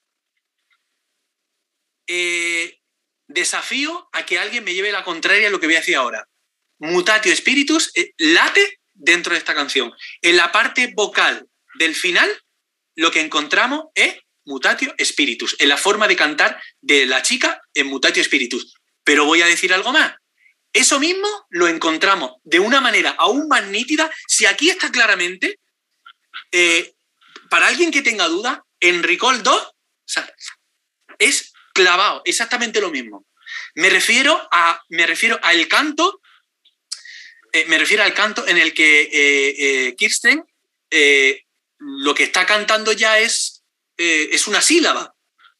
Eh, desafío a que alguien me lleve la contraria a lo que voy a decir ahora. Mutatio Spiritus eh, late dentro de esta canción. En la parte vocal del final, lo que encontramos es Mutatio Spiritus, en la forma de cantar de la chica en Mutatio Spiritus. Pero voy a decir algo más. Eso mismo lo encontramos de una manera aún más nítida. Si aquí está claramente, eh, para alguien que tenga duda, en Recall dos, o sea, es clavado, exactamente lo mismo. Me refiero a, me refiero al canto, eh, me refiero al canto en el que eh, eh, Kirsten eh, lo que está cantando ya es, eh, es una sílaba.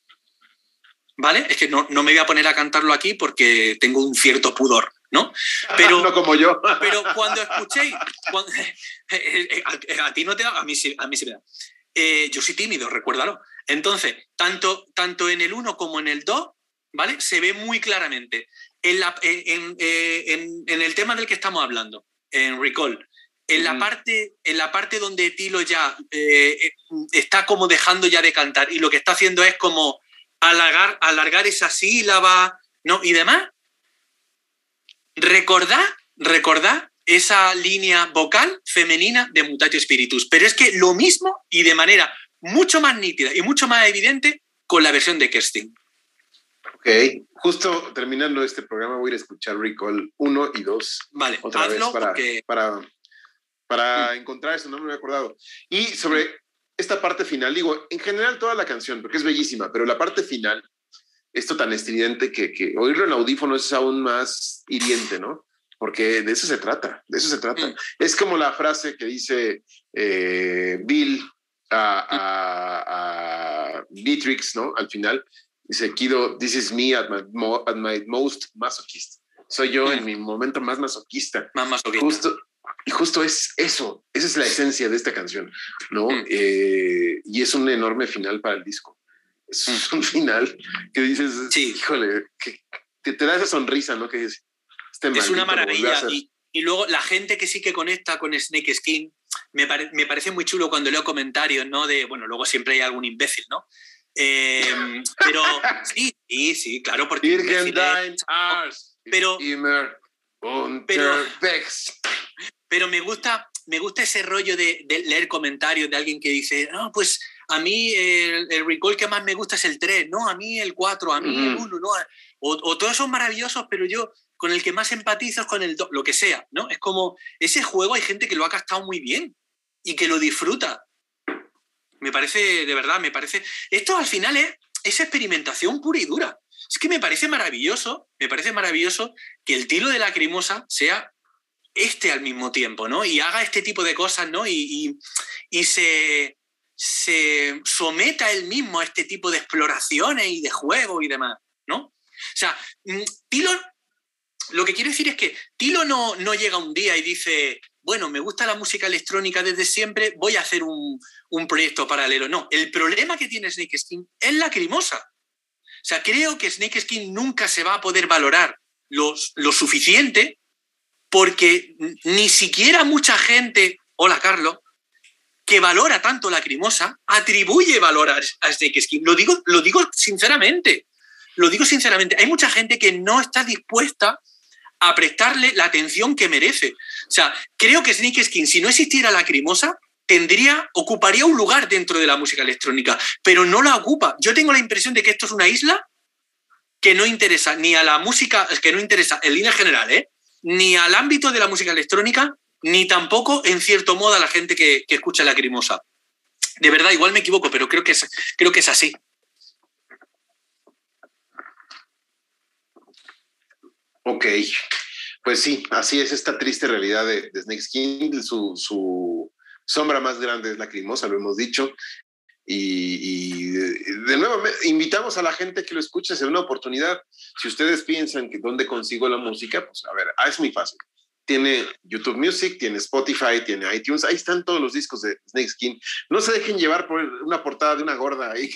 ¿Vale? Es que no, no me voy a poner a cantarlo aquí porque tengo un cierto pudor, ¿no? Pero, no como yo. Pero cuando escuchéis, cuando, eh, a, a ti no te da, a mí sí, a mí sí me da. Eh, yo soy tímido, recuérdalo. Entonces, tanto, tanto en el uno como en el dos, ¿vale? Se ve muy claramente. En, la, en, en, en el tema del que estamos hablando, en Recall, en la, mm. parte, en la parte donde Tilo ya eh, está como dejando ya de cantar y lo que está haciendo es como alargar, alargar esa sílaba, ¿no? Y demás. Recordad, recordad esa línea vocal femenina de Mutatio Spiritus. Pero es que lo mismo y de manera mucho más nítida y mucho más evidente con la versión de Kerstin. Ok, justo terminando este programa voy a ir a escuchar Recall uno y dos. Vale, otra hazlo vez para, porque... para, para mm. encontrar eso, no me había acordado. Y sobre esta parte final, digo, en general toda la canción, porque es bellísima, pero la parte final, esto tan estridente que, que oírlo en audífonos es aún más hiriente, ¿no? Porque de eso se trata, de eso se trata. Mm. Es como la frase que dice eh, Bill a, a, a Beatrix, ¿no? Al final, dice, Kido, this is me at my, mo at my most masochist. Soy yo mm. en mi momento más masoquista. Más masoquista. Justo, y justo es eso, esa es la esencia de esta canción, ¿no? Mm. Eh, y es un enorme final para el disco. Es mm. un final que dices, sí. híjole, que, que te da esa sonrisa, ¿no? Que dices, este es una maravilla. Y, y luego la gente que sí que conecta con Snake Skin, me, pare, me parece muy chulo cuando leo comentarios, ¿no? De, bueno, luego siempre hay algún imbécil, ¿no? Eh, pero sí, sí, sí, claro, porque pero, pero, pero me gusta, me gusta ese rollo de, de leer comentarios de alguien que dice, no, pues a mí el, el Recall que más me gusta es el tres, no, a mí el cuatro, a mí mm. el uno, no, o, o todos son maravillosos, pero yo con el que más empatizo es con el dos, lo que sea, ¿no? Es como, ese juego hay gente que lo ha gastado muy bien y que lo disfruta. Me parece, de verdad, me parece... Esto al final es, es experimentación pura y dura. Es que me parece maravilloso, me parece maravilloso que el Tilo de Lacrimosa sea este al mismo tiempo, ¿no? Y haga este tipo de cosas, ¿no? Y, y, y se, se someta él mismo a este tipo de exploraciones y de juegos y demás, ¿no? O sea, Tilo... Lo que quiero decir es que Tilo no, no llega un día y dice, bueno, me gusta la música electrónica desde siempre, voy a hacer un, un proyecto paralelo. No, el problema que tiene Snake Skin es Lacrimosa. O sea, creo que Snake Skin nunca se va a poder valorar lo, lo suficiente porque ni siquiera mucha gente, hola Carlos, que valora tanto Lacrimosa, atribuye valor a, a Snake Skin. Lo digo, lo digo sinceramente, lo digo sinceramente. Hay mucha gente que no está dispuesta a prestarle la atención que merece. O sea, creo que Snake Skin, si no existiera Lacrimosa, tendría, ocuparía un lugar dentro de la música electrónica, pero no la ocupa. Yo tengo la impresión de que esto es una isla que no interesa ni a la música, que no interesa en línea general, ¿eh? Ni al ámbito de la música electrónica, ni tampoco, en cierto modo, a la gente que, que escucha Lacrimosa. De verdad, igual me equivoco, pero creo que es, creo que es así. Ok, pues sí, así es esta triste realidad de, de Snakeskin. Su, su sombra más grande es Lacrimosa, lo hemos dicho. Y, y de, de nuevo, invitamos a la gente que lo escuche, es una oportunidad. Si ustedes piensan que dónde consigo la música, pues a ver, ah, es muy fácil. Tiene YouTube Music, tiene Spotify, tiene iTunes, ahí están todos los discos de Snakeskin. No se dejen llevar por una portada de una gorda ahí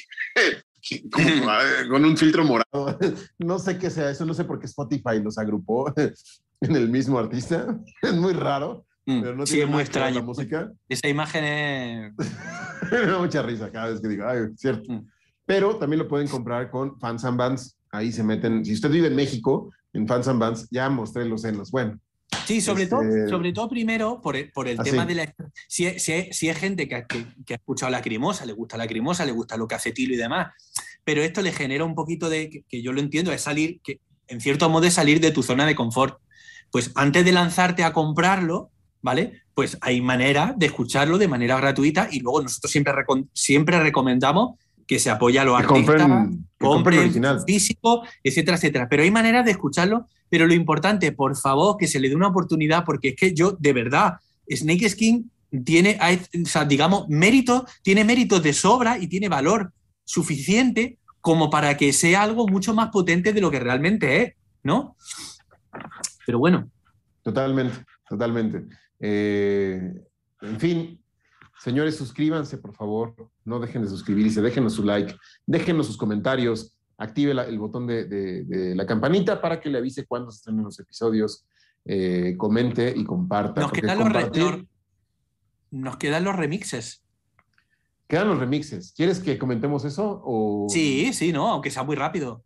como, con un filtro morado. No sé qué sea eso, no sé por qué Spotify los agrupó en el mismo artista. Es muy raro. Pero no sí, es muy extraño. La música. Esa imagen es... Me da mucha risa cada vez que digo, ay, cierto. Mm. Pero también lo pueden comprar con Fans and Bands. Ahí se meten. Si usted vive en México, en Fans and Bands, ya mostré los senos. Bueno. Sí, sobre, este... todo, sobre todo primero por el, por el tema sí. de la... Si, si, si hay gente que, que, que ha escuchado Lacrimosa, le gusta Lacrimosa, le gusta lo que hace Tilo y demás, pero esto le genera un poquito de... Que, que yo lo entiendo, es salir, que en cierto modo es salir de tu zona de confort. Pues antes de lanzarte a comprarlo, ¿vale? Pues hay manera de escucharlo de manera gratuita y luego nosotros siempre, recom siempre recomendamos que se apoye a los que artistas, compren, compren original. Físico, etcétera, etcétera. Pero hay maneras de escucharlo, pero lo importante, por favor, que se le dé una oportunidad, porque es que yo, de verdad, Snakeskin tiene, o sea, digamos, mérito, tiene méritos de sobra y tiene valor suficiente como para que sea algo mucho más potente de lo que realmente es, ¿no? Pero bueno. Totalmente, totalmente. Eh, en fin, señores, suscríbanse, por favor. No dejen de suscribirse, déjenos su like, déjenos sus comentarios, active la, el botón de, de, de la campanita para que le avise cuando se estrenen los episodios, eh, comente y comparta. Nos quedan, compartir... los, los, nos quedan los remixes. Quedan los remixes. ¿Quieres que comentemos eso? O... Sí, sí, no, aunque sea muy rápido.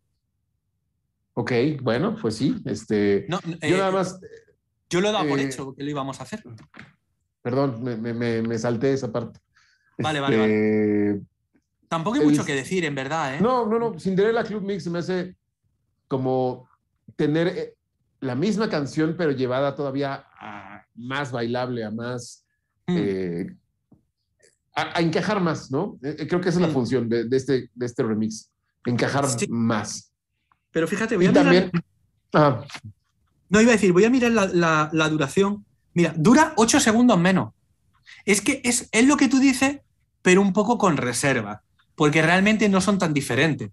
Ok, bueno, pues sí. Este, no, yo eh, nada más... Yo lo he dado eh, por hecho, que lo íbamos a hacer. Perdón, me, me, me salté esa parte. Vale, vale, este, vale. Tampoco hay el, mucho que decir, en verdad, ¿eh? No, no, no. Cinderella Club Mix me hace como tener la misma canción, pero llevada todavía a más bailable, a más... Mm. Eh, a, a encajar más, ¿no? Eh, creo que esa es la mm. función de, de, este, de este remix. Encajar sí. más. Pero fíjate, voy y a también... mirar... Ah, No, iba a decir, voy a mirar la, la, la duración. Mira, dura ocho segundos menos. Es que es, es lo que tú dices, pero un poco con reserva, porque realmente no son tan diferentes.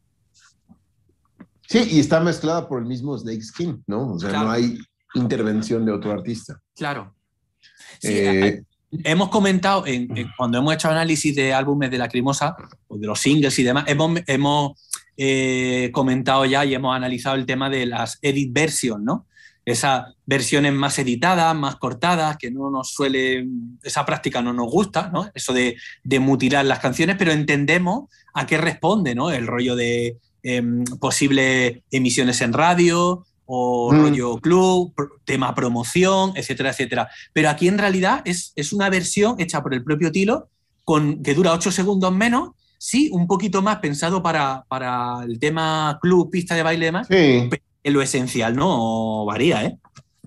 Sí, y está mezclada por el mismo Snakeskin, ¿no? O sea, claro. No hay intervención de otro artista. Claro. Sí, eh, hemos comentado, en, en, cuando hemos hecho análisis de álbumes de Lacrimosa, o de los singles y demás, hemos... hemos Eh, comentado ya y hemos analizado el tema de las edit versions, ¿no? Esas versiones más editadas, más cortadas, que no nos suele, esa práctica no nos gusta, ¿no? Eso de, de mutilar las canciones, pero entendemos a qué responde, ¿no? El rollo de eh, posibles emisiones en radio o mm. rollo club, tema promoción, etcétera, etcétera. Pero aquí en realidad es, es una versión hecha por el propio Tilo, con, que dura ocho segundos menos. Sí, un poquito más pensado para, para el tema club, pista de baile y demás, sí. Pero en lo esencial no varía, ¿eh?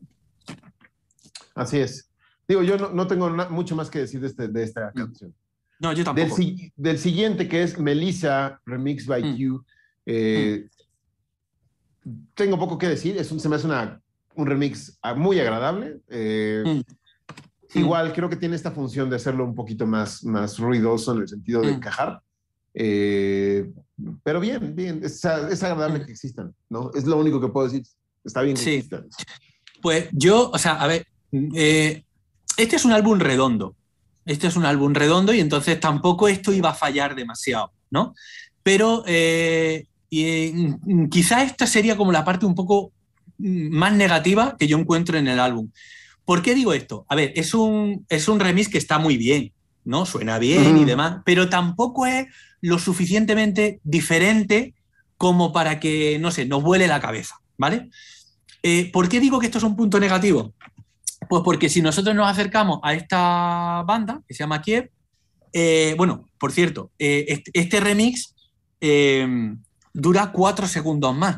Así es. Digo, yo no, no tengo mucho más que decir de, este, de esta canción. No, yo tampoco. Del, del siguiente, que es Melissa, Remix by mm. Q, eh, mm. tengo poco que decir, es un, se me hace una, un remix muy agradable. Eh, mm. Igual creo que tiene esta función de hacerlo un poquito más, más ruidoso en el sentido de encajar. Eh, pero bien, bien, es, es agradable que existan, ¿no? Es lo único que puedo decir. Está bien que sí. existan. Pues yo, o sea, a ver, eh, este es un álbum redondo. Este es un álbum redondo y entonces tampoco esto iba a fallar demasiado, ¿no? Pero eh, y, quizá esta sería como la parte un poco más negativa que yo encuentro en el álbum. ¿Por qué digo esto? A ver, es un, es un remix que está muy bien, ¿no? Suena bien uh-huh. y demás, pero tampoco es lo suficientemente diferente como para que, no sé, nos vuele la cabeza, ¿vale? Eh, ¿Por qué digo que esto es un punto negativo? Pues porque si nosotros nos acercamos a esta banda, que se llama Kiev, eh, bueno, por cierto, eh, este, este remix eh, dura cuatro segundos más,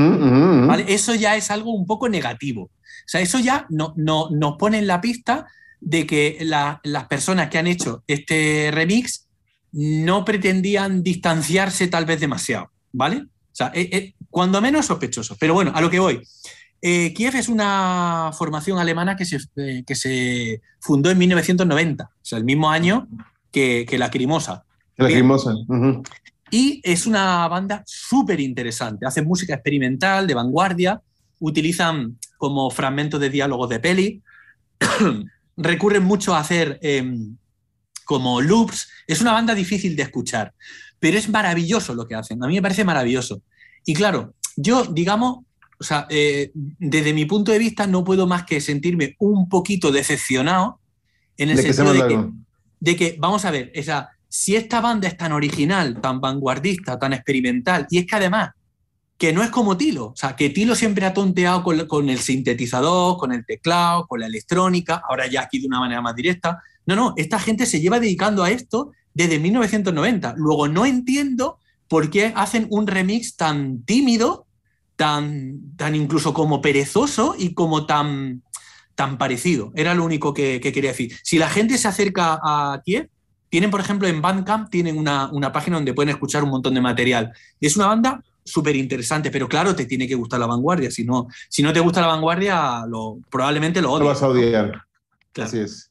uh-huh. ¿vale? Eso ya es algo un poco negativo. O sea, eso ya no, no, nos pone en la pista de que la, las personas que han hecho este remix no pretendían distanciarse tal vez demasiado, ¿vale? O sea, eh, eh, cuando menos sospechoso. Pero bueno, a lo que voy. Eh, Kiev es una formación alemana que se, eh, que se fundó en mil novecientos noventa, o sea, el mismo año que, que Lacrimosa. Lacrimosa. Uh-huh. Y es una banda súper interesante. Hacen música experimental, de vanguardia, utilizan como fragmentos de diálogos de peli, recurren mucho a hacer eh, como loops. Es una banda difícil de escuchar, pero es maravilloso lo que hacen. A mí me parece maravilloso. Y claro, yo, digamos, o sea, eh, desde mi punto de vista no puedo más que sentirme un poquito decepcionado en el de sentido que de, que, de que, vamos a ver, esa, si esta banda es tan original, tan vanguardista, tan experimental, y es que además que no es como Tilo, o sea, que Tilo siempre ha tonteado con, con el sintetizador, con el teclado, con la electrónica, ahora ya aquí de una manera más directa. No, no, esta gente se lleva dedicando a esto desde mil novecientos noventa. Luego no entiendo por qué hacen un remix tan tímido, tan, tan incluso como perezoso y como tan, tan parecido. Era lo único que, que quería decir. Si la gente se acerca a Kiev, tienen, por ejemplo, en Bandcamp, tienen una, una página donde pueden escuchar un montón de material. Es una banda súper interesante, pero claro, te tiene que gustar la vanguardia. Si no, si no te gusta la vanguardia, lo, probablemente lo odies. Lo vas a odiar. ¿No? Claro. Así es.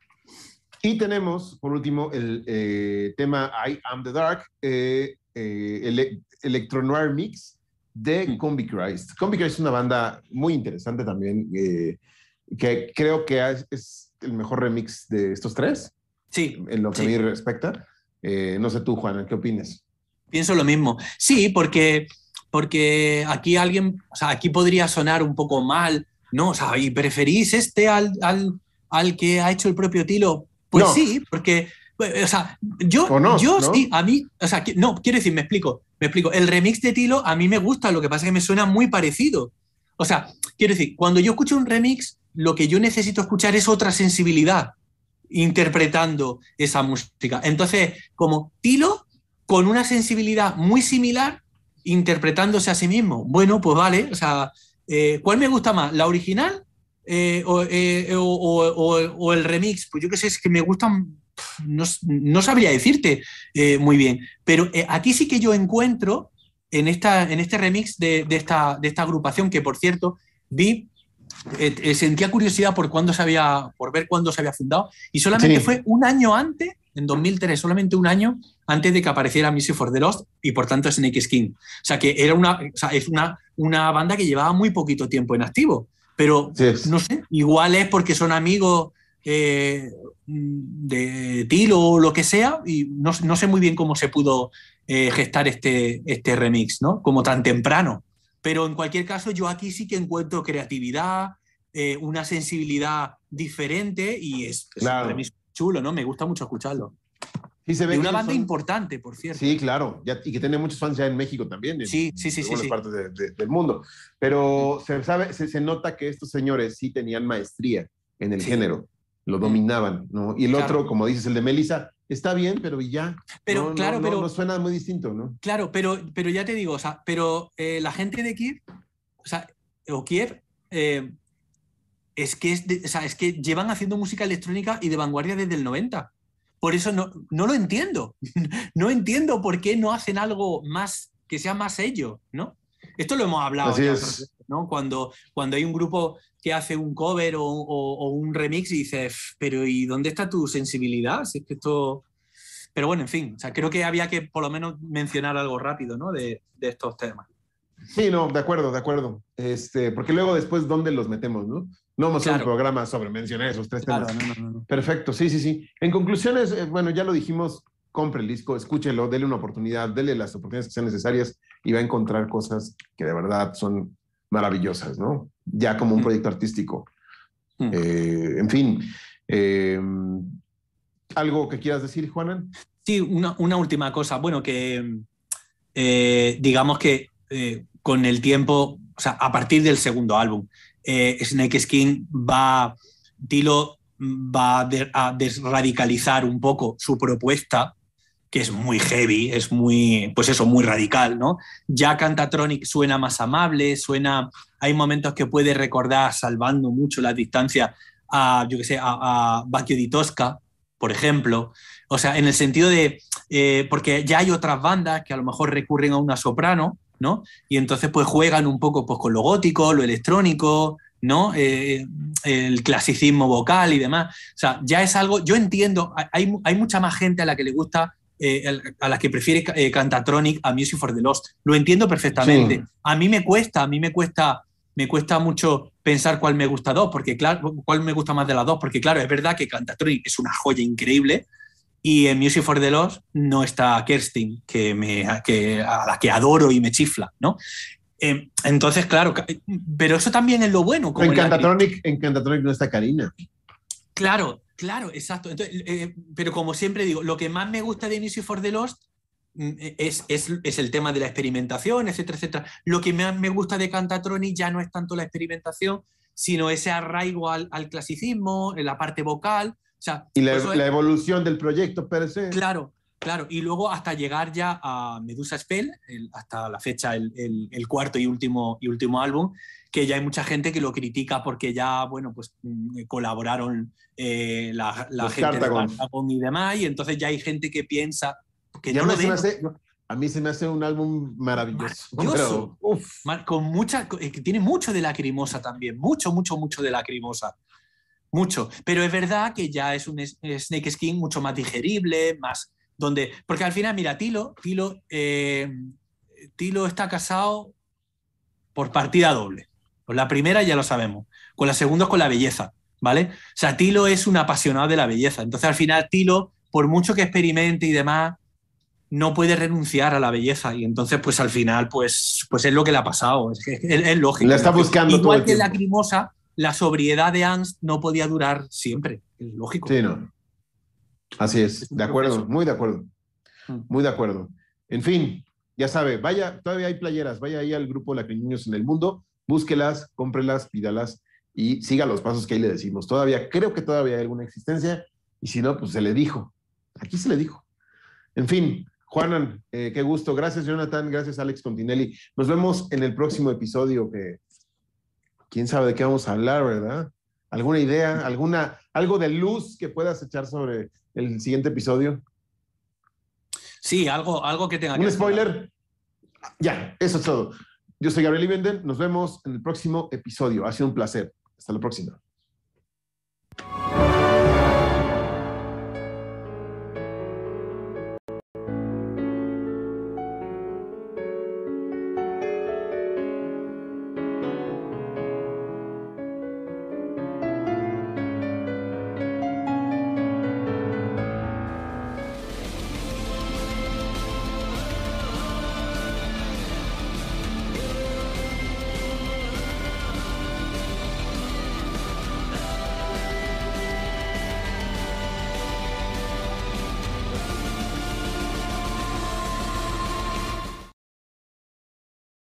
Y tenemos, por último, el eh, tema I Am the Dark, eh, eh, el Electro Noir Mix de Combi Christ. Combi Christ es una banda muy interesante también, eh, que creo que es, es el mejor remix de estos tres. Sí. En lo que sí. a mí respecta. Eh, no sé tú, Juana, ¿qué opinas? Pienso lo mismo. Sí, porque, porque aquí alguien, o sea, aquí podría sonar un poco mal, ¿no? O sea, ¿y preferís este al, al, al que ha hecho el propio Tilo? Pues no. Sí, porque, o sea, yo, no, yo ¿no? sí, a mí, o sea, no, quiero decir, me explico, me explico. El remix de Tilo a mí me gusta, lo que pasa es que me suena muy parecido. O sea, quiero decir, cuando yo escucho un remix, lo que yo necesito escuchar es otra sensibilidad interpretando esa música. Entonces, como Tilo, con una sensibilidad muy similar, interpretándose a sí mismo. Bueno, pues vale, o sea, eh, ¿cuál me gusta más? ¿La original eh, o, eh, o, o, o el remix? Pues yo qué sé, es que me gustan, no, no sabría decirte eh, muy bien, pero eh, aquí sí que yo encuentro en, esta, en este remix de, de, esta, de esta agrupación, que por cierto, vi, eh, eh, sentía curiosidad por, cuándo se había, por ver cuándo se había fundado, y solamente sí. fue un año antes, en dos mil tres, solamente un año antes de que apareciera Music for the Lost y por tanto Snake Skin. O sea que era una, o sea, es una, una banda que llevaba muy poquito tiempo en activo, pero sí no sé, igual es porque son amigos eh, de Tilo o lo que sea, y no, no sé muy bien cómo se pudo eh, gestar este, este remix, ¿no? Como tan temprano. Pero en cualquier caso, yo aquí sí que encuentro creatividad, eh, una sensibilidad diferente, y es, es claro. un remix chulo, ¿no? Me gusta mucho escucharlo. Sí, se ve de una banda son... importante, por cierto. Sí, claro, ya, y que tiene muchos fans ya en México también, en, sí, sí, sí, en sí, algunas sí. partes de, de, del mundo. Pero sí. se, sabe, se, se nota que estos señores sí tenían maestría en el sí. género, lo dominaban, ¿no? Y el claro. otro, como dices, el de Melissa, está bien, pero ya. Pero, no, claro, no, pero. No, no suena muy distinto, ¿no? Claro, pero, pero ya te digo, o sea, pero eh, la gente de Kiev, o sea, o Kiev, eh, es que, es, de, o sea, es que llevan haciendo música electrónica y de vanguardia desde el noventa. Por eso no, no lo entiendo. No entiendo por qué no hacen algo más, que sea más ellos, ¿no? Esto lo hemos hablado Así ya, es. ¿no? Cuando, cuando hay un grupo que hace un cover o, o, o un remix y dices, pero ¿y dónde está tu sensibilidad? Si es que esto... Pero bueno, en fin, o sea, creo que había que por lo menos mencionar algo rápido, ¿no? de, de estos temas. Sí, no, de acuerdo, de acuerdo. Este, porque luego después, ¿dónde los metemos, no? No vamos claro. a hacer un programa sobre mencionar esos tres claro, temas. No, no, no, no. Perfecto, sí, sí, sí. En conclusiones, eh, bueno, ya lo dijimos, compre el disco, escúchelo, dele una oportunidad, dele las oportunidades que sean necesarias y va a encontrar cosas que de verdad son maravillosas, ¿no? Ya como un mm. proyecto artístico. Mm. Eh, en fin, eh, ¿algo que quieras decir, Juanan? Sí, una, una última cosa. Bueno, que eh, digamos que eh, con el tiempo, o sea, a partir del segundo álbum, eh, Snake Skin va, Tilo va a, de, a desradicalizar un poco su propuesta, que es muy heavy, es muy, pues eso, muy radical, ¿no? Ya Cantatronic suena más amable, suena, hay momentos que puede recordar, salvando mucho las distancias, a yo que sé, a, a Bacchio di Tosca, por ejemplo. O sea, en el sentido de, eh, porque ya hay otras bandas que a lo mejor recurren a una soprano, ¿no? Y entonces pues juegan un poco pues, con lo gótico, lo electrónico, ¿no? Eh, el clasicismo vocal y demás. O sea, ya es algo, yo entiendo, hay, hay mucha más gente a la que le gusta, eh, a la que prefiere eh, Cantatronic a Music for the Lost. Lo entiendo perfectamente. Sí. A mí me cuesta, a mí me cuesta, me cuesta mucho pensar cuál me gusta dos, porque claro, cuál me gusta más de las dos, porque claro, es verdad que Cantatronic es una joya increíble, y en Music for the Lost no está Kerstin, que me, que, a la que adoro y me chifla, ¿no? Eh, entonces, claro, pero eso también es lo bueno. Como en, Cantatronic, en Cantatronic no está Karina. Claro, claro, exacto. Entonces, eh, pero como siempre digo, lo que más me gusta de Music for the Lost es, es, es el tema de la experimentación, etcétera, etcétera. Lo que más me gusta de Cantatronic ya no es tanto la experimentación, sino ese arraigo al, al clasicismo, en la parte vocal. O sea, y la, la evolución del proyecto per se. Claro, claro. Y luego hasta llegar ya a Medusa Spell, el, hasta la fecha, el, el, el cuarto y último, y último álbum, que ya hay mucha gente que lo critica porque ya, bueno, pues colaboraron eh, la, la gente Cartagon. de Cartagon y demás, y entonces ya hay gente que piensa que ya no lo se me ven. hace, a mí se me hace un álbum maravilloso. Maravilloso. Pero, uf. Con mucha, que tiene mucho de Lacrimosa también, mucho, mucho, mucho de Lacrimosa. Mucho, pero es verdad que ya es un Snake Skin mucho más digerible, más donde, porque al final, mira, Tilo, Tilo, eh, Tilo está casado por partida doble. Con la primera ya lo sabemos, con la segunda es con la belleza, ¿vale? O sea, Tilo es un apasionado de la belleza, entonces al final Tilo, por mucho que experimente y demás, no puede renunciar a la belleza y entonces pues al final pues, pues es lo que le ha pasado, es, es, es lógico. La está buscando igual todo el que tiempo. Lacrimosa, la sobriedad de Angst no podía durar siempre, es lógico. Sí, no. Así es, de acuerdo, muy de acuerdo. Muy de acuerdo. En fin, ya sabe, vaya, todavía hay playeras, vaya ahí al grupo Lacriniños en el Mundo, búsquelas, cómprelas, pídalas y siga los pasos que ahí le decimos. Todavía, creo que todavía hay alguna existencia y si no, pues se le dijo. Aquí se le dijo. En fin, Juanan, eh, qué gusto. Gracias, Jonathan. Gracias, Alex Continelli. Nos vemos en el próximo episodio que quién sabe de qué vamos a hablar, ¿verdad? ¿Alguna idea? ¿Alguna, algo de luz que puedas echar sobre el siguiente episodio? Sí, algo, algo que tenga que ¿Un ver. spoiler? Ya, eso es todo. Yo soy Gabriel Ibenden. Nos vemos en el próximo episodio. Ha sido un placer. Hasta la próxima.